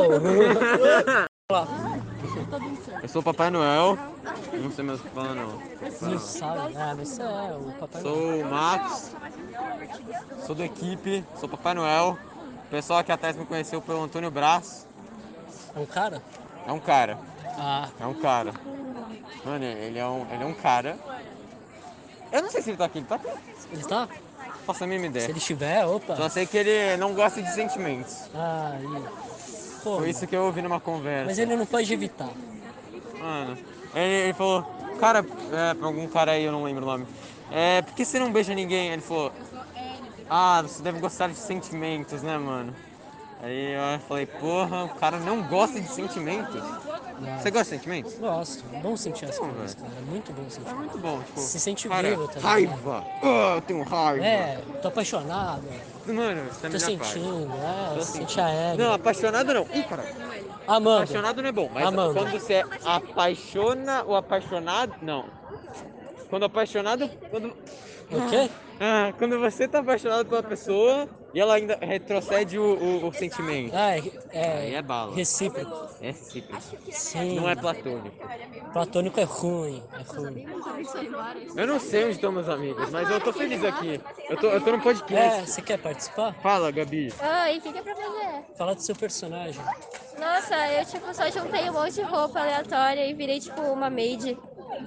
Eu sou o Papai Noel. Não sei mais o que falar, não. Não sabe? Ah, você é o Papai Noel. Sou o Max. Sou da equipe. Sou o Papai Noel. O pessoal aqui atrás me conheceu pelo Antônio Brás. É um cara? É um cara. Ah. É um cara. Mano, ele é um cara. Eu não sei se ele tá aqui. Ele tá aqui? Ele tá? Faço a mínima ideia. Se ele estiver, opa. Só sei que ele não gosta de sentimentos. Ah, pô, Foi isso que eu ouvi numa conversa. mas ele não pode evitar. Mano, ele falou, cara, pra algum cara aí, eu não lembro o nome. Por que você não beija ninguém? Ele falou, você deve gostar de sentimentos, né, mano? Aí eu falei, porra, o cara não gosta de sentimentos. Você gosta de sentimentos? Gosto. É bom sentir as Não, coisas, velho. cara. É muito bom sentir. É muito bom, tipo. Se sente cara, vivo também. raiva! Eu tenho raiva! É, tô apaixonado. Mano, você é a Tô melhor parte. sentindo, Tô sente sentindo. aéreo. Não, apaixonado não. Ih, caralho. Amando. Apaixonado não é bom, mas Amando. quando você apaixona ou apaixonado. Não. Quando apaixonado. Quando... O quê? Quando você tá apaixonado pela pessoa e ela ainda retrocede o sentimento. Aí é bala. Recíproco. É recíproco. Sim. Não é platônico. Platônico é ruim. É ruim. Eu não sei onde estão meus amigos, mas eu tô feliz aqui. Eu tô no É, podcast. você quer participar? Fala, Gabi. Oi, o que é pra fazer? Fala do seu personagem. Nossa, eu tipo só juntei um monte de roupa aleatória e virei tipo uma maid.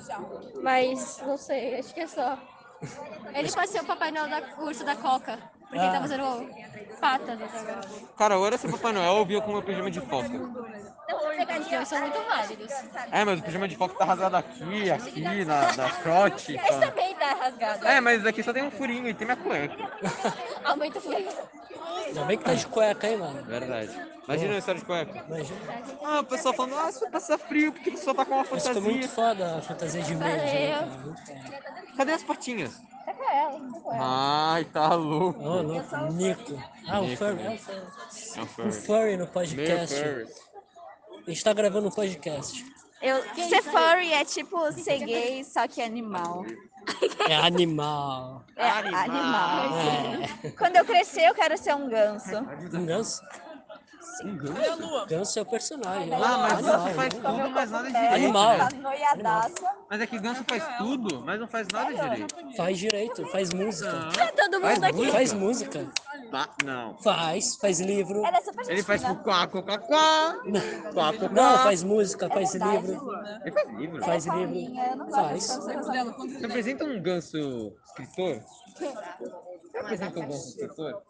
Mas não sei, acho que é só. Ele pode ser o Papai Noel da urso da Coca, porque ele tá fazendo patas agora. Cara, agora esse Papai Noel eu vi eu com meu pijama de foca. Os dois são muito válidos. Mas o pijama de foca tá rasgado aqui, na frote. Esse também tá rasgado. Mas aqui só tem um furinho e tem minha cueca. Muito frio. Ainda bem que tá de cueca aí, mano. Verdade. Imagina a história de cueca. Imagina. O pessoal falando, você vai passar frio, porque você só tá com uma Mas fantasia. ficou muito foda a fantasia de maid, né, cara? Muito foda. Cadê as patinhas? Tá com ela, tá com ela. Ai, tá louco. Ô, louco. Nico. Ah, o Nico, furry. né? É um furry. O furry no podcast. Meio furry. A gente tá gravando um podcast. Ser furry é tipo ser gay, só que animal. É animal. É animal. É. Quando eu crescer, eu quero ser um ganso. Um ganso? Sim. Ganso é o personagem. Ah, mas animal, ganso faz animal. tudo, mas nada direito. Animal. Né? Noiadaça. Mas é que ganso faz tudo, mas não faz nada direito. Faz direito, faz música. Todo mundo aqui. Faz música. Não. Faz livro. Ela é super Ele faz fina. quá, quá, quá, quá. Quá, quá, Não, quá. faz música, faz livro. Ele faz livro? Faz livro. Faz. Você apresenta um ganso escritor? Você apresenta um ganso escritor?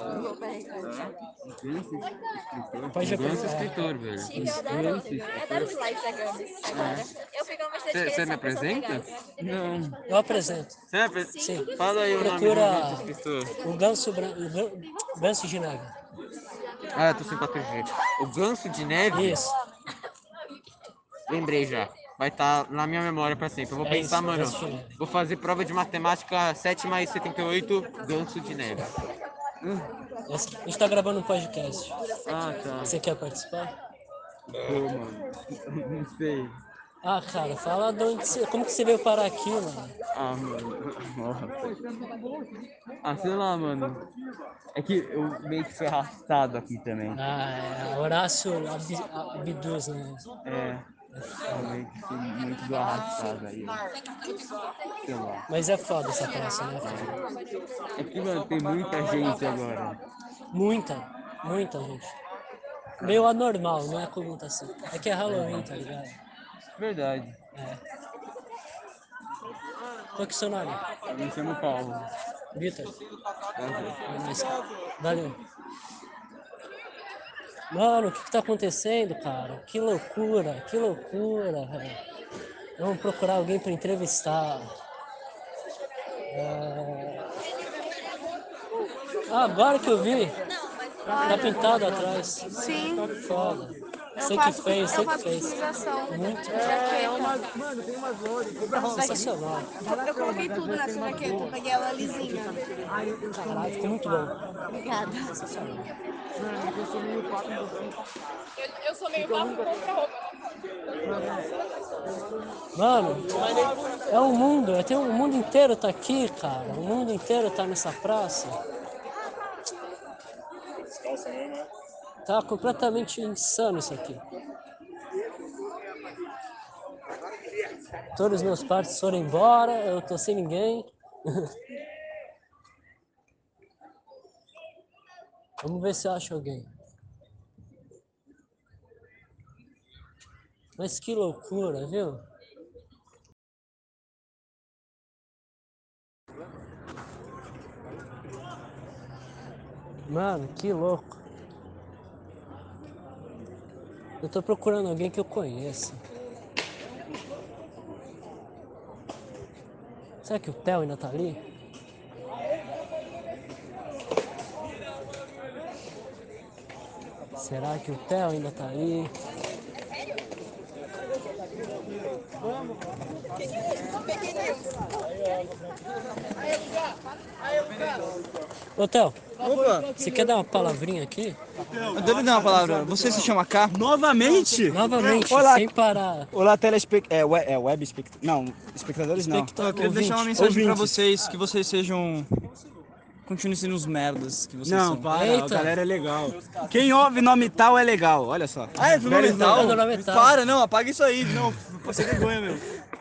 Pode Um ganso apresentar. escritor, velho. Eu adoro os likes da Gambis agora. Eu fico uma Você me apresenta? Não. Eu apresento. Você me apresenta? Sim. Fala aí o nome do Procura ganso escritor. o ganso de neve. Ah, eu tô sem 4G. O ganso de neve? Isso. Lembrei já. Vai estar na minha memória pra sempre. Eu vou pensar, isso, mano. ganso de neve. Vou fazer prova de matemática 7 mais 78, ganso de neve. A gente tá gravando um podcast. Ah, tá. Você quer participar? Pô, mano. Não sei. Ah, cara, fala de onde você... Como que você veio parar aqui, mano? Ah, mano. Nossa. Ah, sei lá, mano. É que eu meio que fui arrastado aqui também. Ah, é Horácio Abduz, né? Eu meio que fui muito do arrastado aí. Sei lá. Mas é foda essa praça, né? É que, mano, tem muita gente agora. Muita gente. Meio anormal, não é como tá assim. É que é Halloween, tá ligado? Verdade. É. Qual que é o seu nome? Eu me chamo Paulo. Vitor. Valeu. Mano, o que tá acontecendo, cara? Que loucura, velho. Vamos procurar alguém pra entrevistar. Ah, agora que eu vi. Tá pintado atrás. Sim. Foda. Eu Sei faço, que fez, sei eu que faço fez. customização. Muito. Mano, tem umas lojas. Sensacional. Eu coloquei tudo nessa jaqueta, eu peguei ela lisinha. Caralho, ficou muito bom. Obrigada. Sensacional. Mano, eu sou meio papo em você. Eu sou meio papo contra roupa. Mano, é o mundo, o mundo inteiro tá aqui, cara. O mundo inteiro tá nessa praça. Tá completamente insano isso aqui. Todos os meus parceiros foram embora, eu tô sem ninguém. Vamos ver se eu acho alguém. Mas que loucura, viu? Mano, que louco. Eu tô procurando alguém que eu conheça. Será que o Theo ainda tá ali? Será que o Theo ainda tá ali? Ô, Theo, Opa! você quer dar uma palavrinha aqui? Eu devo lhe dar uma palavra. Você se chama K? Novamente? Novamente, Olá. sem parar. Olá, telespectadores. Web espectadores. Não, espectadores não. Eu queria deixar uma mensagem pra vocês, que vocês sejam... Continuem sendo uns merdas que vocês são. Não, para, Eita. a galera é legal. Quem ouve nome tal é legal, olha só. Ah, é do nome tal? É do nome tal. Para, não, apaga isso aí. Não, passei vergonha, meu.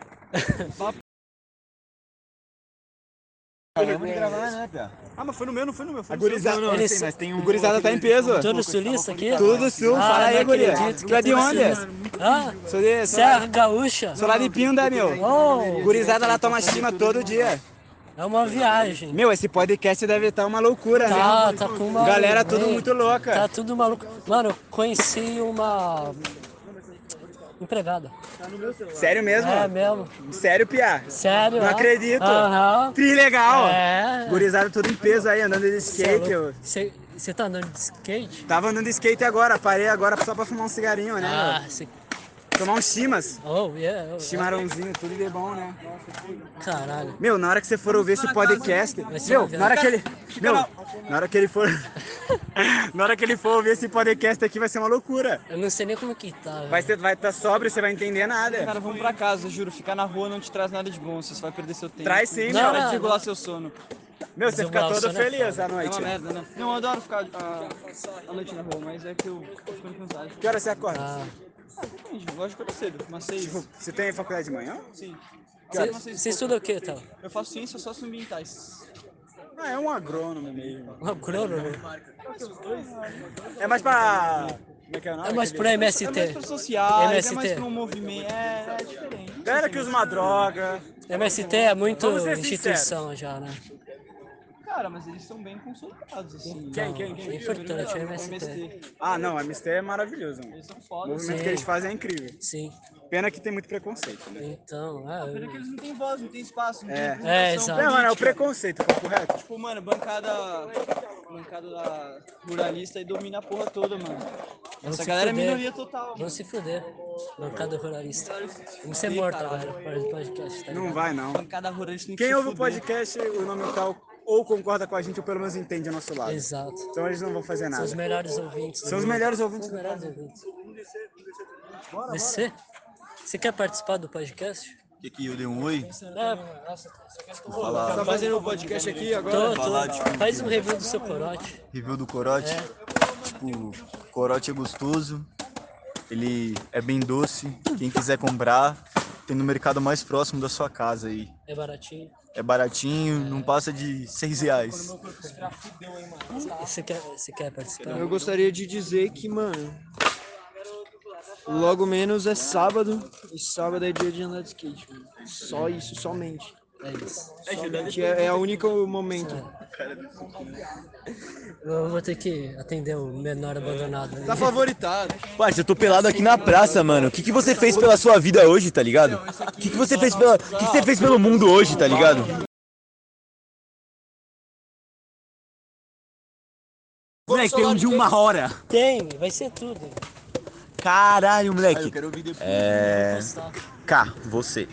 Acabamos de gravar, né, Pia? Ah, mas foi no meu, não foi no meu. Foi A no seu. gurizada, Não, eles- sei, mas tem um... O gurizada tá em peso. Tudo sulista aqui? Tudo sul, fala aí, não guria. acredito Tu é de tudo onde? sulista. Hã? Sou de... Serra Gaúcha? Sou lá de Pinda, meu. Oh, Gurizada lá toma chima todo dia. é uma viagem. Meu, esse podcast deve estar uma loucura, né? Tá com uma... Galera tudo Ei, muito louca. Tá tudo maluco. Mano, eu conheci uma... empregada. Sério mesmo? É mesmo. Sério, Pia? Sério? Não ó. acredito. Aham. Trilegal. É. Gurizada tudo em peso aí, andando de skate. Você tá andando de skate? Tava andando de skate agora, parei agora só pra fumar um cigarinho, né? Ah, meu? você Tomar um chimas. Oh, yeah. Chimarrãozinho, tudo de bom, né? Caralho. Meu, na hora que você for ouvir esse podcast... ser uma Meu, na hora que ele... Meu, na hora que ele for... Na hora que ele for ouvir esse podcast aqui vai ser uma loucura. Eu não sei nem como que tá. Vai estar sóbrio, você vai entender nada. Cara, vamos pra casa, juro. Ficar na rua não te traz nada de bom. Você só vai perder seu tempo. Traz sim, não, meu. Vai desregular seu sono. Meu, você fica todo feliz à É noite. uma merda, né? Não, eu adoro ficar a noite na rua, mas é que eu tô ficando cansado. Que hora você acorda? Depende, eu gosto de acordar cedo, umas 6. Tipo, você tem faculdade de manhã? Sim. Você estuda o que, tal? Eu faço ciências socioambientais. Ah, é um agrônomo mesmo. Um agrônomo? É mais pra... Como é que é o nome? É mais pra MST. É mais pra sociais, MST. é mais pra um movimento, é diferente. Galera que usa uma droga. MST é muito Vamos ser instituição já, né? Cara, mas eles são bem consolidados, assim. Quem? É importante, é MST. Ah, não, o MST é maravilhoso. Eles são O foda. movimento Sim. que eles fazem é incrível. Sim. Pena que tem muito preconceito, né? Então, Pena que eles não têm voz, não têm espaço, não É. tem É, representação exato. Não, mano, é o política. preconceito, tá correto? Tipo, mano, bancada da ruralista aí domina a porra toda, mano. Vamos Essa se galera é fuder. minoria total, mano. Vamos se fuder. Bancada ruralista. Vamos ser mortos agora para o podcast, tá Não ligado? vai, não. Bancada ruralista tem que Quem se ouve o fuder. podcast, o nome tal, ou concorda com a gente, ou pelo menos entende o nosso lado. Exato. Então eles não vão fazer nada. São os melhores ouvintes. do São os mundo. melhores ouvintes. São os melhores ouvintes. Você quer participar do podcast? Que eu dei um oi? É, falar. Tá fazendo o podcast aqui agora? Falar, tipo, Faz um review do seu corote. Review do corote. Tipo, corote é gostoso. Ele é bem doce. Quem quiser comprar, tem no mercado mais próximo da sua casa aí. É baratinho. É baratinho, não passa de R$6. Você quer participar? Eu gostaria de dizer que, mano, logo menos é sábado, e sábado é dia de andar de skate, mano. Só isso, somente. É isso. Somente, é o único momento. Eu vou ter que atender o menor abandonado. Tá favoritado. Parça, eu tô pelado aqui na praça, mano. O que você fez pela sua vida hoje, tá ligado? O que você fez você fez pelo mundo hoje, tá ligado? Moleque, tem um de 1 hora. Tem, vai ser tudo. Caralho, moleque. Cá, você.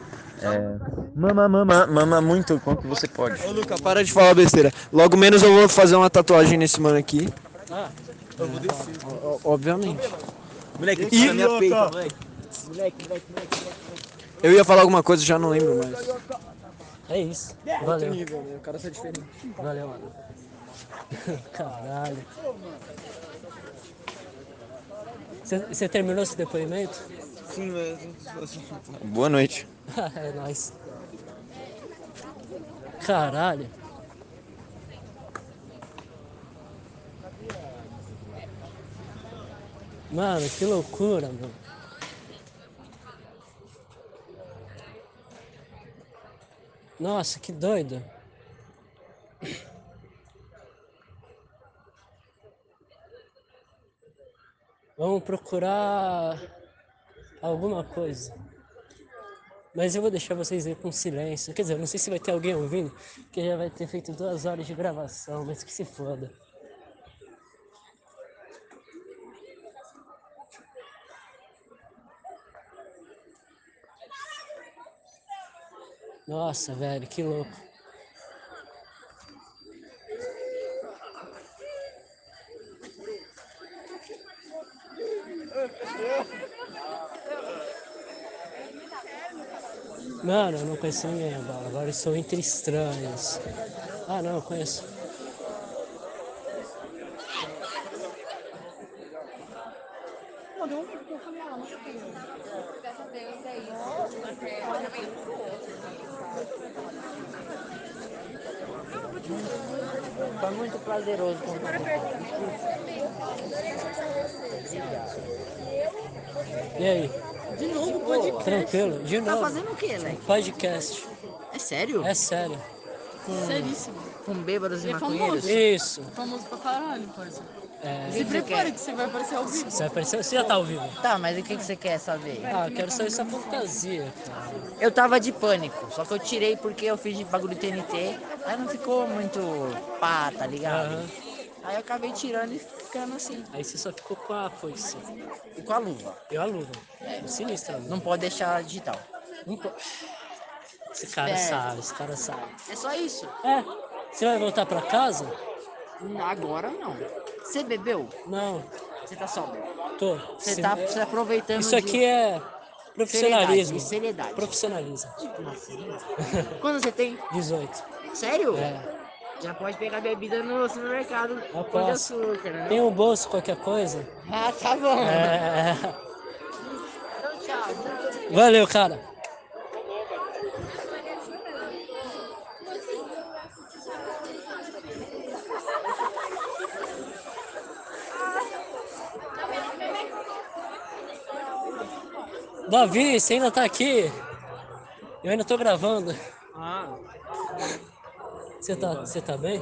Mama muito quanto que você pode. Ô, Luca, para de falar besteira. Logo menos eu vou fazer uma tatuagem nesse mano aqui. Ah, eu vou descer. Obviamente. Moleque, E na minha louco. peita, moleque. Eu ia falar alguma coisa, já não lembro mais. É isso. Outro Valeu. nível, né? O cara tá diferente. Valeu, mano. Caralho. Você terminou esse depoimento? Sim, mas... Boa noite. É nóis. Caralho. Mano, que loucura, mano. Nossa, que doido. Vamos procurar alguma coisa. Mas eu vou deixar vocês aí com silêncio. Quer dizer, eu não sei se vai ter alguém ouvindo, porque já vai ter feito 2 horas de gravação, mas que se foda. Nossa, velho, que louco. Mano, eu não conheço ninguém agora. Agora eu estou entre estranhos. Ah, não, eu conheço. Foi muito prazeroso contar. E aí? De novo podcast. Tranquilo? De novo. Tá fazendo o quê, velho? Podcast. É sério? É sério. Seríssimo. Com bêbados e Ele é maconheiros? famoso. Isso. Famoso pra caralho, parça. É. Se prepare que você vai aparecer ao vivo. Você apareceu? Você já tá ao vivo? Tá, mas o que você quer saber? Ah, eu quero saber essa fantasia, cara. Eu tava de pânico, só que eu tirei porque eu fiz de bagulho TNT, aí não ficou muito pá, tá ligado? Aí eu acabei tirando e ficando assim. Aí você só ficou com a foice. E com a luva. Eu a luva. Sinistra. Não pode deixar digital. Não pode. Esse cara sabe, esse cara sabe. É só isso. É. Você vai voltar pra casa? Agora não. Você bebeu? Não. Você tá sóbrio? Tô. Você tá se aproveitando Isso aqui é profissionalismo. Seriedade. Profissionalismo. Quando você tem? 18. Sério? É. Já pode pegar bebida no supermercado. Eu Pão de posso. açúcar, né? Tem um bolso, qualquer coisa. Ah, tá bom. É. Então, tchau. Valeu, cara. Davi, você ainda tá aqui? Eu ainda tô gravando. Ah. Você tá bem?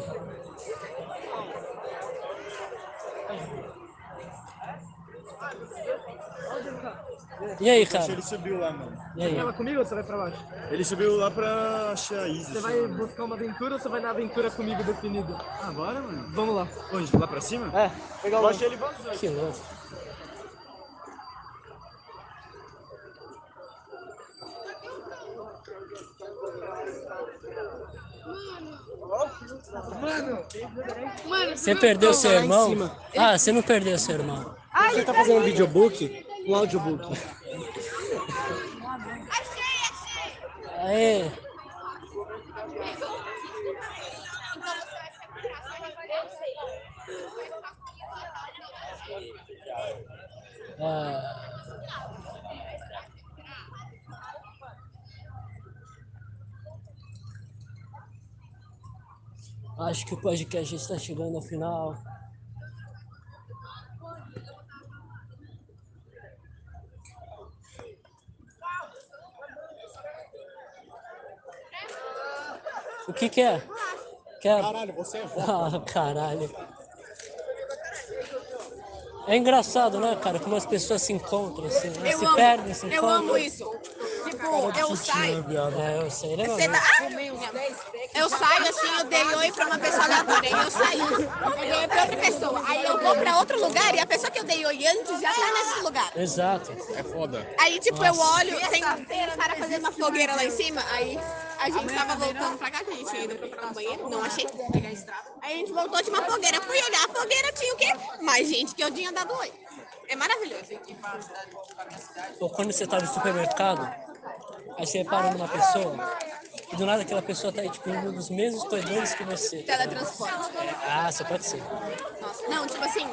E aí, cara? Ele subiu lá, mano. E aí? Você vai comigo ou você vai pra baixo? Ele subiu lá pra achar a Isis. Você vai buscar uma aventura ou você vai na aventura comigo definido? Ah, bora, mano. Vamos lá. Onde? Lá pra cima? É, pegar o Eu lanche. achei ele vazio. Que louco. Mano, Você perdeu seu lá em irmão? cima. Ah, você não perdeu seu irmão. Você tá fazendo um videobook? Um audiobook. Aê. Ah. Acho que o podcast está chegando ao final. O que é? Caralho, você é Ah, caralho. É engraçado, né, cara? Como as pessoas se encontram, assim, né? Eu Se amo, perdem, se eu encontram. amo isso. Tipo, eu saio. É, eu sei, né, Você mano? Eu saio assim, eu dei oi pra uma pessoa aleatória, aí eu saí. Eu dei oi pra outra pessoa. Aí eu vou pra outro lugar e a pessoa que eu dei oi antes já tá nesse lugar. Exato. É foda. Aí, tipo, Nossa. eu olho, tem um cara fazendo uma fogueira lá em cima, aí a gente tava voltando pra cá, que a gente tinha ido procurar um banheiro, não achei. Aí a gente voltou, tinha uma fogueira, fui olhar, a fogueira tinha o quê? Mais gente que eu tinha dado oi. É maravilhoso. Ou quando você tá no supermercado, aí você repara numa pessoa, e do nada aquela pessoa tá aí, tipo, em um dos mesmos corredores que você. Teletransporte. Ah, só pode ser. Não, tipo assim,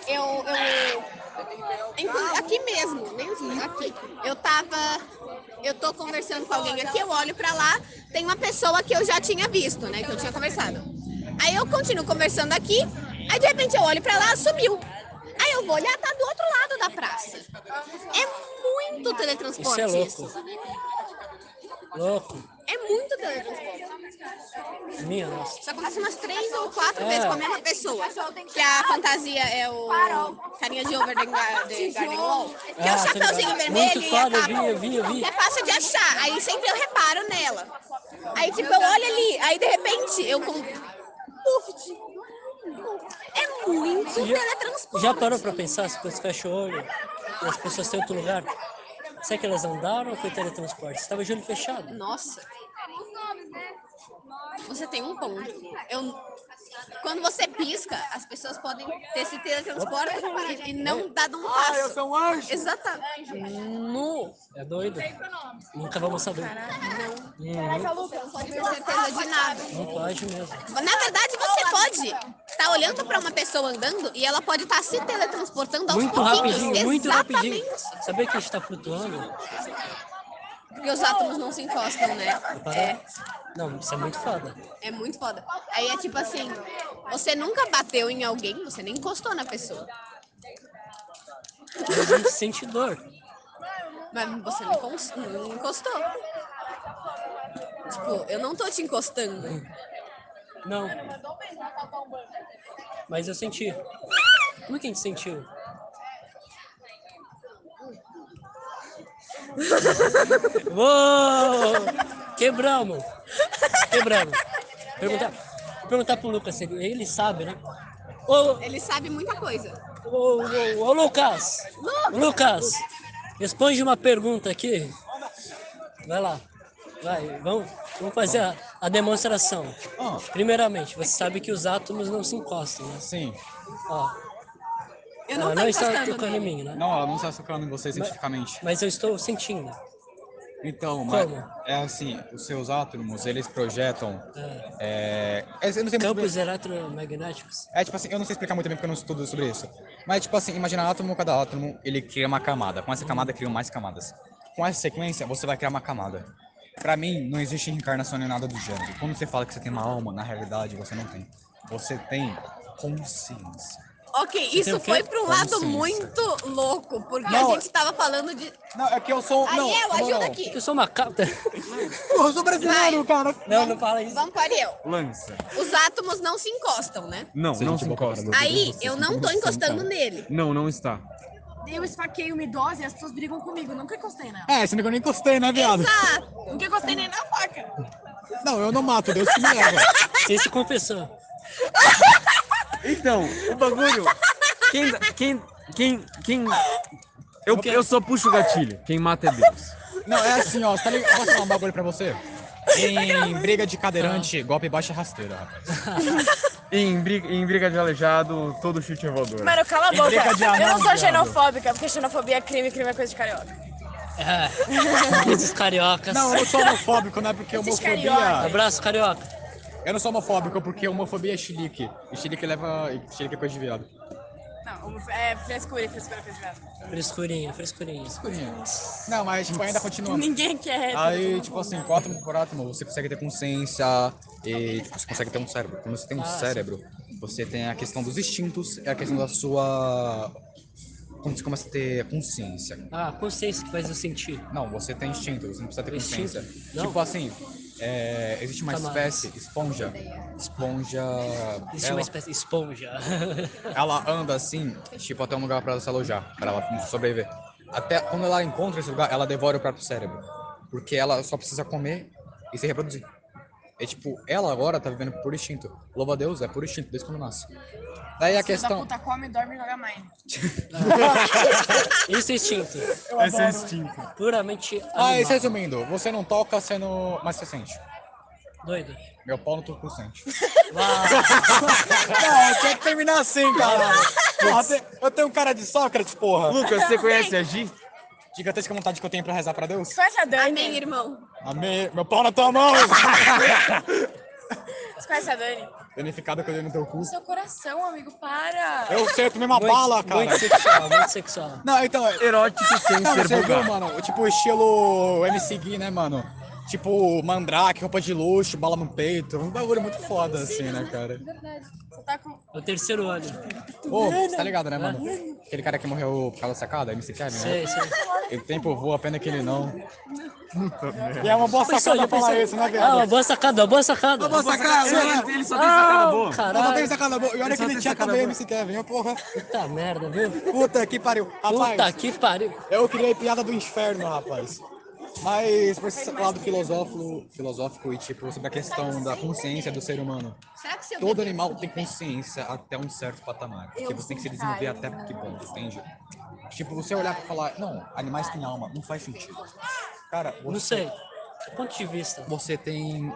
aqui mesmo, nem assim, aqui. Eu tô conversando com alguém aqui, eu olho pra lá, tem uma pessoa que eu já tinha visto, né, que eu tinha conversado. Aí eu continuo conversando aqui, aí de repente eu olho pra lá, sumiu. Aí eu vou olhar, tá do outro lado da praça. É muito teletransporte Isso é louco. isso. Louco. É muito teletransporte. Minha nossa. Isso acontece umas 3 ou 4 É. vezes com a mesma pessoa. Que a fantasia é o carinha de Over the Garden Wall. Que é o Ah, tô chapeuzinho ligado. vermelho Muito e foda, a eu vi. Que é fácil de achar. Aí sempre eu reparo nela. Aí tipo, eu olho ali. Aí de repente eu... É muito teletransporte. Já parou pra pensar, se você fecha o olho e as pessoas têm outro lugar? Será que elas andaram ou foi teletransporte? Você tava de olho fechado. Nossa. Você tem um ponto. Quando você pisca, as pessoas podem ter esse teletransporte e não dar um passo. eu sou um anjo. Exatamente. No. É doido? Nunca vamos saber. Você não pode ter certeza de nada. Não pode mesmo. Na verdade, você pode estar olhando para uma pessoa andando e ela pode estar se teletransportando aos Muito pouquinhos. rapidinho, muito Exatamente. rapidinho. Sabia que a gente tá flutuando? Porque os átomos não se encostam, né? Não, isso é muito foda. É muito foda. Aí é tipo assim, você nunca bateu em alguém, você nem encostou na pessoa. A gente sente dor. Mas você não encostou. Tipo, eu não tô te encostando. Não. Mas eu senti. Como é que a gente sentiu? Uou! Quebramos. Perguntar pro Lucas, ele sabe, né? Ô, Ele sabe muita coisa. ô, Lucas! Lucas! Responde uma pergunta aqui. Vai lá. Vai, vamos fazer a demonstração. Primeiramente, você sabe que os átomos não se encostam, né? Sim. Ó. Eu não tô Ela não está encostando tocando em nele. mim, né? Não, ela não está tocando em você cientificamente. Mas eu estou sentindo. Então, mas Como? é assim, os seus átomos, eles projetam... eu não sei muito Campos eletromagnéticos. tipo assim, eu não sei explicar muito bem porque eu não estudo sobre isso. Mas, tipo assim, imagina átomo, cada átomo, ele cria uma camada. Com essa camada, criam mais camadas. Com essa sequência, você vai criar uma camada. Pra mim, não existe reencarnação nem nada do gênero. Quando você fala que você tem uma alma, na realidade, você não tem. Você tem consciência. Ok, Você tem isso o quê? foi pra um lado Consciência. muito louco, porque Não, a gente tava falando de... Não, é que eu sou... Ariel, ajuda aqui. Eu sou macaco. Eu sou brasileiro, cara. Não fala isso. Vamos para Ariel. Lança. Os átomos não se encostam, né? Não se encosta. Aí, eu não tô encostando nele. Não está. Eu esfaquei uma idosa e as pessoas brigam comigo. Nunca encostei nela. Você nem encostei, né, viado? Exato. Nunca encostei nem na faca. Não, eu não mato, Deus que me leva. Você se confessou. Então, o bagulho... Eu só puxo o gatilho. Quem mata é Deus. Não, é assim, ó. Tá ligado? Posso falar um bagulho pra você? Em briga de cadeirante, golpe baixo é rasteira, rapaz. Em briga de aleijado, todo chute é voador. Mano, cala a Em boca. briga de Eu anão, não sou viado. xenofóbica, porque xenofobia é crime é coisa de carioca. Esses cariocas. Não, eu não sou homofóbico, não é porque Esses homofobia... carioca. Abraço, carioca. Eu não sou homofóbico porque homofobia é chilique. E chilique chilique é coisa de viado. Não, é frescura, coisa de viado. Frescurinha. Não, mas tipo, ainda continua. Ninguém quer. Aí, tipo assim, com átomo por átomo, você consegue ter consciência e tipo, você consegue ter um cérebro. Quando você tem um cérebro, você tem a questão dos instintos e a questão da sua... Quando você começa a ter consciência. Ah, consciência que faz eu sentir. Não, você tem instinto, você não precisa ter consciência. Instinto? Não. Tipo assim, existe uma espécie, esponja. Existe uma espécie de esponja. Ela anda assim, tipo, até um lugar pra ela se alojar, pra ela sobreviver. Até quando ela encontra esse lugar, ela devora o próprio cérebro. Porque ela só precisa comer e se reproduzir. É tipo, ela agora tá vivendo por instinto. Louva a Deus, é por instinto, desde quando nasce. Daí a Filho da questão... puta come, dorme e joga Mine. Isso é instinto. Esse é instinto. Puramente animal. Mas resumindo, você não toca sendo... Mas você sente. Doido. Meu pau no teu sente. Não, tinha que terminar assim, cara. Eu tenho um cara de Sócrates, porra. Lucas, você conhece a Gi? Gigantesca vontade que eu tenho pra rezar pra Deus. Conhece a Dani? Amém, irmão. Amém. Meu pau na tua mão. Você conhece a Dani? Danificada que eu dei no teu cu. Seu coração, amigo, para. Eu sei, eu tomei uma bala, cara. Muito sexual. Não, então... Erótico sem não, ser você viu, vulgar. mano? Tipo, estilo MC Gui, né, mano? Tipo, mandrake, roupa de luxo, bala no peito. Um bagulho muito foda, assim, né, cara? Verdade. Você tá com... É o terceiro ano. Pô, você tá ligado, né, mano? Aquele cara que morreu por causa da sacada, MC Kevin, né? Sei. O tempo voa, pena que ele não. E é uma boa sacada falar isso, né, viado? Ah, uma boa sacada. Uma boa sacada, né? Ele só tem sacada boa. Ele só Caralho. tem sacada boa. E olha que ele tinha também MC Kevin, porra. Puta merda, viu? Puta que pariu. Rapaz, Puta que pariu. eu criei piada do inferno, rapaz. Mas por esse lado filosófico e tipo, sobre a questão da consciência do ser humano. Será que se eu Todo beber- animal tem consciência até um certo patamar. Porque você tem que se desenvolver até que ponto, entende? Tipo, você olhar pra falar, não, animais têm alma, não faz sentido. Cara, você... Não sei. Do ponto de vista. Você tem...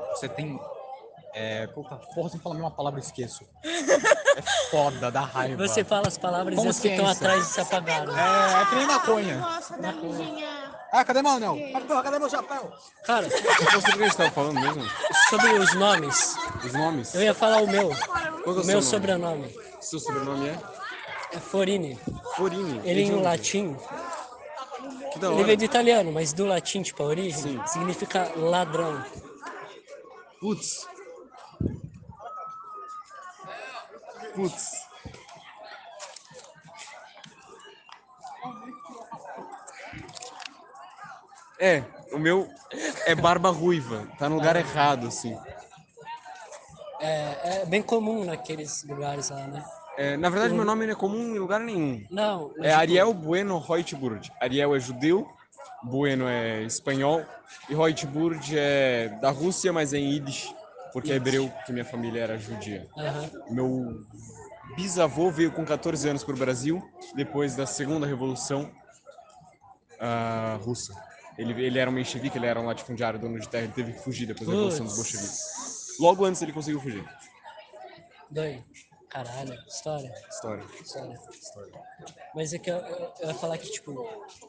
Porra, sem falar a mesma palavra, eu esqueço. É foda, dá raiva. Você fala as palavras e as que estão Consciência. atrás se apagaram. É que nem maconha. Nossa, Daninha. Ah, cadê meu anel? Cadê meu chapéu? Cara, Eu não sei o que a gente tava falando mesmo. sobre os nomes, Os nomes? eu ia falar o meu. Qual que é O o meu seu nome? sobrenome. Seu sobrenome é? É Forini. Forini. Ele De em onde? latim, Que da ele hora. veio do italiano, mas do latim, tipo, a origem, significa ladrão. Putz. É, o meu é barba ruiva. Tá no lugar errado, assim. É bem comum naqueles lugares lá, né? É, na verdade, meu nome não é comum em lugar nenhum. Não. É Ariel Bueno Reutburg. Ariel é judeu, Bueno é espanhol e Reutburg é da Rússia, mas é em Yiddish, porque é hebreu, porque minha família era judia. Aham. bisavô veio com 14 anos para o Brasil, depois da Segunda Revolução Russa. Ele era um menchevique, ele era um latifundiário, dono de terra, ele teve que fugir depois da Revolução dos Bolcheviques. Logo antes ele conseguiu fugir. Doido. Caralho, história. História. Mas é que eu ia falar que, tipo...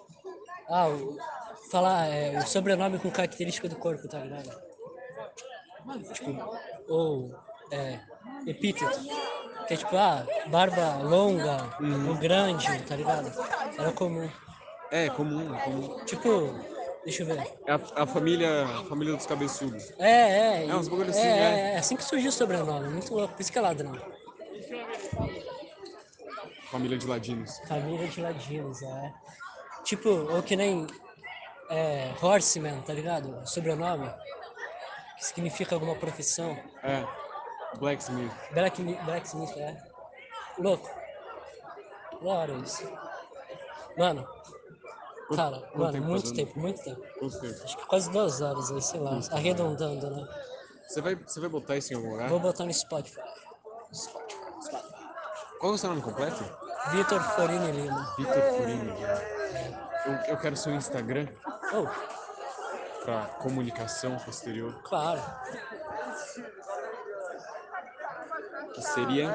o sobrenome com característica do corpo, tá ligado? Tipo, epíteto. Que é tipo, barba longa, ou grande, tá ligado? Era comum. É, comum. Tipo, deixa eu ver. É a família dos cabeçudos. É uns bagulho assim, é assim que surgiu o sobrenome, muito louco, por isso que é ladrão. Família de ladinos. Família de ladinos, é. Tipo, ou que nem Horseman, tá ligado? Sobrenome, que significa alguma profissão. É, Blacksmith. Blacksmith, é. Louco. Da hora isso. Mano, muito tempo. Quanto tempo? Acho que quase 2 horas aí, sei lá, arredondando, né? Você vai botar isso em algum lugar? Vou botar no Spotify. Qual é o seu nome completo? Vitor Forini Lima. Vitor Forini Lima. Eu quero seu Instagram. Pra comunicação posterior. Claro. Que seria...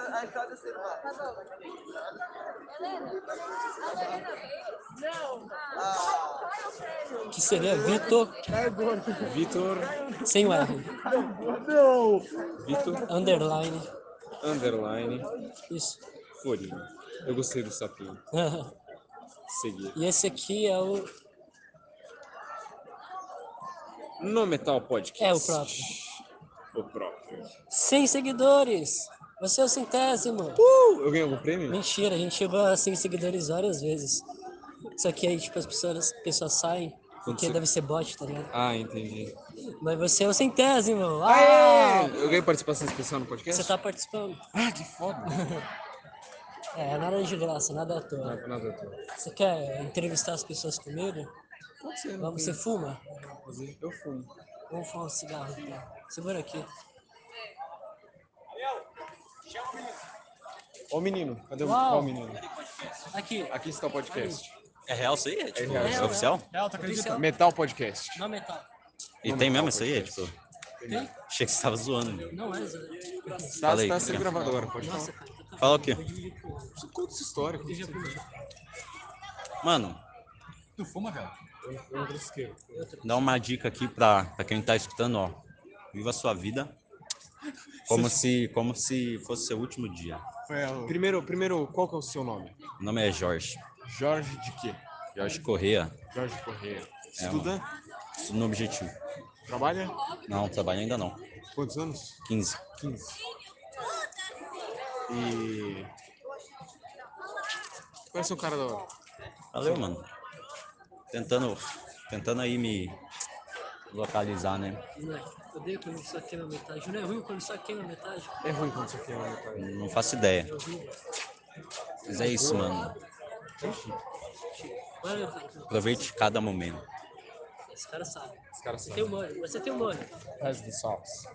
Que seria Vitor sem o R. Vitor Underline. Isso. Forini. Eu gostei do sapinho. Seguir. E esse aqui é o... No Metal Podcast. É o próprio. O próprio. 100 seguidores! Você é o 100º! Eu ganhei algum prêmio? Mentira, a gente chegou a 100 seguidores várias vezes. Só que aí, tipo, as pessoas saem, porque deve ser bot, tá ligado? Entendi. Mas você é o 100º! Eu ganhei participação especial no podcast? Você tá participando. Que foda! Nada de graça, nada à toa. Nada à toa. Você quer entrevistar as pessoas comigo? Pode ser. Você fuma? Eu fumo. Vamos fumar um cigarro, então. Segura aqui. Ó o menino. Cadê Uau. o menino? Aqui está o podcast. É real isso aí? É, tipo, real. é oficial? Real, tu acredita? Metal Podcast. Não metal. E tem mesmo isso aí? É, tipo... Tem? Achei que você tava zoando. Não é, Fala aí, Tá sendo cara. gravado agora, pode Nossa, falar. cara. Fala o quê? Você conta essa história. Mano, Tu fuma, velho? Eu não trisqueiro. dá uma dica aqui pra quem tá escutando, ó. Viva a sua vida como se fosse seu último dia. Primeiro, qual que é o seu nome? Meu nome é Jorge. Jorge de quê? Jorge Corrêa. Jorge Corrêa. É, Estuda? Estudo no Objetivo. Trabalha? Não, trabalho ainda não. Quantos anos? 15. 15. E... Parece um cara da hora. Valeu, mano. Tentando aí me localizar, né? Eu odeio quando só queima metade. Não é ruim quando só queima metade? É ruim quando só queima metade. Não faço ideia. É horrível. Mas é isso, mano. Valeu, Aproveite cada momento. esse cara sabe. Você tem um molho. Você tem um molho. Faz do sauce.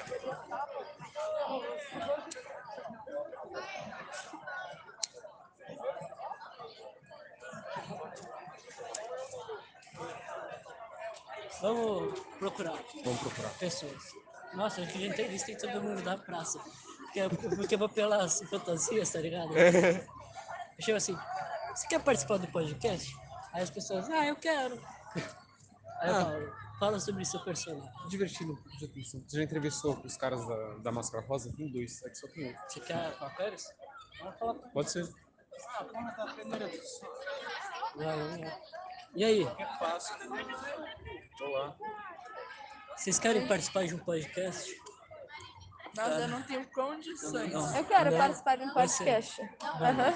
Vamos procurar. Pessoas. Nossa, eu queria entrevista em todo mundo da praça. Porque eu vou pelas fantasias, tá ligado? É. Eu chego assim, você quer participar do podcast? Aí as pessoas, eu quero. Aí eu falo, fala sobre seu personagem. Divertido, de atenção. Você já entrevistou os caras da Máscara Rosa? Tem 2, aqui só tem 1. Você quer falar com eles? Vamos falar com eles. Pode ser. E aí? É fácil. Olá. Vocês querem participar de um podcast? Nossa, eu não tenho condições. Não. Eu quero Não. participar de um podcast. Aham.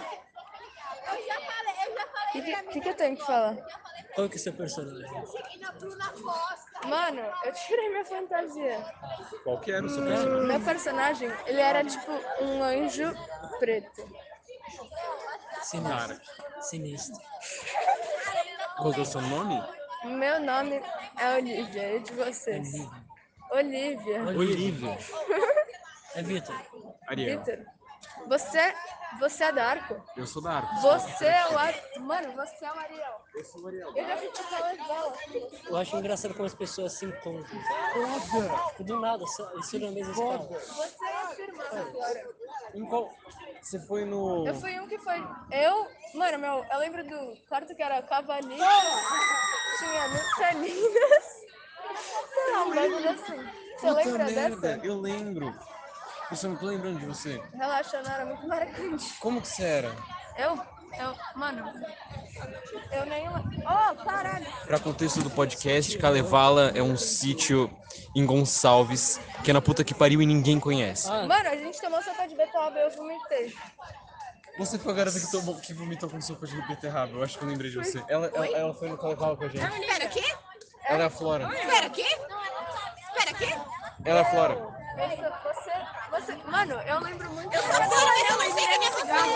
O que eu tenho que falar? Qual que é o seu personagem? Mano, eu tirei minha fantasia. Qual que era o seu personagem? Meu personagem, ele era tipo um anjo preto. Sinistro. Sinistro. Qual que é o seu nome? Meu nome é Olivia, e de vocês? Olivia. Olivia. É Vitor. Ariel. Vitor. Você é da Arco? Eu sou da Arco. Você é o Ariel. Mano, você é o Ariel. Eu sou o Ariel. Eu já vi dela. Eu acho engraçado como as pessoas se encontram. Do nada, isso na mesma escala. Você é a sua irmã, Flora. Em qual? Você foi no... Eu fui um que foi... Mano, eu lembro do quarto que era cavalista. Tinha Nutelinas. Sei lá, um bagulho assim. Você lembra dessa? Eu lembro. Eu não tô lembrando de você. Relaxa, não era muito marcante. Como que você era? Mano, eu nem... Oh, caralho. Pra contexto do podcast, Kalevala é um sítio em Gonçalves, que é na puta que pariu e ninguém conhece. Mano, a gente tomou sopa de beterraba e eu vomitei. Você foi a garota que vomitou com sopa de beterraba. Eu acho que eu lembrei de você. Ela foi no Kalevala com a gente. Espera aqui? Ela é a Flora. Espera aqui? Espera aqui? Ela é a Flora. Você... Mano, eu lembro muito... Eu não sei quem é essa Flora.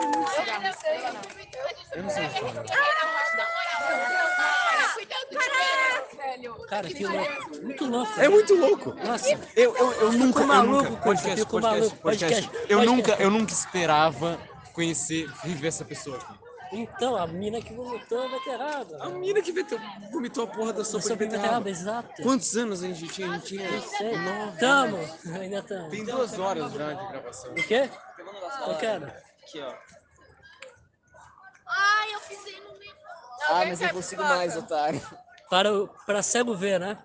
Eu não sei a história. Cara, que louco. Muito louco. É muito louco. Nossa. Eu nunca... Podcast. Eu nunca esperava conhecer, viver essa pessoa aqui. Então, a mina que vomitou a beterraba. A mina que vomitou a porra da sopa de beterraba. Exato. Quantos anos a gente tinha? A gente tinha... Não sei. Ainda tamo. Tem 2 horas já de gravação. O quê? Eu quero. Aqui, ó. Ai, eu fiz aí no meio. Ah, mas eu consigo mais, otário. Para cego ver, né?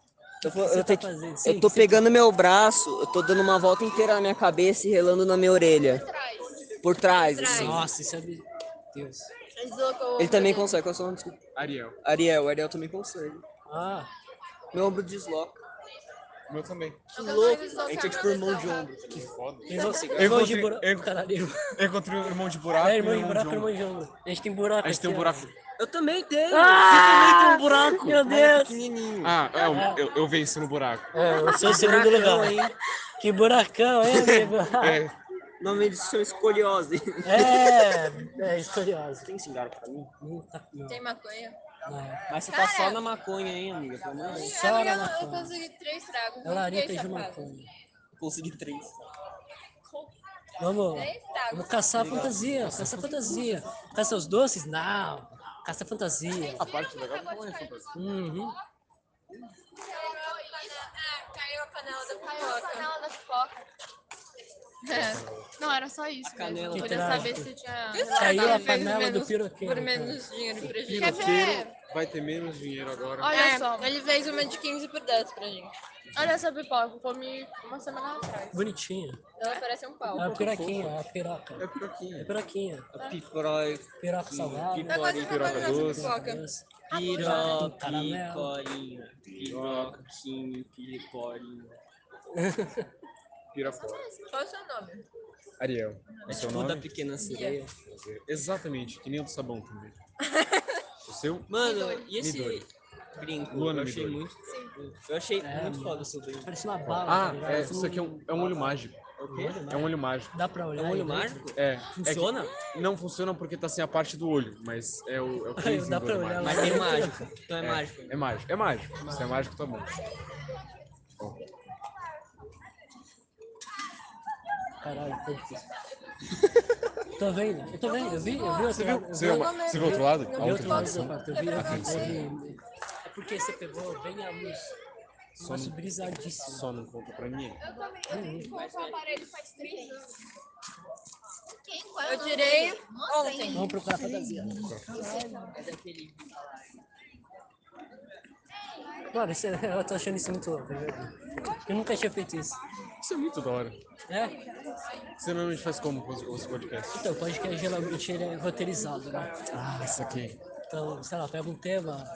Eu tô pegando meu braço, eu tô dando uma volta inteira na minha cabeça e relando na minha orelha. Por trás, assim. Nossa, isso é... Deus. Ele também consegue, qual é o nome? Ariel O também consegue. Ah. Meu ombro desloca. Meu também. Que louco. A gente é tipo irmão de ombro. Que foda. Irmão de buraco. Eu encontrei um irmão de buraco. Irmão de buraco, irmão de ombro. A gente tem buraco. A gente tem um buraco. Eu também tenho. Você também tem um buraco. Meu Deus. Pequenininho. Eu venci no buraco. Eu sou o segundo lugar. Hein? Que buracão, hein, amigo? O nome disso é escoliose. Escoliose. Tem cigarro pra mim? Não. Tem maconha? Não. Mas você tá só na maconha, hein, amiga? Só na maconha. Eu consegui 3 tragos. É larita de maconha. Consegui 3. Vamos caçar fantasia. Caça os doces? Não. Caça fantasia. A parte legal não é fantasia. Caiu a panela da pipoca. Não, era só isso. Eu queria saber se tinha... Caiu a panela do piroqueiro. Por menos dinheiro pra gente. Quer ver? Vai ter menos dinheiro agora. Olha só. Ele fez uma de 15 por 10 pra gente. Olha essa pipoca, eu comi uma semana atrás. Bonitinha. Ela parece um pau. É a piroquinha, a piroca. É piroquinha. É piroquinha. A piroca. Piroca salgada. Piroca doce. Piroquinho. Piroquinho. Pira fora. Qual é o seu nome? Ariel. É tipo da pequena sereia. Exatamente, que nem o do sabão também. O seu? Mano, e esse Midori. brinco? Luana Eu achei Midori. muito... Eu achei muito foda o seu brinco. Parece uma bala. Isso aqui é um olho mágico. O quê? É um olho mágico. Dá pra olhar? É um olho mágico? Funciona? Não funciona porque tá sem a parte do olho, mas é o casezinho Dá do pra olho olhar. Mas tem mágico. Então é mágico. É mágico. É mágico. Se é mágico, tá bom. Caralho, foi difícil. Tô vendo, eu vi Você viu o outro lado? Eu vi outro lado da parte, eu vi. É porque você pegou bem a luz. Nossa, brisadíssimo. Só não conta pra ninguém. Eu também comprei o aparelho faz 3 anos. Eu tirei ontem. Vamos procurar fantasia. Mano, eu tô achando isso muito louco, é verdade. Eu nunca tinha feito isso. Isso é muito da hora. É? Você normalmente faz como com os podcasts? Então, o podcast geralmente ele é roteirizado, né? Isso aqui. Então, sei lá, pega um tema.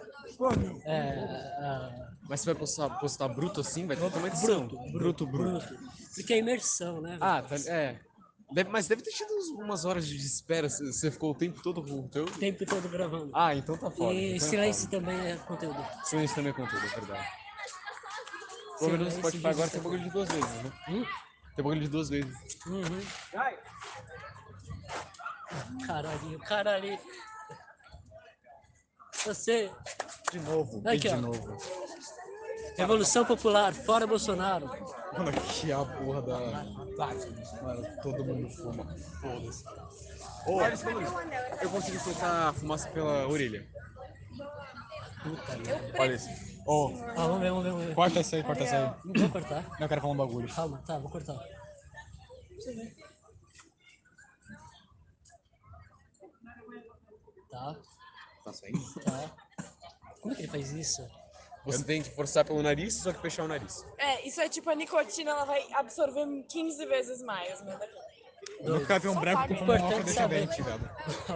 Mas você vai postar bruto assim? Vai ter uma edição. Bruto. Porque é imersão, né? Mas deve ter tido umas horas de espera. Você ficou o tempo todo com o conteúdo? O tempo todo gravando. Ah, então tá foda. E então silêncio também é conteúdo. Silêncio também é conteúdo, é verdade. Pelo menos no Spotify agora tem bagulho de 2 vezes, né? Tem bagulho de 2 vezes. Caralho. Você... De novo, Aqui, de ó. novo. Revolução Popular, fora Bolsonaro. Mano, aqui é a porra da... Mano, todo mundo fuma. Foda-se. Ô, eu consegui soltar a fumaça pela orelha. Olha isso. Ô, vamos ver. Corta essa aí. Não vou cortar. Não, eu quero falar um bagulho. Calma, tá, vou cortar. Deixa eu ver. Tá. Tá saindo? Tá. Como é que ele faz isso? Você tem que forçar pelo nariz, só que fechar o nariz. Isso é tipo a nicotina, ela vai absorver 15 vezes mais, né? Eu vou ficar um branco com uma afrodescendente, velho.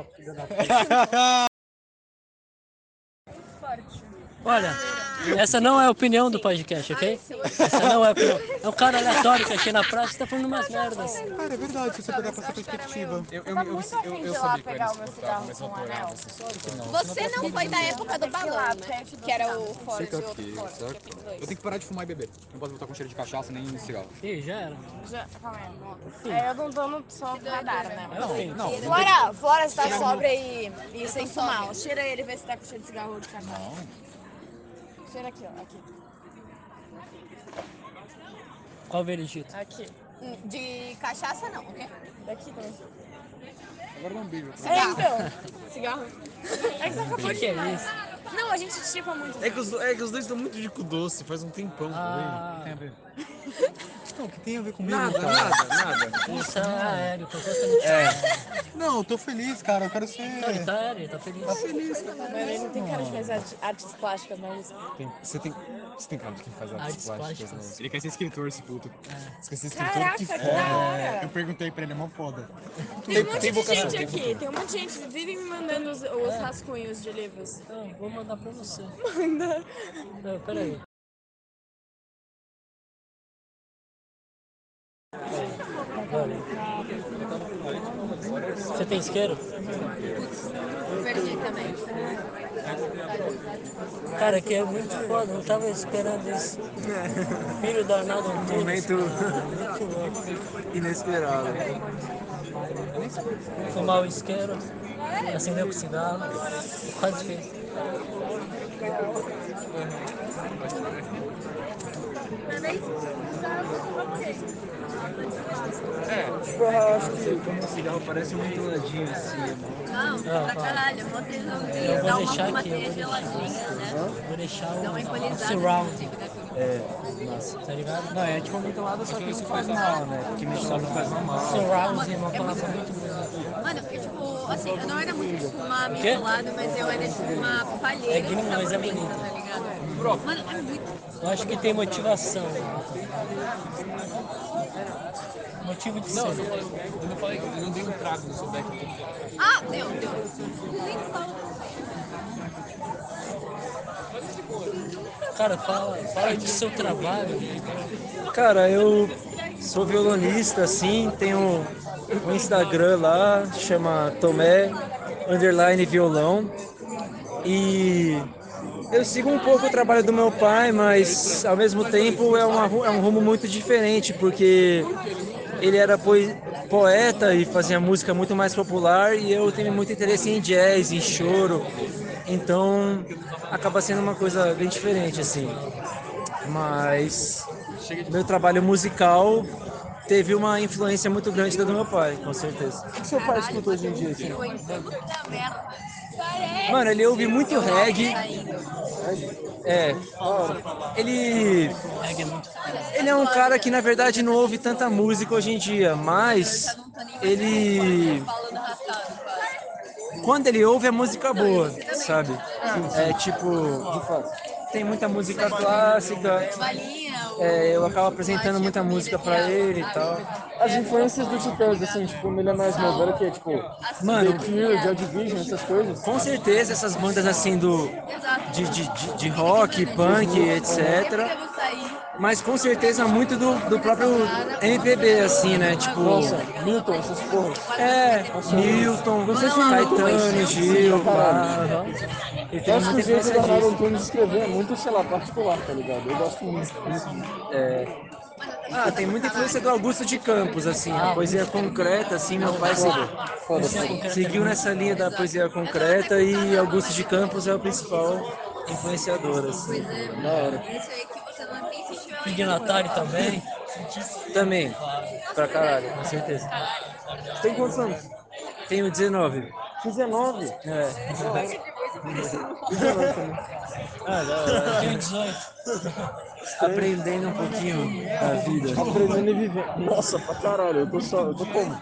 Olha, essa não é a opinião do podcast, ok? Essa não é a opinião. É um cara aleatório que aqui na praça tá falando umas merdas. Cara, é verdade, se você pegar pra essa perspectiva. Eu sabia que era insuportável, mas eu adorava essa situação. Você não foi da época do balão, né? Que era o fora de outro fora. Eu tenho que parar de fumar e beber. Não posso voltar com cheiro de cachaça nem cigarro. Ih, já era. Calma aí, eu não tô no radar, né? Não. Flora, você tá sóbria e sem fumar. Cheira ele, vê se tá com cheiro de cigarro ou de cachaça. Não. Cheira aqui, ó. Aqui. Qual o veredito? Aqui. De cachaça, não, ok? Daqui também. Agora dá um beijo. Então. Cigarro. É que você acabou O que é isso? Não, a gente chipa muito. É que os dois estão muito de cu doce, faz um tempão. Tem a ver. Não, o que tem a ver comigo? Nada. Isso é aéreo, completamente. Não, eu tô feliz, cara. Eu quero ser. Não, ele tá aéreo, tá feliz. Tá feliz, cara. Mas ele não tem cara de fazer artes plásticas, mas... Você tem cara de quem faz artes plásticas, né? Ele quer ser escritor, esse puto. Você quer ser escritor? Caraca, que da hora. Eu perguntei pra ele, é uma foda. Tem um monte de gente aqui, tem um monte de gente que vive me mandando os rascunhos de livros. Não, vou mandar pra você. Manda. Não, peraí. Você tem isqueiro? Perdi também. Cara, que é muito foda, não tava esperando isso. Filho do Arnaldo Antunes. Momento inesperado. Fumar o isqueiro, acender o cigarro, quase fez. Tipo, eu acho que como cigarro parece muito ladinho assim. Não, pra caralho, é mó tesão de dar uma matéria geladinha, né? Vou deixar Dá uma o equalizada. surround. Nossa. Tá ligado? Não, é tipo muito lado, só que não faz mal, né? Porque me sobe faz mal. Surround é uma palavra muito bonita. Mano, eu tipo, assim, eu não era muito de fumar mentolado, mas eu era de fumar palheiro. É gringo, mas é bonito. Tá ligado? Mano, é muito. Eu acho que tem motivação. Motivo de ser. Não, eu não falei que eu não dei um trago no seu beck. Ah, deu. Cara, fala do seu trabalho. Cara, eu sou violonista, assim, tenho um Instagram lá, chama Tomé_violão. E eu sigo um pouco o trabalho do meu pai, mas ao mesmo tempo é um rumo muito diferente, porque ele era poeta e fazia música muito mais popular, e eu tenho muito interesse em jazz, em choro, então acaba sendo uma coisa bem diferente, assim. Mas meu trabalho musical teve uma influência muito grande da do meu pai, com certeza. O que seu pai escuta hoje em dia, assim? Mano, ele ouve muito reggae. Ele é um cara que na verdade não ouve tanta música hoje em dia, mas ele quando ele ouve é música boa, sabe? É tipo, tem muita música clássica. Eu acabo apresentando muita música pra ele e tal. As influências do Titãs, assim, tipo, ele é mais novo, era o quê? Tipo, mano, The Cure, Joy Division, essas coisas? Com certeza, essas bandas assim de rock, punk, etc. Mas com certeza muito do próprio MPB, assim, né? Tipo. Nossa, Milton, essas porras. Milton, Caetano, Gil, pá. Eu acho que o jeito do Arnaldo Antunes escrever é muito, sei lá, particular, tá ligado? Eu gosto muito. Tem muita influência do Augusto de Campos, assim, a poesia concreta, assim, meu pai seguiu nessa linha da poesia concreta e Augusto de Campos é o principal influenciador, assim. Da hora. Dignatário também. Também, pra caralho, com certeza. Tem quantos anos? Tenho 19. 19? É. 19 também. Ah, da hora. Tenho 18. Aprendendo um pouquinho da vida. Aprendendo e vivendo. Nossa, pra caralho, eu tô como?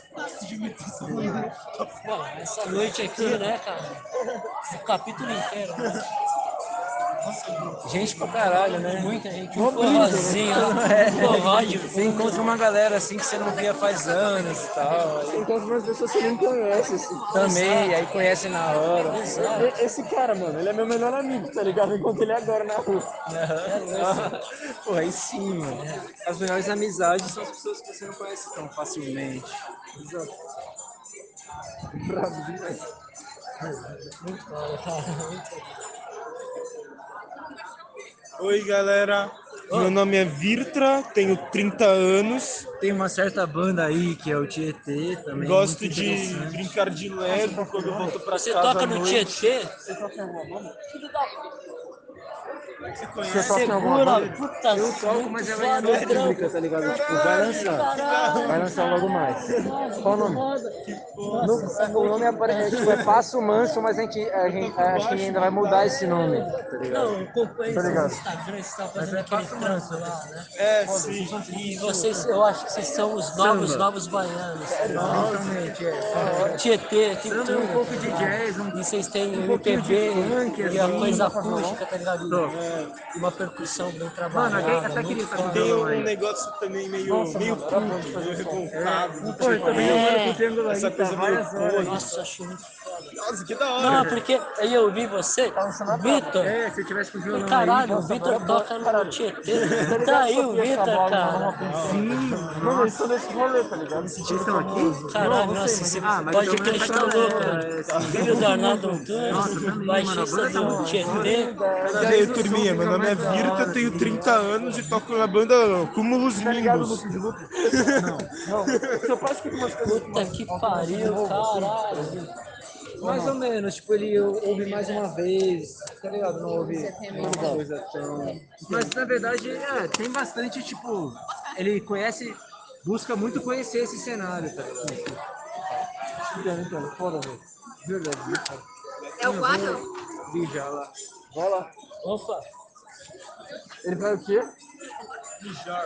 Bom, essa noite aqui, né, cara? O capítulo inteiro. Gente pra caralho, né? Muita gente. Um forrozinho, né? forró. Você encontra uma galera assim que você não via faz anos e tal. Você encontra umas pessoas que você nem conhece, assim. Também, aí conhece na hora. Esse cara, mano, ele é meu melhor amigo, tá ligado? Eu encontro ele agora na rua. Pô, aí sim, mano. As melhores amizades são as pessoas que você não conhece tão facilmente. Exato. Bravo demais. Muito foda, cara. Muito foda. Oi, galera. Meu nome é Virtra, tenho 30 anos. Tem uma certa banda aí que é o Tietê também. Gosto de brincar de Lego quando eu volto pra Você casa toca à no noite. Tietê? Você toca em alguma banda? Você Você toca em alguma banda? Puta, eu toco, mas é a minha pública, tá ligado? Tipo, vai lançar logo mais. Qual o nome? O nome é Passo Manso, mas a gente acho que ainda vai mudar esse nome, tá ligado? Não, eu acompanhei Tá ligado? no Instagram, você tá fazendo aquele trampo lá, né? É, sim. E vocês, eu acho que vocês são os novos baianos. Exatamente, Tietê, tem Samba tudo. é um pouco de jazz, E vocês têm um pouquinho de MPB funk, e a assim, coisa dá pra falar. acústica, tá ligado? E uma percussão bem Mano, trabalhada. até queria estar com muito Tem violão um aí. negócio também meio Nossa, meio mano, era bom culto, de fazer meio som. revoltado. Pô, eu também agora com o triângulo aí, Essa tá coisa meio várias horas. podre. Nossa, eu achei muito foda. Nossa, que da hora. Não, porque aí eu vi você, Vitor. Se tivesse com o violão Caralho, aí, o Vitor toca no Tietê. Tá aí o Vitor, cara. Mano, eles são desse rolê, tá ligado? Eles estão aqui? Caralho, nossa, você pode crer que tá louco. Filho do Arnaldo Antunes, baixista do Tietê. E aí, turminha, meu nome é Virta, tenho 30 anos e toco na banda Cúmulos Nimbus. Não, seu pai escuta umas coisas. Puta que pariu, caralho. Mais ou menos, tipo, ele ouve mais uma vez, tá ligado? Não ouve uma coisa tão... Mas, na verdade, tem bastante, tipo, ele conhece, busca muito conhecer esse cenário, tá ligado? Entendo, foda, velho. Verdade. É o 4? Vi já lá. Vai lá. Opa. Ele vai o quê? Mijar.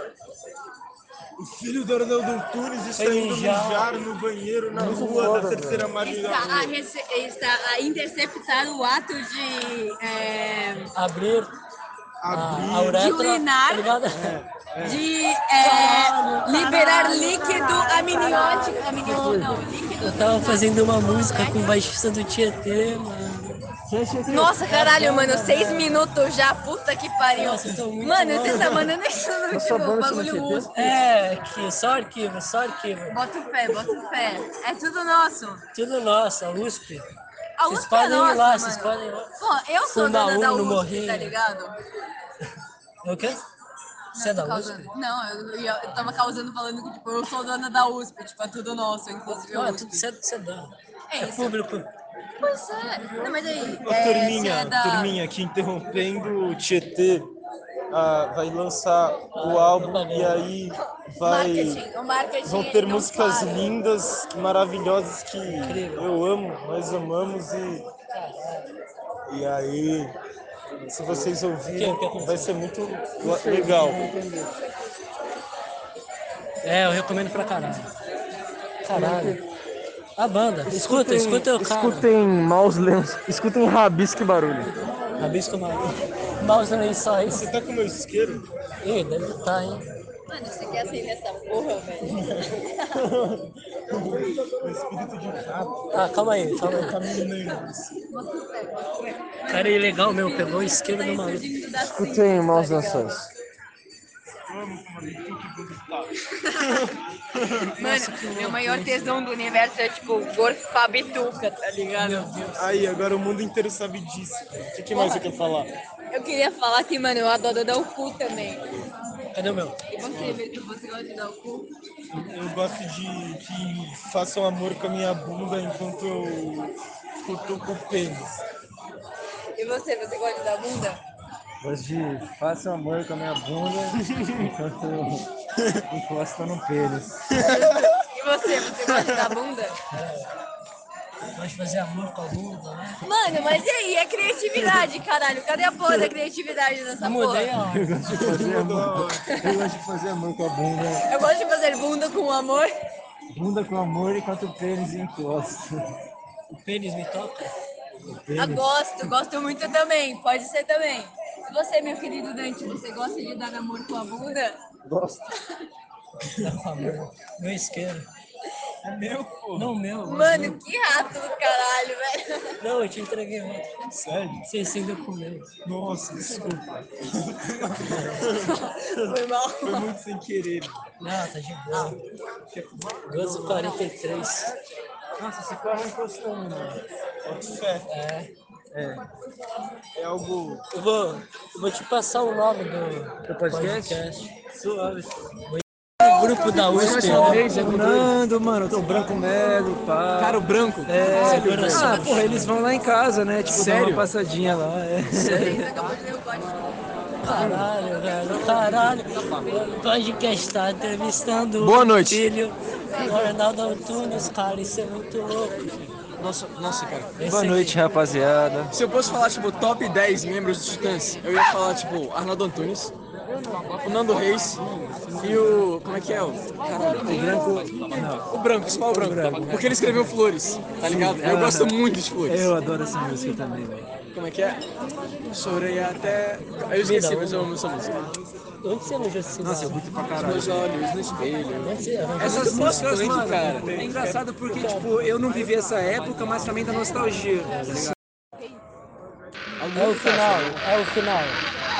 O filho do Arnaldo Antunes está indo mijar no banheiro na rua da terceira margem da rua. Está a interceptar o ato de Abrir a uretra, de urinar, tá ligado? de liberar líquido amniótico, líquido. Eu tava fazendo uma música com o baixista do Tietê, mano. Nossa, caralho, mano, 6 minutos já, puta que pariu. Nossa, eu tô muito mano, louco. você tá mandando isso no último bagulho USP. É, que só arquivo. Bota o fé. É tudo nosso. Tudo nosso, a USP. A Vocês USP podem é nossa, ir lá, mano. vocês podem ir lá. Pô, eu sou Fumar dona da no USP, morrinho. tá ligado? O quê? Você é da USP? Não, eu tava causando falando que, tipo, eu sou dona da USP, tipo, é tudo nosso, inclusive Não, a é USP. tudo você dá. É É isso. público. Pois é. Não, mas aí, Ô, turminha, aqui interrompendo, o Tietê vai lançar o álbum e aí o marketing vão ter não músicas para. lindas, maravilhosas que eu amo, nós amamos e aí, se vocês ouvirem, vai ser muito legal. É, eu recomendo pra caralho. Caralho. A banda. Escuta o cara. Escutem Mausoleus, escutem Rabisco e Barulho. Rabisco Barulho. Mausoleus só isso. Você tá com o meu isqueiro? Ih, deve estar, hein. Mano, você quer acender essa porra, velho? O espírito de Ah, calma aí. Cara, é legal meu, pegou o isqueiro do maluco. Escutem Mausoleus. Mano, meu maior tesão do universo é, tipo, gorfar bituca, tá ligado? Aí, agora o mundo inteiro sabe disso. O que mais você quer falar? Eu queria falar que, mano, eu adoro dar o cu também. Cadê o meu? E você gosta de dar o cu? Eu gosto de que façam amor com a minha bunda enquanto eu cutuco o pênis. E você gosta de dar bunda? Gosto de faça amor com a minha bunda enquanto encosta no pênis. E você? Você gosta da bunda? Gosto de fazer amor com a bunda, né? Mano, mas e aí? É criatividade, caralho. Cadê a porra da criatividade nessa porra? Eu gosto de fazer amor. Eu gosto de fazer amor com a bunda. Eu gosto de fazer bunda com amor. Bunda com amor enquanto o pênis encosta. O pênis me toca? Ah, gosto muito também. Pode ser também. E você, meu querido Dante, você gosta de dar namoro com a bunda? Gosto. Dá com amor. Meu isqueiro. É meu, pô. Não, meu. Mano, que rato do caralho, velho. Não, eu te entreguei outro. Sério? Você ainda comeu. Nossa, desculpa. Foi mal. Foi muito sem querer. Não, tá de boa. 12h43. Nossa, esse carro é encostando, mano. Fé. É algo... Eu vou te passar o nome do podcast. Suave. O grupo da USP. O Nando, mano, o Branco Melo, pá. Cara, o branco? Porra, eles vão lá em casa, né? Tipo, Sério? dar uma passadinha lá. Você acabou de ver o código. Caralho, velho. Caralho. Podcast tá entrevistando Boa o noite. filho do Arnaldo Antunes, cara. Isso é muito louco. Nossa, cara. Boa noite, rapaziada. Se eu fosse falar, tipo, top 10 membros dos Titãs, eu ia falar, tipo, Arnaldo Antunes, o Nando Reis e o... Como é que é? Caralho. O Branco... O Branco, só o Branco. Porque ele escreveu Flores, tá ligado? Eu gosto muito de Flores. Eu adoro essa música também, velho. Como é que é? Chorei até... Eu esqueci, mas eu amo essa música. Onde você arranjou esse sinal? Nossa, eu curto pra Os caralho. meus olhos no espelho. Onde você arranjou Essas esse músicas, funk, mano, cara. é engraçado porque, tipo, eu não vivi essa época, mas também da nostalgia, tá ligado? É o final, é o final.